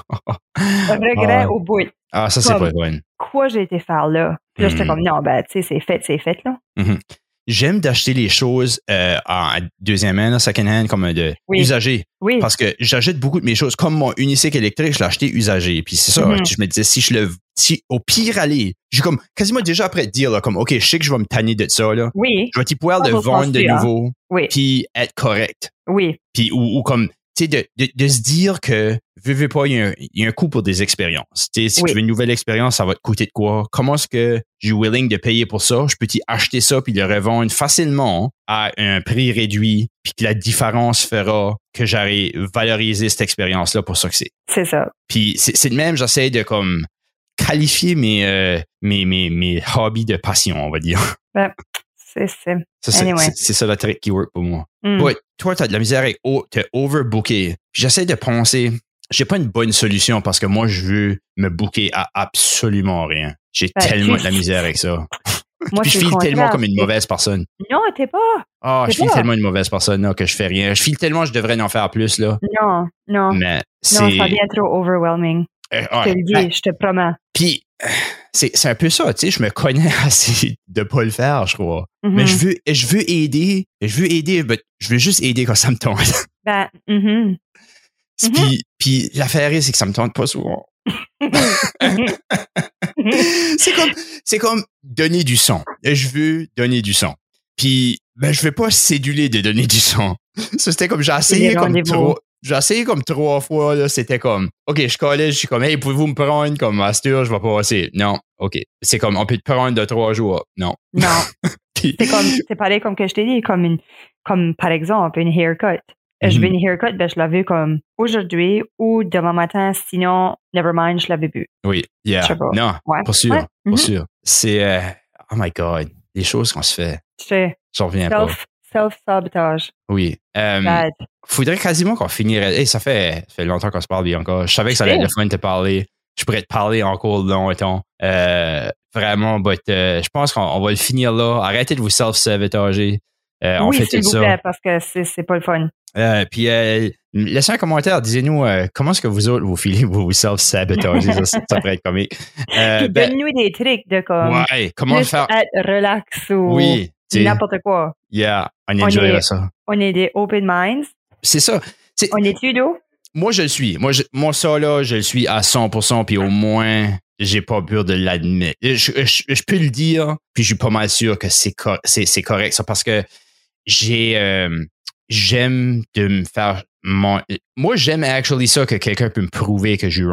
Regret Ah. au bout. Ah, ça, c'est Comme- pas fun. Quoi j'ai été faire là? Puis là, j'étais Mhm. comme, non, ben, tu sais, c'est fait, c'est fait, là. Mhm. J'aime d'acheter les choses euh, en deuxième main, là, second hand, comme de Oui. usagé. Oui. Parce que j'achète beaucoup de mes choses. Comme mon unicycle électrique, je l'ai acheté usagé. Puis c'est ça, Mhm. je me disais, si je le. Si, au pire aller, j'ai comme quasiment déjà après te dire, là, comme, OK, je sais que je vais me tanner de ça, là. Oui. Je vais t'y pouvoir Ça le va vendre de penser, hein. nouveau, Oui. puis être correct. Oui. Puis, ou, ou comme, tu sais, de, de, de se dire que, veux, veux pas, il y, a un, il y a un coût pour des expériences. Tu sais, si Oui. tu veux une nouvelle expérience, ça va te coûter de quoi? Comment est-ce que je suis willing de payer pour ça? Je peux t'y acheter ça puis le revendre facilement à un prix réduit puis que la différence fera que j'aurai valorisé cette expérience-là pour ça que c'est. C'est ça. Puis, c'est, c'est de même, j'essaie de, comme, qualifier mes, euh, mes, mes, mes hobbies de passion, on va dire. Ben, c'est, c'est. Ça, c'est, Anyway. c'est, c'est ça le trick qui work pour moi. Mm. Ouais, toi, t'as de la misère avec o- te overbooker. Puis j'essaie de penser, j'ai pas une bonne solution parce que moi, je veux me booker à absolument rien. J'ai Ben, tellement tu- de la misère avec ça. Moi, Puis je c'est le file tellement contraire. comme une mauvaise personne. Non, t'es pas. Ah, C'est je file pas. tellement une mauvaise personne là, que je fais rien. Je file tellement je devrais en faire plus là. Non, non. Mais c'est. Non, ça devient trop overwhelming. Euh, Je te ouais, le dis, ben, je te promets. puis euh, c'est, c'est un peu ça, tu sais, je me connais assez de pas le faire, je crois. Mhm. Mais je veux, je veux aider, je veux aider, mais je veux juste aider quand ça me tente. Ben, mhm. Mhm. Puis, puis l'affaire est, c'est que ça me tente pas souvent. c'est comme, c'est comme donner du son. Je veux donner du son. Puis, ben, je veux pas céduler de donner du son. Ça, c'était comme, j'ai essayé les comme rendez-vous. trois, j'ai essayé comme trois fois, là, c'était comme, OK, je collais, je suis comme, hey, pouvez-vous me prendre comme master, je vais passer. Non, OK. C'est comme, on peut te prendre de trois jours. Non. Non. Puis- C'est comme, c'est pareil comme que je t'ai dit, comme une, comme par exemple, une haircut. Je Mhm. veux une haircut, ben, je la veux comme aujourd'hui ou demain matin, sinon, never mind, je l'avais vu. Oui, yeah. Je sais pas. Non, Ouais. pas sûr, Ouais. pas Mhm. sûr. C'est, euh, oh my God, des choses qu'on se fait. Tu sais, J'en reviens pas. self, self-sabotage. Oui. Euh, Bad. faudrait quasiment qu'on finirait. Hey, ça fait, ça fait longtemps qu'on se parle, Bianca. Je savais que ça allait être le fun de te parler. Je pourrais te parler encore longtemps. Euh, vraiment, but, euh, je pense qu'on on va le finir là. Arrêtez de vous self-sabotager. Euh, on Oui, fait s'il tout vous ça. plaît, parce que c'est, c'est pas le fun. Euh, puis, euh, laissez un commentaire. Disez-nous euh, comment est-ce que vous autres, vous filez, vous vous self-sabotagez. ça, ça pourrait être comique. Euh, Puis ben, donne-nous des trucs de comme, ouais, comment juste faire. être relax ou Oui, tu sais, n'importe quoi. yeah, on On enjoyerait est- ça. On est des open minds. C'est ça. C'est- On est tudo. Moi, je le suis. Moi, je, moi, ça, là, je le suis à cent pour cent, puis au moins, j'ai pas peur de l'admettre. Je, je, je peux le dire, puis je suis pas mal sûr que c'est, cor- c'est, c'est correct, ça, parce que j'ai, euh, j'aime de me faire mon, moi, j'aime actually ça que quelqu'un peut me prouver que je suis wrong.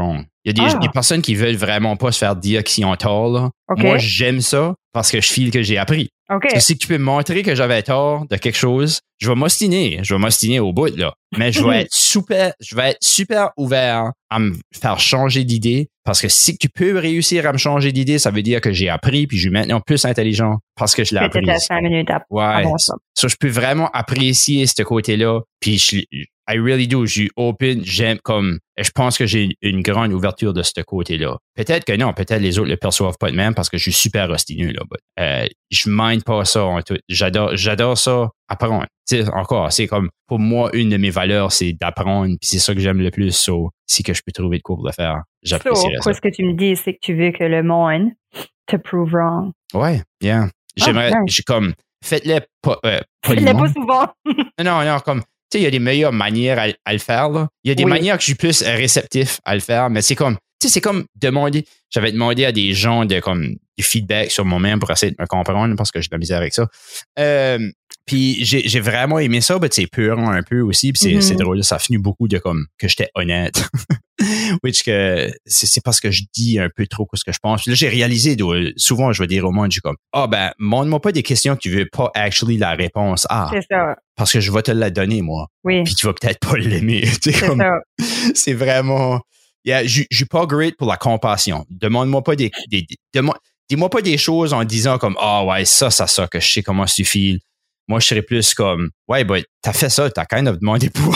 Il y a des, Ah. des personnes qui veulent vraiment pas se faire dire qu'ils ont tort. Là. OK. Moi, j'aime ça parce que je file que j'ai appris. OK. Parce que si tu peux me montrer que j'avais tort de quelque chose, je vais m'ostiner. Je vais m'ostiner au bout, là. Mais je vais être super, je vais être super ouvert à me faire changer d'idée. Parce que si tu peux réussir à me changer d'idée, ça veut dire que j'ai appris puis je suis maintenant plus intelligent parce que je l'ai appris. Peut-être à cinq minutes après. Ouais. avant ça. So, je peux vraiment apprécier ce côté-là. Puis je, I really do. Je suis open. J'aime comme, je pense que j'ai une grande ouverture de ce côté-là. Peut-être que non. Peut-être les autres le perçoivent pas de même parce que je suis super ostineux, là. But, euh, je mind pas ça en tout. J'adore, j'adore ça, apprendre. Tu sais, encore, c'est comme, pour moi, une de mes valeurs, c'est d'apprendre. Puis c'est ça que j'aime le plus. So, si que je peux trouver de quoi pour le faire, j'apprécierais So, ça. ce que tu me dis, c'est que tu veux que le monde te prove wrong. Ouais, yeah. J'aimerais, Ah, nice. j'ai comme, faites-le pas, euh, Tu l'as poliment. pas souvent. Non, non, comme, tu sais, il y a des meilleures manières à, à le faire, là. Il y a des Oui. manières que je suis plus réceptif à le faire, mais c'est comme, tu sais, c'est comme demander, j'avais demandé à des gens de, comme, du feedback sur moi-même pour essayer de me comprendre parce que j'ai de la misère avec ça. Euh, puis j'ai, j'ai vraiment aimé ça, mais c'est peurant un peu aussi, puis c'est, Mhm. c'est drôle, ça finit beaucoup de comme, que j'étais honnête. Which que, c'est, c'est parce que je dis un peu trop ce que je pense. Puis là, j'ai réalisé, de- souvent, je vais dire au monde, je suis comme, ah, ben, montre-moi pas des questions que tu veux pas actually la réponse à. C'est ça. Parce que je vais te la donner, moi. Oui. Puis tu vas peut-être pas l'aimer. Tu sais, C'est comme, ça. c'est vraiment. Yeah, je je suis pas great pour la compassion. Demande-moi pas des. des, des demande, dis-moi pas des choses en disant comme ah ouais, ça, ça, ça, que je sais comment tu files. Moi, je serais plus comme ouais, bah, t'as fait ça, t'as kind of demandé pour.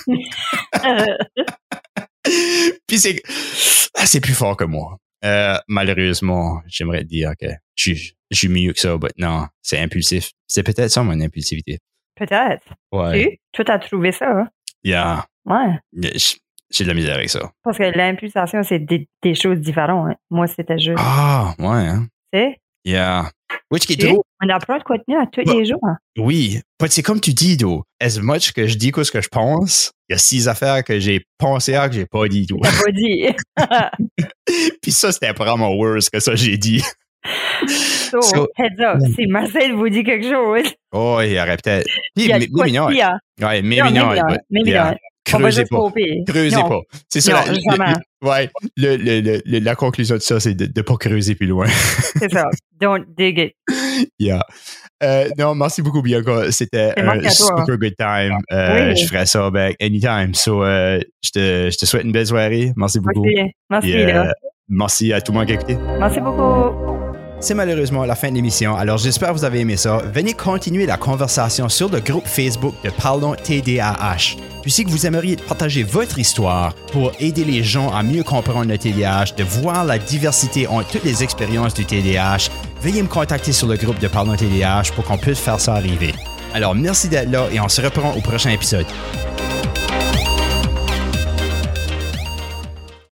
Puis c'est. Ah, c'est plus fort que moi. Euh, malheureusement, j'aimerais te dire que je suis, je suis mieux que ça, mais non, c'est impulsif. C'est peut-être ça, mon impulsivité. Peut-être. Ouais. Tu? Toi, t'as trouvé ça, hein? Yeah. Ouais. J'ai de la misère avec ça. Parce que l'impulsation, c'est des, des choses différentes. Hein. Moi, c'était juste. Ah, ouais, hein. Tu sais? Yeah. Which qui est Tu? drôle. On apprend de quoi tenir à tous Bah, les jours. Hein. Oui. But c'est comme tu dis, do. As much que je dis quoi ce que je pense, il y a six affaires que j'ai pensé à que j'ai pas dit, tout. T'as pas dit. Puis ça, c'était vraiment worse que ça, j'ai dit. So, So- heads up, si Marcel vous dit quelque chose, Oh, il y aurait peut-être. il Puis, y a mais, de quoi mais non. dire. Ouais, mais Non, mais non. maybe not, but, maybe yeah. not. On va Creusez juste pas. couper. Creusez Non. pas. C'est ça. Non, la, le- jamais. le- ouais. Le, le, le, le- la conclusion de ça, c'est de ne pas creuser plus loin. C'est ça. Don't dig it. Yeah. Euh, non, merci beaucoup, Bianca. C'était C'est un merci à toi. super good time. Euh, Oui. Je ferais ça back anytime. So, euh, je, te, je te souhaite une belle soirée. Merci beaucoup. Merci. Merci, Et, là. euh, merci à tout le monde qui a écouté. Merci beaucoup. C'est malheureusement la fin de l'émission, alors j'espère que vous avez aimé ça. Venez continuer la conversation sur le groupe Facebook de Parlons T D A H. Puis si que vous aimeriez partager votre histoire pour aider les gens à mieux comprendre le T D A H, de voir la diversité entre toutes les expériences du T D A H, veuillez me contacter sur le groupe de Parlons T D A H pour qu'on puisse faire ça arriver. Alors merci d'être là et on se reprend au prochain épisode.